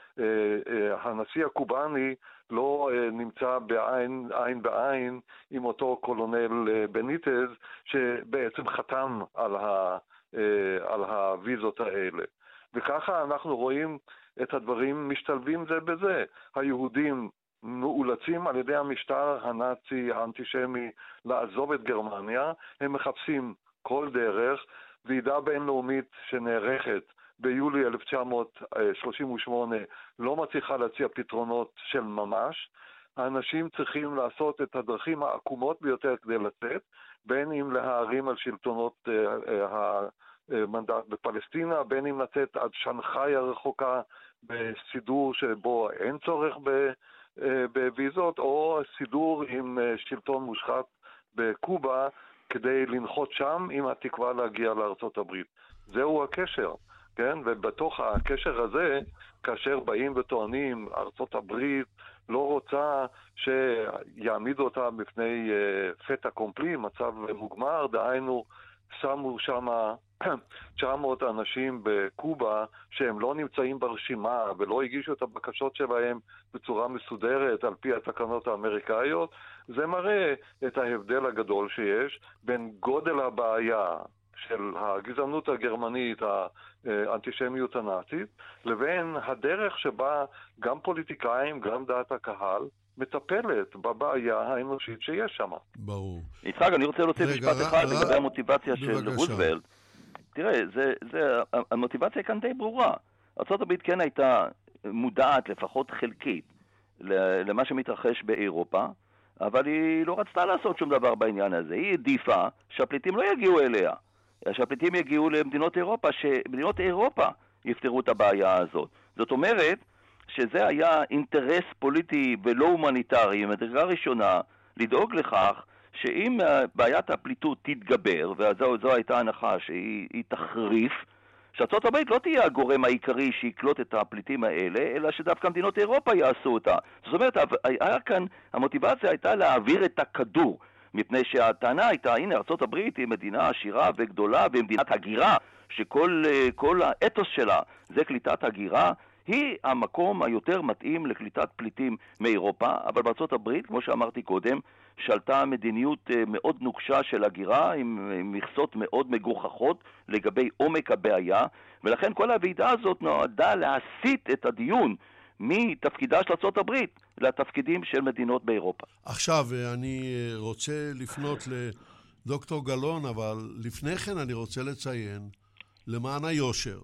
הנשיא הקובני לא נמצא בעין, עין בעין עם אותו קולונל בניטז שבעצם חתם על, ה, על הוויזות האלה. וככה אנחנו רואים את הדברים משתלבים זה בזה. היהודים מאולצים על ידי המשטר הנאצי האנטישמי לעזוב את גרמניה, הם מחפשים כל דרך. ועידה בינלאומית שנערכת ביולי אלף תשע מאות שלושים ושמונה לא מצליחה להציע פתרונות של ממש. האנשים צריכים לעשות את הדרכים העקומות ביותר כדי לצאת, בין אם להערים על שלטונות המנדט בפלסטינה, בין אם לצאת עד שנחאי הרחוקה בסידור שבו אין צורך ב... בוויזות, או סידור עם שלטון מושחת בקובה כדי לנחות שם עם התקווה להגיע לארצות הברית. זהו הקשר, כן? ובתוך הקשר הזה, כאשר באים וטוענים ארצות הברית לא רוצה שיעמידו אותה בפני פטה קומפלי, מצב מוגמר, דהיינו שמו שם תשע מאות אנשים בקובה שהם לא נמצאים ברשימה ולא הגישו את הבקשות שלהם בצורה מסודרת על פי התקנות האמריקאיות, זה מראה את ההבדל הגדול שיש בין גודל הבעיה של הגזענות הגרמנית, האנטישמיות הנאצית, לבין הדרך שבה גם פוליטיקאים, גם דעת הקהל, מטפלת בבעיה האנושית שיש שם. ברור. יצחק, אני רוצה להוציא משפט אחד לגבי המוטיבציה של רוזוולט. תראה, זה, זה, המוטיבציה כאן די ברורה. ארצות הברית כן הייתה מודעת, לפחות חלקית, למה שמתרחש באירופה, אבל היא לא רצתה לעשות שום דבר בעניין הזה. היא העדיפה שהפליטים לא יגיעו אליה, שהפליטים יגיעו למדינות אירופה, שמדינות אירופה יפתרו את הבעיה הזאת. זאת אומרת שזה היה אינטרס פוליטי ולא הומניטרי, מדרגה ראשונה, לדאוג לכך שאם בעיית הפליטות תתגבר, וזו הייתה הנחה שהיא תחריף, שארצות הברית לא תהיה הגורם העיקרי שיקלוט את הפליטים האלה, אלא שדווקא מדינות אירופה יעשו אותה. זאת אומרת, היה כאן, המוטיבציה הייתה להעביר את הכדור, מפני שהטענה הייתה, הנה, ארצות הברית היא מדינה עשירה וגדולה, ומדינת הגירה, שכל כל האתוס שלה זה קליטת הגירה, היא המקום היותר מתאים לקליטת פליטים מאירופה, אבל בארצות הברית, כמו שאמרתי קודם, שלטה מדיניות מאוד נוקשה של הגירה, עם מכסות מאוד מגוחכות לגבי עומק הבעיה, ולכן כל הוועידה הזאת נועדה להסיט את הדיון מתפקידה של ארצות הברית לתפקידים של מדינות באירופה. עכשיו, אני רוצה לפנות לדוקטור גלאון, אבל לפני כן אני רוצה לציין, למען היושר,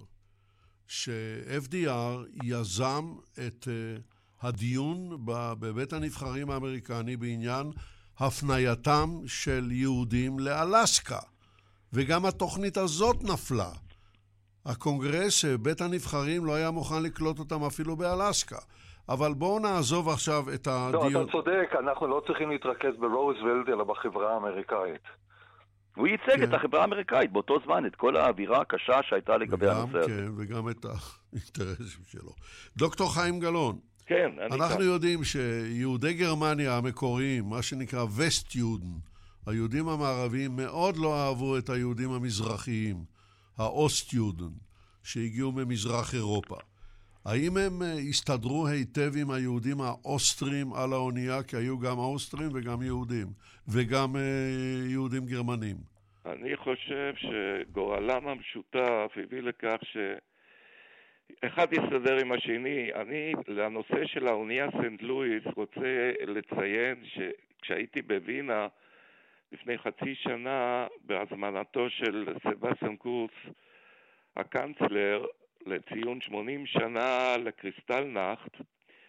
ש-אף די אר יזם את uh, הדיון בבית הנבחרים האמריקני בעניין הפנייתם של יהודים לאלסקה, וגם התוכנית הזאת נפלה. הקונגרס, בית הנבחרים, לא היה מוכן לקלוט אותם אפילו באלסקה. אבל בואו נעזוב עכשיו את הדיון. לא, אתה צודק, אנחנו לא צריכים להתרכז ברוזוולט, אלא בחברה האמריקאית. הוא ייצג כן. את החברה האמריקאית באותו זמן, את כל האווירה הקשה שהייתה לגבי הנושא הזה. כן, וגם את האינטרסים שלו. דוקטור חיים גלאון, כן, אנחנו כאן. יודעים שיהודי גרמניה המקוריים, מה שנקרא וסט-יודן, היהודים המערביים מאוד לא אהבו את היהודים המזרחיים, האוסט-יודן, שהגיעו ממזרח אירופה. האם הם הסתדרו היטב עם היהודים האוסטרים על האונייה, כי היו גם האוסטרים וגם יהודים, וגם יהודים גרמנים? אני חושב שגורלם המשותף הביא לכך שאחד יסתדר עם השני. אני, לנושא של האונייה סנט לואיס, רוצה לציין שכשהייתי בווינה לפני חצי שנה, בהזמנתו של סבסטיאן קורץ, הקנצלר, לציון שמונים שנה לקריסטל נחט,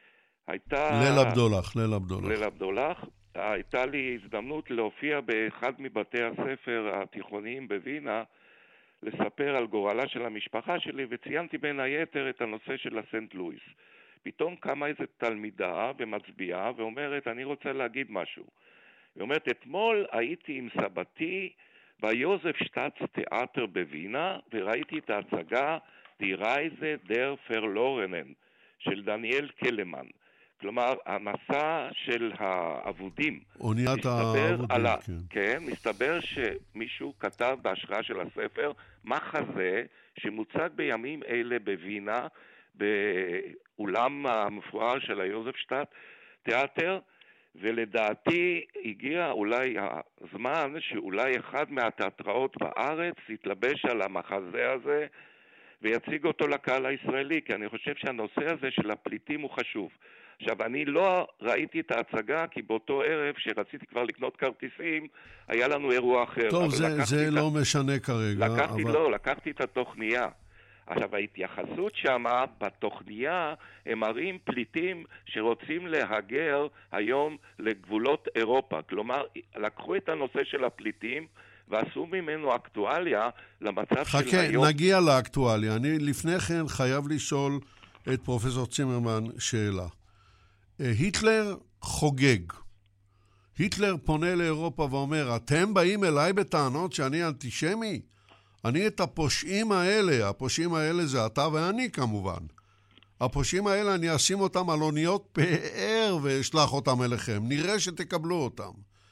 הייתה... ליל הבדולח, ליל הבדולח. ליל הבדולח. הייתה לי הזדמנות להופיע באחד מבתי הספר התיכוניים בווינה, לספר על גורלה של המשפחה שלי, וציינתי בין היתר את הנושא של הסנט לואיס. פתאום קמה איזו תלמידה ומצביעה ואומרת, אני רוצה להגיד משהו. היא אומרת, אתמול הייתי עם סבתי ביוזף שטאץ תיאטר בווינה, וראיתי את ההצגה Die Reise der Verlorenen של דניאל קלמן. כלומר, המסע של העבודים. אוניית העבודים, ה... כן. כן, מסתבר שמישהו כתב בהשראה של הספר מחזה שמוצג בימים אלה בווינה, באולם המפואר של היוזף שטאט תיאטר, ולדעתי הגיע אולי הזמן שאולי אחד מהתיאטראות בארץ יתלבש על המחזה הזה ויציג אותו לקהל הישראלי, כי אני חושב שהנושא הזה של הפליטים הוא חשוב. עכשיו, אני לא ראיתי את ההצגה, כי באותו ערב שרציתי כבר לקנות כרטיסים, היה לנו אירוע אחר. טוב, זה, זה לא את... משנה כרגע. לקחתי, אבל... לא, לקחתי את התוכניה. עכשיו, ההתייחסות שמה, בתוכניה, הם מראים פליטים שרוצים להגר היום לגבולות אירופה. כלומר, לקחו את הנושא של הפליטים, ועשו ממנו אקטואליה למצב חכה, של היום. חכה, נגיע לאקטואליה. אני לפני כן חייב לשאול את פרופסור צימרמן שאלה. היטלר חוגג. היטלר פונה לאירופה ואומר, אתם באים אליי בטענות שאני אנטישמי? אני את הפושעים האלה, הפושעים האלה זה אתה ואני כמובן. הפושעים האלה אני אשים אותם על אוניות פאר ואשלח אותם אליכם. נראה שתקבלו אותם.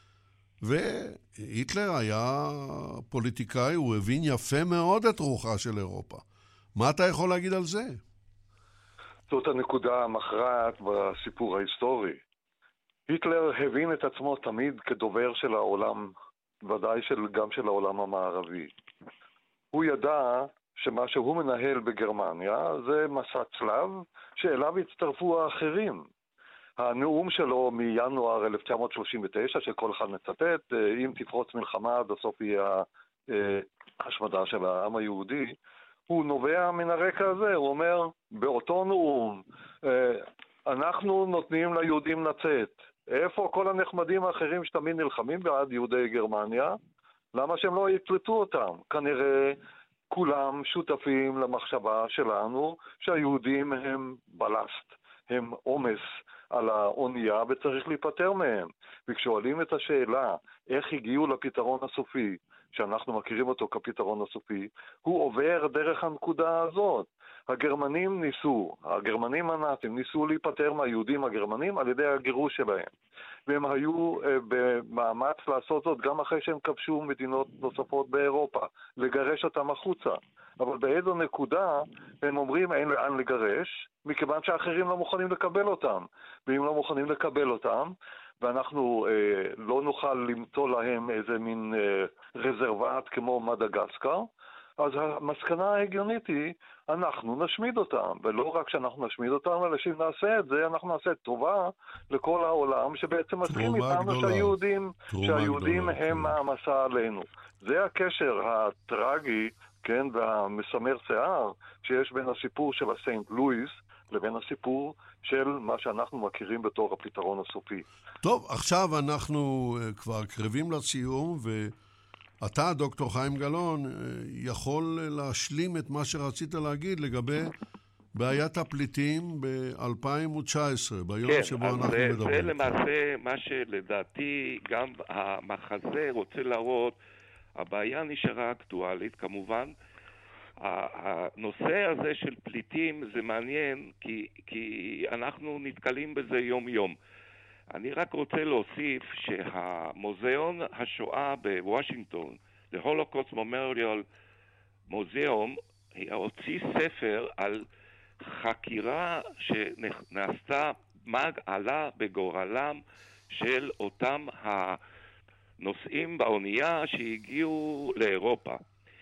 והיטלר היה פוליטיקאי, הוא הבין יפה מאוד את רוחה של אירופה. מה אתה יכול להגיד על זה? זאת הנקודה המכרעת בסיפור ההיסטורי. היטלר הבין את עצמו תמיד כדובר של העולם, ודאי של, גם של העולם המערבי. הוא ידע שמה שהוא מנהל בגרמניה זה מסע צלב שאליו הצטרפו האחרים. הנאום שלו מינואר אלף תשע מאות שלושים ותשע, שכל אחד מצטט, אם תפרוץ מלחמה עד הסוף יהיה השמדה של העם היהודי, הוא נובע מן הרקע הזה. הוא אומר, באותו נאום, אנחנו נותנים ליהודים לצאת. איפה כל הנחמדים האחרים שתמיד נלחמים בעד יהודי גרמניה? למה שהם לא יפלטו אותם? כנראה כולם שותפים למחשבה שלנו שהיהודים הם בלסט, הם עומס על האונייה וצריך להיפטר מהם. וכשואלים את השאלה איך הגיעו לפתרון הסופי, שאנחנו מכירים אותו כפתרון הסופי, הוא עובר דרך הנקודה הזאת. הגרמנים ניסו, הגרמנים הנאצים ניסו להיפטר מהיהודים הגרמנים על ידי הגירוש שלהם. והם היו uh, במאמץ לעשות זאת גם אחרי שהם כבשו מדינות נוספות באירופה, לגרש אותם החוצה. אבל באיזו נקודה הם אומרים אין לאן לגרש, מכיוון שאחרים לא מוכנים לקבל אותם. ואם לא מוכנים לקבל אותם, ואנחנו אה, לא נוכל למצוא להם איזה מין אה, רזרבט כמו מדגסקר, אז המסקנה ההגיונית היא, אנחנו נשמיד אותם, ולא רק שאנחנו נשמיד אותם, אלא שאם נעשה את זה, אנחנו נעשה טובה לכל העולם, שבעצם מסכים איתנו שהיהודים, שהיהודים הם המסע עלינו. זה הקשר הטרגי, כן, והמסמר שיער, שיש בין הסיפור של הסנט לואיס, לבין הסיפור של מה שאנחנו מכירים בתור הפתרון הסופי. טוב, עכשיו אנחנו כבר קרבים לסיום, ואתה, דוקטור חיים גלאון, יכול להשלים את מה שרצית להגיד לגבי בעיית הפליטים ב-אלפיים תשע עשרה, ביום כן, שבו אנחנו זה, מדברים. זה למעשה מה שלדעתי גם המחזה רוצה להראות, הבעיה נשארה אקטואלית כמובן. הנושא הזה של פליטים זה מעניין כי, כי אנחנו נתקלים בזה יום יום. אני רק רוצה להוסיף שהמוזיאון השואה בוושינגטון, The Holocaust Memorial Museum, הוציא ספר על חקירה שנעשתה מה עלה בגורלם של אותם הנוסעים באונייה שהגיעו לאירופה.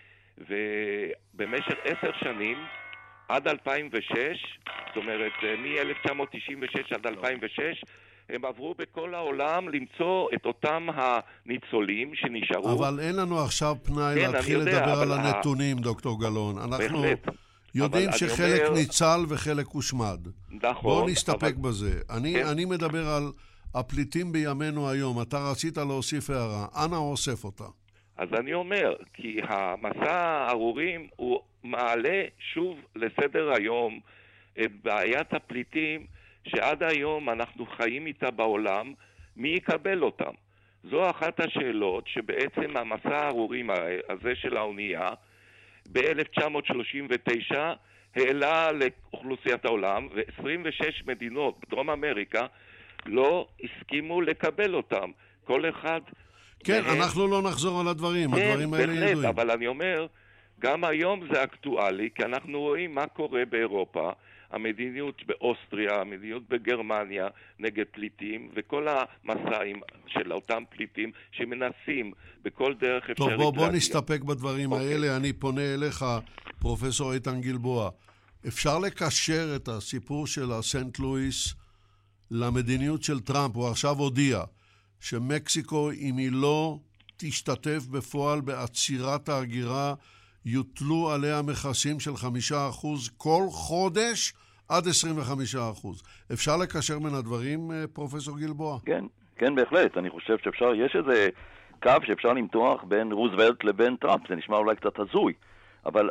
ובמשך עשר שנים, עד אלפיים ושש, זאת אומרת מ-אלף תשע מאות תשעים ושש עד אלפיים ושש, הם עברו בכל העולם למצוא את אותם הניצולים שנשארו. אבל אין לנו עכשיו פנאי כן, להתחיל יודע, לדבר על ה... הנתונים, דוקטור גלאון. אנחנו בהחלט. יודעים שחלק אומר... ניצל וחלק הושמד. נכון. בואו נסתפק אבל... בזה. אני, כן. אני מדבר על הפליטים בימינו היום. אתה רצית להוסיף הערה. אנא אוסף אותה. אז אני אומר, כי המסע הארורים הוא מעלה שוב לסדר היום את בעיית הפליטים שעד היום אנחנו חיים איתה בעולם, מי יקבל אותם? זו אחת השאלות שבעצם המסע הארורים הזה של האונייה ב-אלף תשע מאות שלושים ותשע העלה לאוכלוסיית העולם, ו-עשרים ושש מדינות בדרום אמריקה לא הסכימו לקבל אותם. כל אחד... כן, מהם... אנחנו לא נחזור על הדברים, כן, הדברים האלה בהחלט, ידועים. אבל אני אומר, גם היום זה אקטואלי, כי אנחנו רואים מה קורה באירופה, המדיניות באוסטריה, המדיניות בגרמניה נגד פליטים, וכל המסעים של אותם פליטים שמנסים בכל דרך אפשרית. טוב, בוא, בוא נסתפק בדברים okay. האלה. אני פונה אליך, פרופסור איתן גלבוע. אפשר לקשר את הסיפור של הסנט לואיס למדיניות של טראמפ? הוא עכשיו הודיע שמקסיקו, אם היא לא תשתתף בפועל בעצירת ההגירה, יוטלו עליה מכסים של חמישה אחוז כל חודש עד עשרים וחמישה אחוז. אפשר לקשר מן הדברים, פרופסור גלבוע? כן, כן, בהחלט. אני חושב שאפשר, יש איזה קו שאפשר למתוח בין רוזוולט לבין טראמפ. זה נשמע אולי קצת הזוי, אבל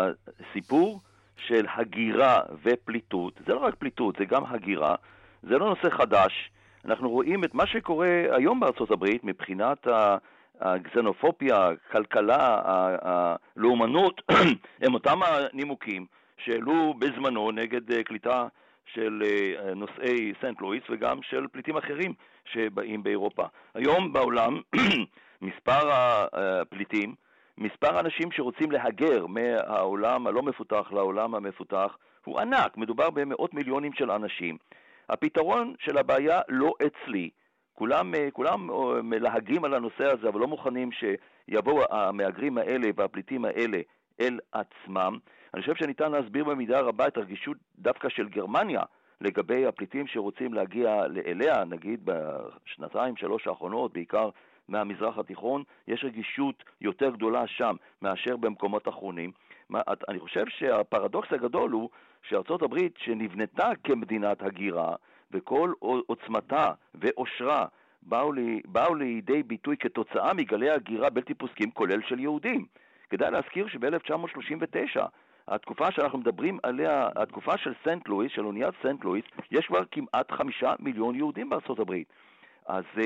הסיפור של הגירה ופליטות, זה לא רק פליטות, זה גם הגירה, זה לא נושא חדש. אנחנו רואים את מה שקורה היום בארצות הברית מבחינת ה... הגזנופוביה, הכלכלה, הלאומנות, הם אותם הנימוקים שהעלו בזמנו נגד קליטה של נושאי סנט לואיס וגם של פליטים אחרים שבאים באירופה. היום בעולם מספר הפליטים, מספר האנשים שרוצים להגר מהעולם הלא מפותח לעולם המפותח הוא ענק, מדובר במאות מיליונים של אנשים. הפתרון של הבעיה לא אצלי. כולם, כולם מלהגים על הנושא הזה, אבל לא מוכנים שיבואו המהגרים האלה והפליטים האלה אל עצמם. אני חושב שניתן להסביר במידה רבה את הרגישות דווקא של גרמניה לגבי הפליטים שרוצים להגיע אליה, נגיד בשנתיים, שלוש האחרונות, בעיקר מהמזרח התיכון, יש רגישות יותר גדולה שם מאשר במקומות אחרונים. אני חושב שהפרדוקס הגדול הוא שארצות הברית שנבנתה כמדינת הגירה, וכל עוצמתה ואושרה באו, לי, באו לידי ביטוי כתוצאה מגלי הגירה בלתי פוסקים כולל של יהודים. כדאי להזכיר שב-אלף תשע מאות שלושים ותשע, התקופה שאנחנו מדברים עליה, התקופה של סנט לואיס, של אוניית סנט לואיס, יש כבר כמעט חמישה מיליון יהודים בארצות הברית. אז uh,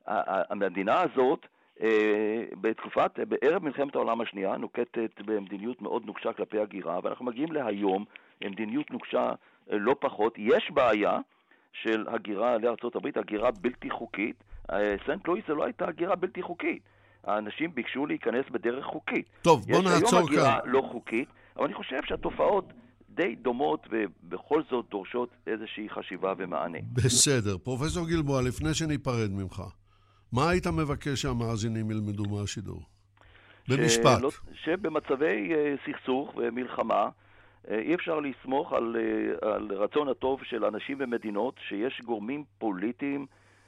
המדינה הזאת, uh, בתקופת, בערב מלחמת העולם השנייה, נוקטת במדיניות מאוד נוקשה כלפי הגירה, ואנחנו מגיעים להיום, מדיניות נוקשה uh, לא פחות. יש בעיה של הגירה לארצות הברית, הגירה בלתי חוקית. סנט לואיס זה לא הייתה הגירה בלתי חוקית. האנשים ביקשו להיכנס בדרך חוקית. טוב, בוא נעצור כאן. יש היום הגירה לא חוקית, אבל אני חושב שהתופעות די דומות ובכל זאת דורשות איזושהי חשיבה ומענה. בסדר. פרופסור גלבוע, לפני שניפרד ממך, מה היית מבקש שהמאזינים ילמדו מהשידור? במשפט. שבמצבי סכסוך ומלחמה, אי אפשר לסמוך על, על רצון הטוב של אנשים ומדינות, שיש גורמים פוליטיים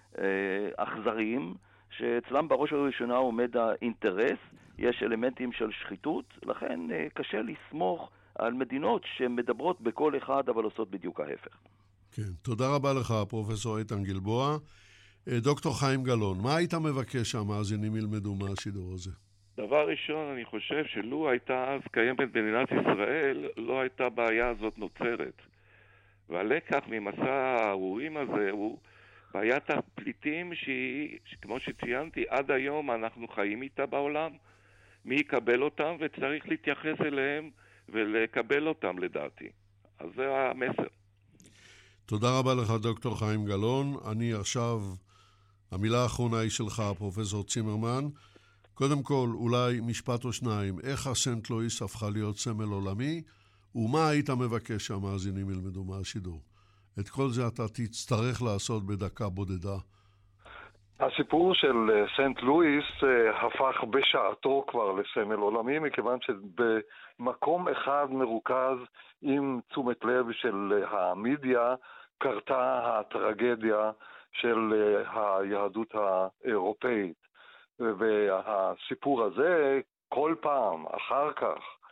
אכזריים, שאצלם בראש ובראשונה עומד האינטרס, יש אלמנטים של שחיתות, לכן קשה לסמוך על מדינות שמדברות בכל אחד, אבל עושות בדיוק ההפך. כן, תודה רבה לך, פרופסור איתן גלבוע. דוקטור חיים גלאון, מה היית מבקש שהמאזינים ילמדו מהשידור הזה? דבר ראשון, אני חושב שלו הייתה אז קיימת במדינת ישראל, לא הייתה בעיה הזאת נוצרת. והלקח ממסע הארורים הזה הוא בעיית הפליטים שהיא, כמו שציינתי, עד היום אנחנו חיים איתה בעולם. מי יקבל אותם וצריך להתייחס אליהם ולקבל אותם לדעתי. אז זה המסר. תודה רבה לך דוקטור חיים גלאון. אני עכשיו, המילה האחרונה היא שלך, פרופסור צימרמן. קודם כל, אולי משפט או שניים, איך הסנט לואיס הפכה להיות סמל עולמי, ומה היית מבקש שהמאזינים ילמדו מהשידור? את כל זה אתה תצטרך לעשות בדקה בודדה. הסיפור של סנט לואיס הפך בשעתו כבר לסמל עולמי, מכיוון שבמקום אחד מרוכז עם תשומת לב של המדיה, קרתה הטרגדיה של היהדות האירופאית. והסיפור הזה כל פעם אחר כך,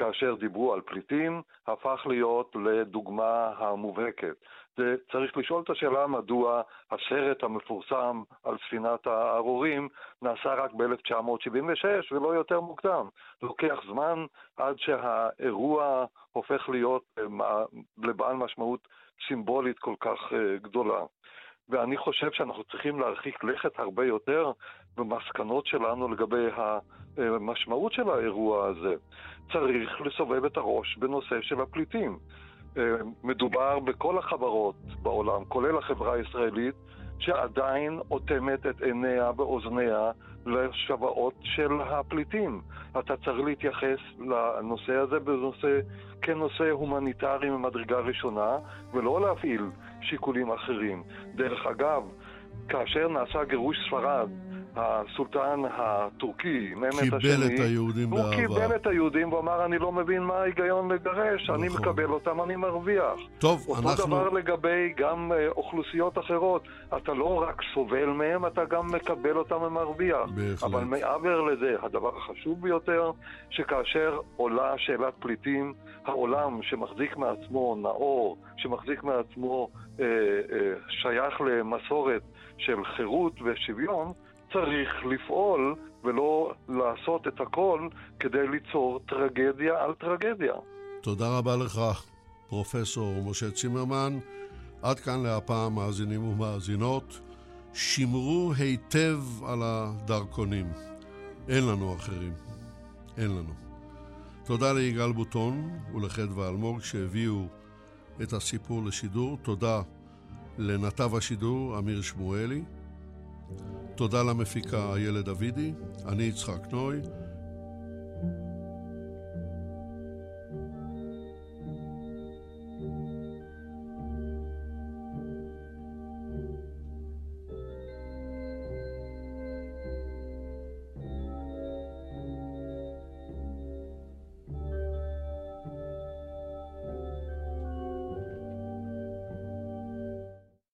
כאשר דיברו על פליטים, הפך להיות לדוגמה המובהקת. זה צריך לשאול את השאלה מדוע הסרט המפורסם על ספינת הארורים נעשה רק ב-אלף תשע מאות שבעים ושש ולא יותר מוקדם. לוקח זמן עד שהאירוע הופך להיות לבעל משמעות סימבולית כל כך גדולה. ואני חושב שאנחנו צריכים להרחיק לכת הרבה יותר במסקנות שלנו לגבי המשמעות של האירוע הזה. צריך לסובב את הראש בנושא של הפליטים. מדובר בכל החברות בעולם, כולל החברה הישראלית, שעדיין אוטמת את עיניה ואוזניה לשוואות של הפליטים. אתה צריך להתייחס לנושא הזה בנושא, כנושא הומניטרי ממדרגה ראשונה, ולא להפעיל שיקולים אחרים. דרך אגב, כאשר נעשה גירוש ספרד, הסולטן הטורקי, ממת השני, קיבל את היהודים הוא באהבה. קיבל את היהודים ואמר, אני לא מבין מה ההיגיון לגרש, נכון. אני מקבל אותם, אני מרוויח. טוב, אותו אנחנו... דבר לגבי גם uh, אוכלוסיות אחרות. אתה לא רק סובל מהם, אתה גם מקבל אותם ומרוויח. בהחלט. אבל מעבר לזה, הדבר החשוב ביותר, שכאשר עולה שאלת פליטים, העולם שמחזיק מעצמו נאור, שמחזיק מעצמו uh, uh, שייך למסורת של חירות ושוויון, צריך לפעול ולא לעשות את הכל כדי ליצור טרגדיה על טרגדיה. תודה רבה לך, פרופסור משה צימרמן. עד כאן להפעם, מאזינים ומאזינות. שמרו היטב על הדרכונים. אין לנו אחרים. אין לנו. תודה ליגאל בוטון ולחדווה אלמוג שהביאו את הסיפור לשידור. תודה לנתב השידור אמיר שמואלי. תודה למפיקה איילת דוידי. אני יצחק נוי.